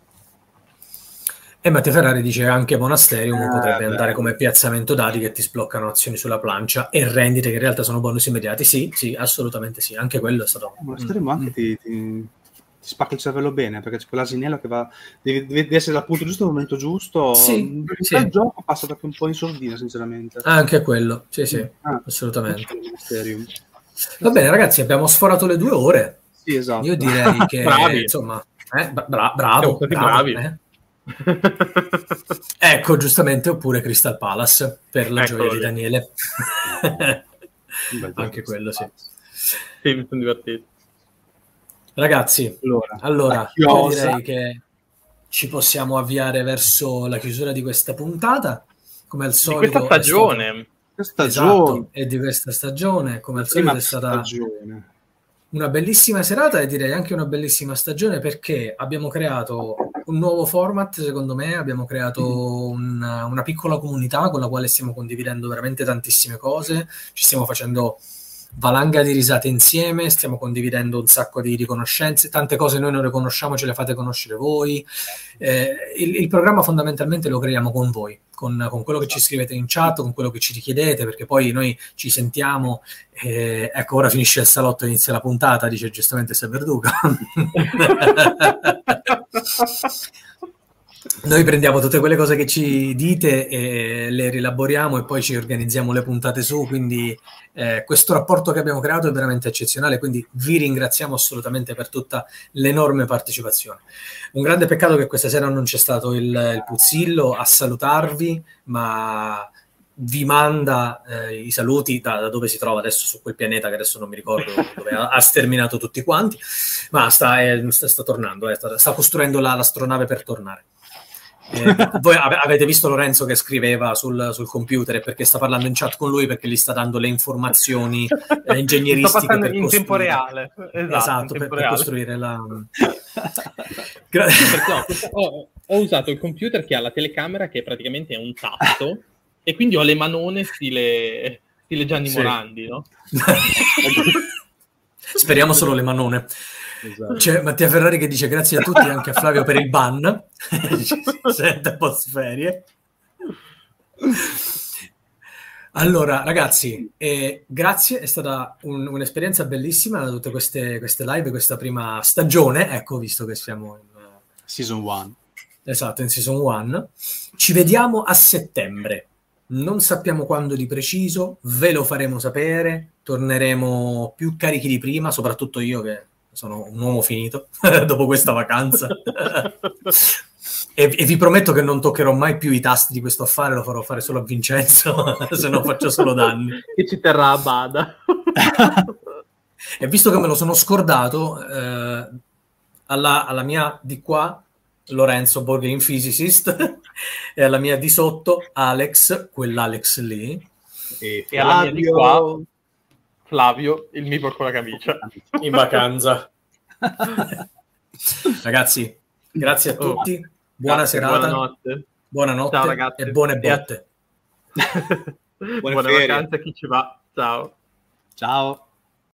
E Mattia Ferrari dice che anche Monasterium potrebbe andare come piazzamento dati che ti sbloccano azioni sulla plancia e rendite che in realtà sono bonus immediati. Sì, assolutamente sì. Anche quello è stato... Monasterium anche ti spacca il cervello bene, perché c'è quell'asinello che va... Devi essere al punto giusto, al momento giusto. Sì. Il gioco passa anche un po' in sordina, sinceramente. Anche quello, sì, assolutamente. Va bene, ragazzi, abbiamo sforato le 2 ore. Sì, esatto. Io direi che, bravi. Insomma, bravo. Bravi. Ecco, giustamente, oppure Crystal Palace per la gioia di Daniele. Anche quello, sì. Sì, mi sono divertito. Ragazzi, allora io direi che ci possiamo avviare verso la chiusura di questa puntata. Come al solito, di questa stagione. Esatto, e di questa stagione, come al solito, è stata una bellissima serata e direi anche una bellissima stagione, perché abbiamo creato un nuovo format, secondo me, abbiamo creato una piccola comunità con la quale stiamo condividendo veramente tantissime cose, ci stiamo facendo valanga di risate insieme, stiamo condividendo un sacco di riconoscenze, tante cose noi non le conosciamo, ce le fate conoscere voi. Il programma fondamentalmente lo creiamo con voi, con quello che ci scrivete in chat, con quello che ci richiedete, perché poi noi ci sentiamo, ecco, ora finisce il salotto e inizia la puntata, dice giustamente Severduca. Noi prendiamo tutte quelle cose che ci dite e le rielaboriamo e poi ci organizziamo le puntate su, quindi questo rapporto che abbiamo creato è veramente eccezionale, quindi vi ringraziamo assolutamente per tutta l'enorme partecipazione. Un grande peccato che questa sera non c'è stato il Puzzillo a salutarvi, ma vi manda i saluti da dove si trova adesso su quel pianeta che adesso non mi ricordo dove ha sterminato tutti quanti, ma sta tornando, sta costruendo l'astronave per tornare. Voi avete visto Lorenzo che scriveva sul computer, perché sta parlando in chat con lui, perché gli sta dando le informazioni ingegneristiche per in tempo reale. Esatto, per costruire la... ho usato il computer che ha la telecamera che praticamente è un tasto e quindi ho le manone stile Gianni Morandi, no? Speriamo solo le manone. Esatto. C'è Mattia Ferrari che dice grazie a tutti e anche a Flavio per il ban. Sente post ferie. Allora ragazzi, grazie, è stata un'esperienza bellissima tutte queste live, questa prima stagione, ecco, visto che siamo in Season 1. Esatto, in Season 1. Ci vediamo a settembre. Non sappiamo quando di preciso, ve lo faremo sapere, torneremo più carichi di prima, soprattutto io che sono un uomo finito dopo questa vacanza. e vi prometto che non toccherò mai più i tasti di questo affare, lo farò fare solo a Vincenzo, se no faccio solo danni. Che ci terrà a bada. E visto che me lo sono scordato, alla mia di qua, Lorenzo Borghin Physicist, e alla mia di sotto, Alex, quell'Alex lì. E alla mia di qua, Flavio, il Mibor con la camicia. In vacanza. Ragazzi, grazie a tutti. Buona serata. Buonanotte. Ciao, ragazzi. E buone botte. Buone vacanze a chi ci va. Ciao. Ciao.